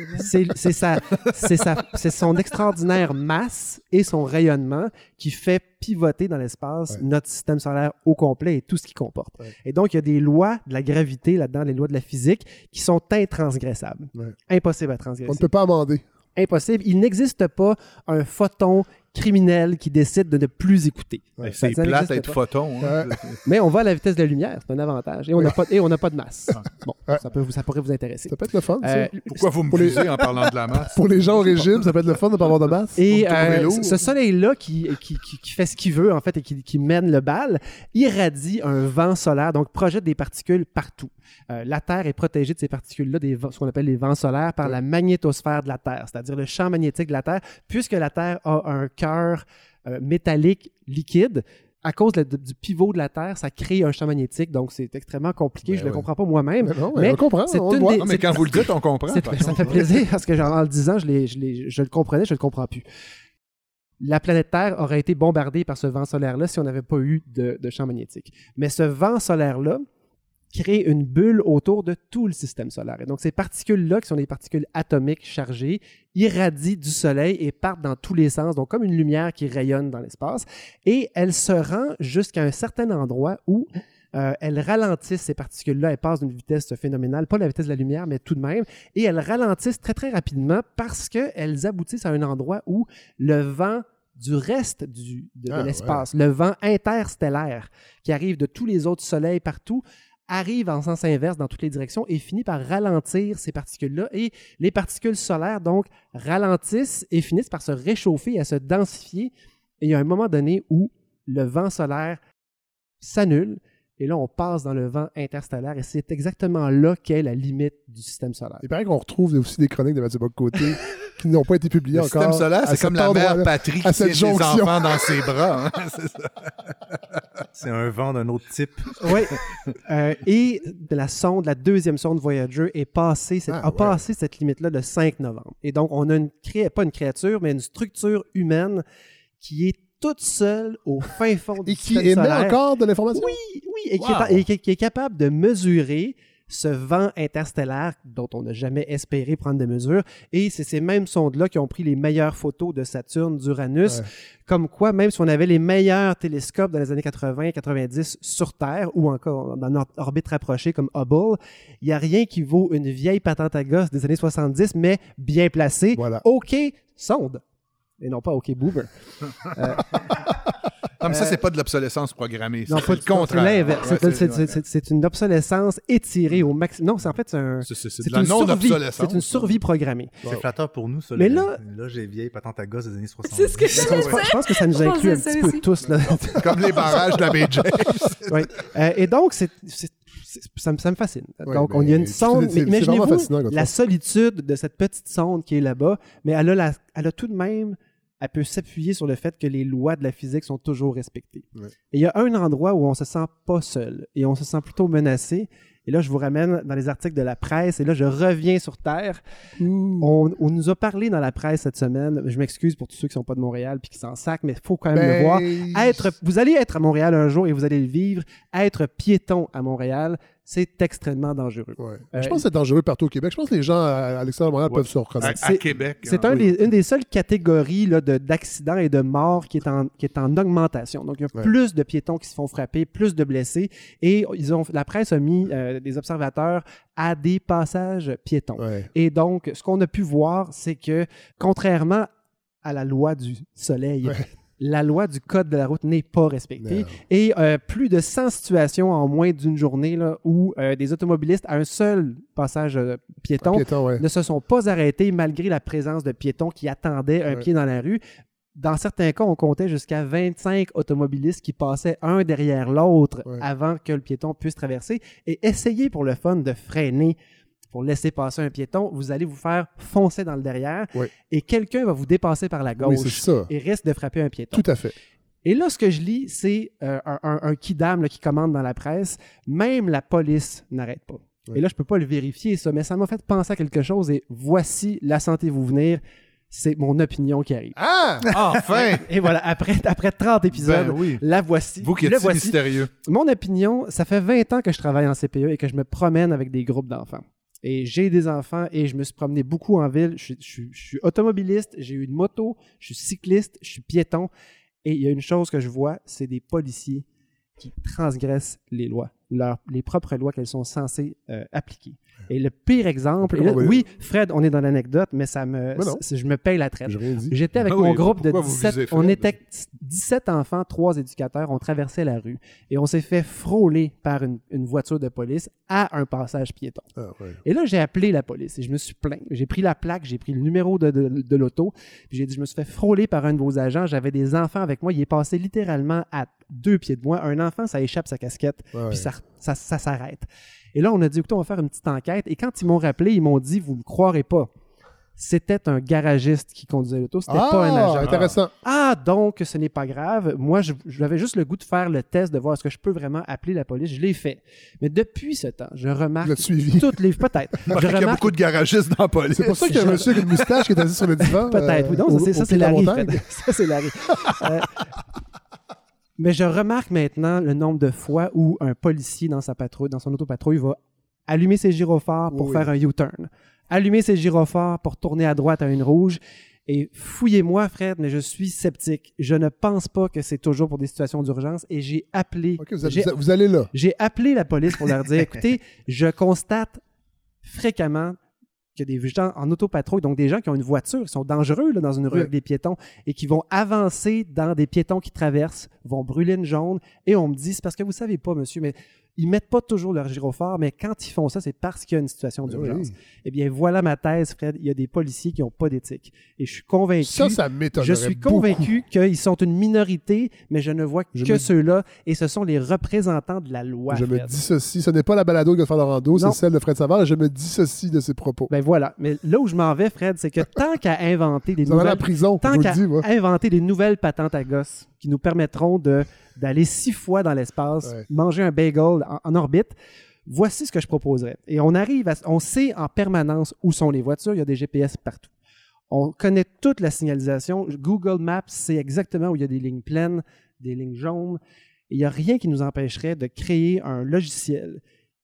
C'est son extraordinaire masse et son rayonnement qui fait pivoter dans l'espace notre système solaire au complet et tout ce qu'il comporte. Et donc, il y a des lois de la gravité là-dedans, les lois de la physique, qui sont intransgressables. Impossible à transgresser. On ne peut pas amender. Impossible. Il n'existe pas un photon criminel qui décide de ne plus écouter. C'est plate d'être photon. Hein. Mais on va à la vitesse de la lumière, c'est un avantage. Et on n'a pas de masse. Bon, ça pourrait vous intéresser. Ça peut être le fun, ça. Pourquoi vous me visez en parlant de la masse? Pour les gens au régime, ça peut être le fun de ne pas avoir de masse. Et ce soleil-là qui fait ce qu'il veut, en fait, et qui mène le bal, irradie un vent solaire, donc projette des particules partout. La Terre est protégée de ces particules-là, ce qu'on appelle les vents solaires, par la magnétosphère de la Terre, c'est-à-dire le champ magnétique de la Terre, puisque la Terre a un cœur métallique liquide. À cause du pivot de la Terre, ça crée un champ magnétique, donc c'est extrêmement compliqué. Je ne le comprends pas moi-même. Mais on comprend. Mais quand vous le dites, on comprend. Ça fait plaisir, parce que en le disant, je le comprenais, je ne le comprends plus. La planète Terre aurait été bombardée par ce vent solaire-là si on n'avait pas eu de champ magnétique. Mais ce vent solaire-là crée une bulle autour de tout le système solaire. Et donc, ces particules-là, qui sont des particules atomiques chargées, irradient du Soleil et partent dans tous les sens, donc comme une lumière qui rayonne dans l'espace. Et elle se rend jusqu'à un certain endroit où elles ralentissent ces particules-là. Elles passent d'une vitesse phénoménale, pas la vitesse de la lumière, mais tout de même. Et elles ralentissent très, très rapidement parce qu'elles aboutissent à un endroit où le vent du reste de l'espace, le vent interstellaire qui arrive de tous les autres soleils partout, arrive en sens inverse dans toutes les directions et finit par ralentir ces particules-là. Et les particules solaires, donc, ralentissent et finissent par se réchauffer et à se densifier. Et il y a un moment donné où le vent solaire s'annule Et là, on passe dans le vent interstellaire et c'est exactement là qu'est la limite du système solaire. Il paraît qu'on retrouve aussi des chroniques de Mathieu Bock-Côté qui n'ont pas été publiées encore. Le système solaire, c'est comme la mère Patrie qui tient ses enfants dans ses bras. Hein? C'est ça. C'est un vent d'un autre type. Oui. Et la deuxième sonde Voyager a passé cette limite-là le 5 novembre. Et donc, on a pas une créature, mais une structure humaine qui est toute seule au fin fond du système solaire. Et qui émet encore de l'information? Oui, et qui est capable de mesurer ce vent interstellaire dont on n'a jamais espéré prendre des mesures. Et c'est ces mêmes sondes-là qui ont pris les meilleures photos de Saturne, d'Uranus. Ouais. Comme quoi, même si on avait les meilleurs télescopes dans les années 80-90 sur Terre ou encore dans notre orbite rapprochée comme Hubble, il n'y a rien qui vaut une vieille patente à gosse des années 70, mais bien placée. Voilà. OK, sonde. Et non pas OK, boomer. Comme ça, c'est pas de l'obsolescence programmée. Non, pas le contraire. C'est une obsolescence étirée au maximum. Non, c'est en fait c'est de la non-obsolescence. C'est une survie programmée. C'est flatteur pour nous, ça. Mais là j'ai vieille patente à gosse des années 60. C'est ce que je pense que ça nous inclut un petit peu tous. Là. Comme les barrages de la baie James. Oui. Et donc, ça me fascine. Oui, donc, il y a une sonde. Imaginez-vous la solitude de cette petite sonde qui est là-bas, mais elle a tout de même... Elle peut s'appuyer sur le fait que les lois de la physique sont toujours respectées. Ouais. Et il y a un endroit où on se sent pas seul et on se sent plutôt menacé. Et là, je vous ramène dans les articles de la presse. Et là, je reviens sur Terre. On nous a parlé dans la presse cette semaine. Je m'excuse pour tous ceux qui ne sont pas de Montréal puis qui s'en sacent, mais il faut quand même le voir. Vous allez être à Montréal un jour et vous allez le vivre. Être piéton à Montréal, c'est extrêmement dangereux. Ouais. Je pense que c'est dangereux partout au Québec. Je pense que les gens à l'extérieur de Montréal peuvent se reconnaître. À Québec. C'est une des seules catégories là, d'accidents et de morts qui est en augmentation. Donc, il y a plus de piétons qui se font frapper, plus de blessés. Et la presse a mis des observateurs à des passages piétons. Ouais. Et donc, ce qu'on a pu voir, c'est que, contrairement à la loi du soleil, la loi du code de la route n'est pas respectée. Non. Et plus de 100 situations en moins d'une journée là, où des automobilistes à un seul passage piéton ne se sont pas arrêtés malgré la présence de piétons qui attendaient un pied dans la rue. Dans certains cas, on comptait jusqu'à 25 automobilistes qui passaient un derrière l'autre avant que le piéton puisse traverser. Et essayez pour le fun de freiner pour laisser passer un piéton, vous allez vous faire foncer dans le derrière et quelqu'un va vous dépasser par la gauche et risque de frapper un piéton. Tout à fait. Et là, ce que je lis, c'est un kidam là, qui commande dans la presse. Même la police n'arrête pas. Et là, je ne peux pas le vérifier, ça, mais ça m'a fait penser à quelque chose et voici, la sentez-vous venir. C'est mon opinion qui arrive. Ah! Enfin! Et voilà, après 30 épisodes, la voici. Vous qui êtes si mystérieux. Mon opinion, ça fait 20 ans que je travaille en CPE et que je me promène avec des groupes d'enfants. Et j'ai des enfants et je me suis promené beaucoup en ville. Je suis automobiliste, j'ai eu une moto, je suis cycliste, je suis piéton. Et il y a une chose que je vois, c'est des policiers qui transgressent les lois, les propres lois qu'elles sont censées appliquer. Et le pire exemple, oui, Fred, on est dans l'anecdote, mais je me paye la traite. J'étais avec mon groupe de 17, on était 17 enfants, 3 éducateurs, on traversait la rue et on s'est fait frôler par une voiture de police à un passage piéton. Et là, j'ai appelé la police et je me suis plaint. J'ai pris la plaque, j'ai pris le numéro de l'auto, puis j'ai dit, je me suis fait frôler par un de vos agents, j'avais des enfants avec moi, il est passé littéralement à 2 pieds de moi. Un enfant, ça échappe sa casquette, puis ça s'arrête. Et là, on a dit, écoutez, on va faire une petite enquête. Et quand ils m'ont rappelé, ils m'ont dit, vous ne me croirez pas, c'était un garagiste qui conduisait l'auto, c'était pas un agent. Intéressant. Donc, ce n'est pas grave. Moi, j'avais juste le goût de faire le test, de voir est-ce que je peux vraiment appeler la police. Je l'ai fait. Mais depuis ce temps, je remarque toutes les... Peut-être. Il y a beaucoup de garagistes dans la police. C'est pour ça qu'il y a un monsieur avec une moustache qui est assis sur le divan. Peut-être, oui. Non, ça, c'est Larry. Ça, c'est Larry. Mais je remarque maintenant le nombre de fois où un policier dans sa patrouille, dans son autopatrouille, va allumer ses gyrophares pour faire un U-turn, allumer ses gyrophares pour tourner à droite à une rouge. Et fouillez-moi, Fred, mais je suis sceptique. Je ne pense pas que c'est toujours pour des situations d'urgence. Et j'ai appelé... vous allez là. J'ai appelé la police pour leur dire, écoutez, je constate fréquemment qu'il y a des gens en autopatrouille, donc des gens qui ont une voiture, qui sont dangereux là, dans une rue avec des piétons et qui vont avancer dans des piétons qui traversent, vont brûler une jaune et on me dit, c'est parce que vous savez pas, monsieur, mais Ils mettent pas toujours leur gyrophare, mais quand ils font ça, c'est parce qu'il y a une situation d'urgence. Eh bien, voilà ma thèse, Fred. Il y a des policiers qui n'ont pas d'éthique. Et je suis convaincu... Ça m'étonnerait Je suis convaincu qu'ils sont une minorité, mais je ne vois que ceux-là, et ce sont les représentants de la loi, Je Fred. me dissocie. Ce n'est pas la balado de Godefroy Lorando, c'est celle de Fred Savard, et je me dissocie de ses propos. Ben voilà. Mais là où je m'en vais, Fred, c'est que tant qu'à inventer des nouvelles... la prison, tant qu'à inventer des nouvelles patentes à gosse qui nous permettront d'aller 6 fois dans l'espace, manger un bagel en orbite, voici ce que je proposerais. Et on sait en permanence où sont les voitures, il y a des GPS partout. On connaît toute la signalisation. Google Maps sait exactement où il y a des lignes pleines, des lignes jaunes. Et il n'y a rien qui nous empêcherait de créer un logiciel.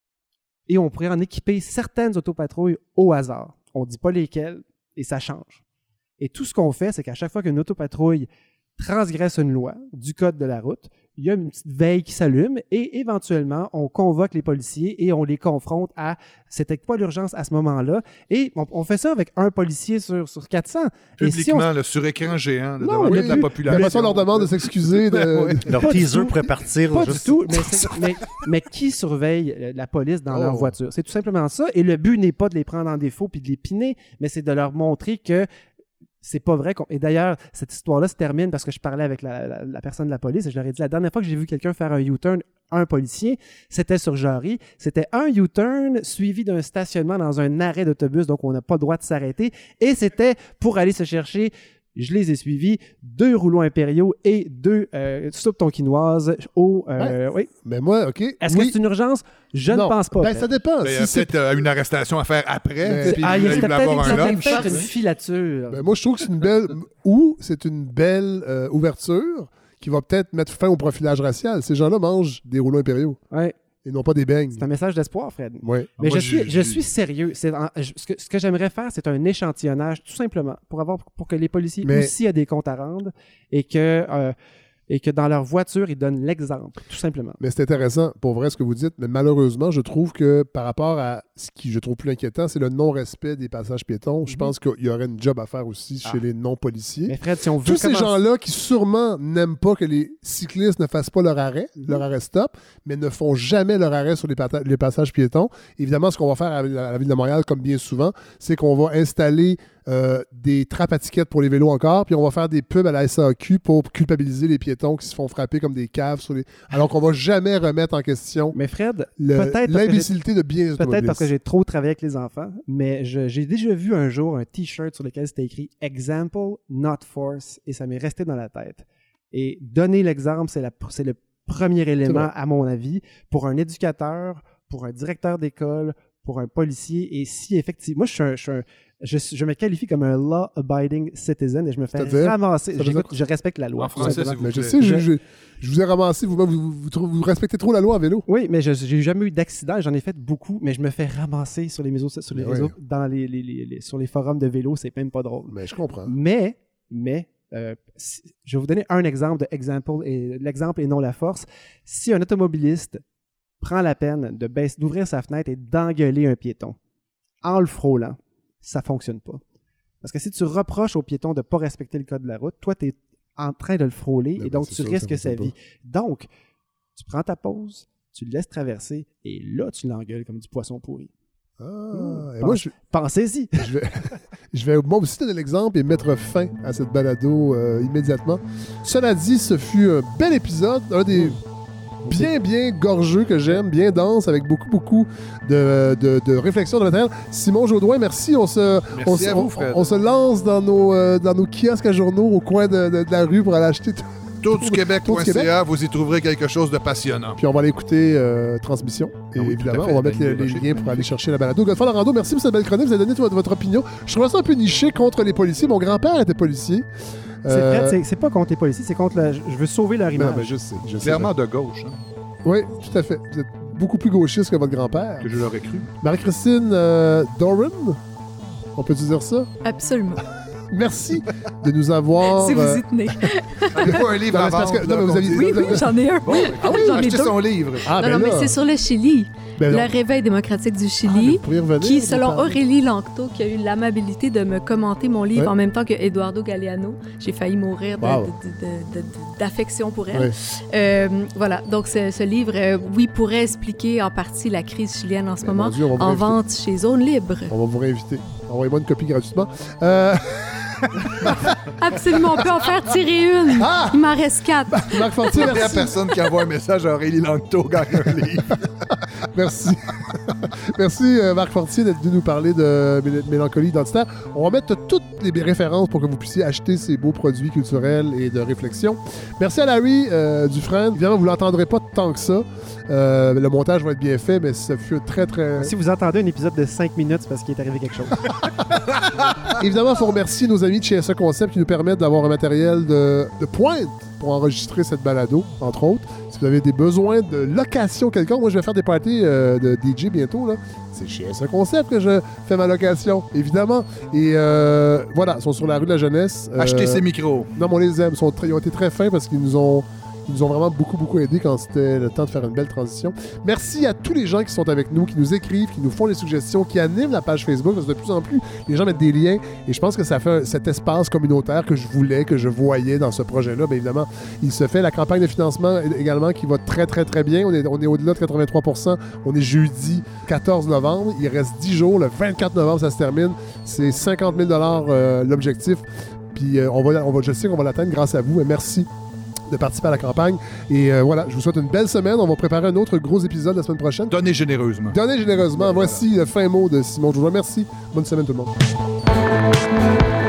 Et on pourrait en équiper certaines autopatrouilles au hasard. On ne dit pas lesquelles, et ça change. Et tout ce qu'on fait, c'est qu'à chaque fois qu'une autopatrouille transgresse une loi du code de la route, il y a une petite veille qui s'allume et éventuellement, on convoque les policiers et on les confronte à « c'était quoi l'urgence à ce moment-là ?» Et on fait ça avec un policier sur 400. Publiquement, sur écran géant, devant toute la population. La façon, on leur demande de s'excuser. Leur teaser pourrait partir. Pas du tout, mais qui surveille la police dans leur voiture? C'est tout simplement ça. Et le but n'est pas de les prendre en défaut puis de les piner, mais c'est de leur montrer que c'est pas vrai. Et d'ailleurs, cette histoire-là se termine parce que je parlais avec la personne de la police et je leur ai dit, la dernière fois que j'ai vu quelqu'un faire un U-turn, un policier, c'était sur Jarry. C'était un U-turn suivi d'un stationnement dans un arrêt d'autobus, donc on n'a pas le droit de s'arrêter. Et c'était pour aller se chercher, je les ai suivis, 2 rouleaux impériaux et 2 soupes tonkinoises au... oui. Mais moi, OK. Est-ce que c'est une urgence? Je ne pense pas. Ben, ça dépend. Il y a peut-être une arrestation à faire après. Il y a peut-être une filature. Ben, moi, je trouve que c'est une belle... c'est une belle ouverture qui va peut-être mettre fin au profilage racial. Ces gens-là mangent des rouleaux impériaux. Oui. Et non pas des beignes. C'est un message d'espoir, Fred. Oui. Mais je suis sérieux. Ce que j'aimerais faire, c'est un échantillonnage, tout simplement, pour que les policiers aussi aient des comptes à rendre et que dans leur voiture, ils donnent l'exemple, tout simplement. Mais c'est intéressant, pour vrai, ce que vous dites, mais malheureusement, je trouve que par rapport à ce qui je trouve plus inquiétant, c'est le non-respect des passages piétons. Je pense qu'il y aurait une job à faire aussi chez les non-policiers. Mais Fred, si on veut tous ces gens-là qui sûrement n'aiment pas que les cyclistes ne fassent pas leur arrêt stop, mais ne font jamais leur arrêt sur les passages piétons. Évidemment, ce qu'on va faire à la Ville de Montréal, comme bien souvent, c'est qu'on va installer des trappes à tickets pour les vélos encore, puis on va faire des pubs à la SAQ pour culpabiliser les piétons qui se font frapper comme des caves alors qu'on va jamais remettre en question l'imbécilité de bien les peut-être parce que j'ai trop travaillé avec les enfants, mais j'ai déjà vu un jour un t-shirt sur lequel c'était écrit « Example, not force » et ça m'est resté dans la tête. Et donner l'exemple, c'est le premier élément, à mon avis, pour un éducateur, pour un directeur d'école, pour un policier. Et si effectivement, moi, je me qualifie comme un law-abiding citizen et je me fais ramasser. Je respecte la loi. En français, s'il vous plaît. Je sais, je vous ai ramassé. Vous respectez trop la loi en vélo. Oui, mais j'ai jamais eu d'accident. J'en ai fait beaucoup, mais je me fais ramasser sur les réseaux, sur les forums de vélo. C'est même pas drôle. Mais je comprends. Mais je vais vous donner un exemple de l'exemple et non la force. Si un automobiliste prend la peine d'ouvrir sa fenêtre et d'engueuler un piéton en le frôlant, ça ne fonctionne pas. Parce que si tu reproches au piéton de ne pas respecter le code de la route, toi, tu es en train de le frôler et donc tu risques sa vie. Donc, tu prends ta pause, tu le laisses traverser et là, tu l'engueules comme du poisson pourri. Pensez-y. Je vais moi aussi donner l'exemple et mettre fin à cette balado immédiatement. Cela dit, ce fut un bel épisode, un des bien gorgeux que j'aime, bien dense, avec beaucoup de réflexion de matériel. Simon Jaudoin, merci. On se lance dans nos kiosques à journaux au coin de la rue pour aller acheter Tourduquebec.ca, vous y trouverez quelque chose de passionnant. Puis on va aller écouter Transmission. Et évidemment, on va mettre les liens pour aller chercher la balado. Godefroy Lorando, merci pour cette belle chronique. Vous avez donné votre opinion. Je trouve ça un peu niché contre les policiers. Mon grand-père était policier. C'est pas contre les policiers, c'est contre je veux sauver leur image. Ben, je sais. Clairement de gauche. Hein? Oui, tout à fait. Vous êtes beaucoup plus gauchiste que votre grand-père. Que je l'aurais cru. Marie-Christine Doran, on peut dire ça? Absolument. Merci de nous avoir... Si vous y tenez. Il n'y a pas un livre à vendre. Oui, j'en ai un. Bon, j'en ai acheté son livre. Non, mais c'est sur le Chili. Le Réveil démocratique du Chili, qui, selon Aurélie Lanctot, qui a eu l'amabilité de me commenter mon livre en même temps que Eduardo Galeano. J'ai failli mourir d'affection pour elle. Voilà, donc ce livre, pourrait expliquer en partie la crise chilienne en ce moment, en vente chez Zone Libre. On va vous réinviter. Envoyez-moi une copie gratuitement. Absolument, on peut en faire tirer une. Il m'en reste 4. Marc Fortier, merci. La première personne qui envoie un message à Aurélie Lanctot gagne un livre. Merci. Merci, Marc Fortier, d'être venu nous parler de mélancolie identitaire. On va mettre toutes les références pour que vous puissiez acheter ces beaux produits culturels et de réflexion. Merci à Larry Dufresne. Évidemment, vous ne l'entendrez pas tant que ça. Le montage va être bien fait, mais ça fut très, très... Si vous entendez un épisode de 5 minutes, c'est parce qu'il est arrivé quelque chose. Évidemment, il faut remercier nos amis de chez SE Concept qui nous permettent d'avoir un matériel de pointe pour enregistrer cette balado, entre autres. Si vous avez des besoins de location quelconque, moi je vais faire des parties de DJ bientôt, là. C'est chez SE Concept que je fais ma location, évidemment. Et voilà, ils sont sur la rue de la Jeunesse. Achetez ces micros. Non, mais on les aime. Ils ont été très fins parce qu'ils nous ont vraiment beaucoup aidé quand c'était le temps de faire une belle transition. Merci à tous les gens qui sont avec nous, qui nous écrivent, qui nous font des suggestions, qui animent la page Facebook, parce que de plus en plus, les gens mettent des liens, et je pense que ça fait cet espace communautaire que je voulais, que je voyais dans ce projet-là. Bien évidemment, il se fait la campagne de financement également qui va très, très, très bien. On est au-delà de 83%. On est jeudi 14 novembre. Il reste 10 jours. Le 24 novembre, ça se termine. C'est 50 000 $ l'objectif. Puis je sais qu'on va l'atteindre grâce à vous. Et merci de participer à la campagne. Et voilà, je vous souhaite une belle semaine. On va préparer un autre gros épisode la semaine prochaine. Donnez généreusement. Donnez généreusement. Voici le fin mot de Simon Jourdain. Merci. Bonne semaine tout le monde.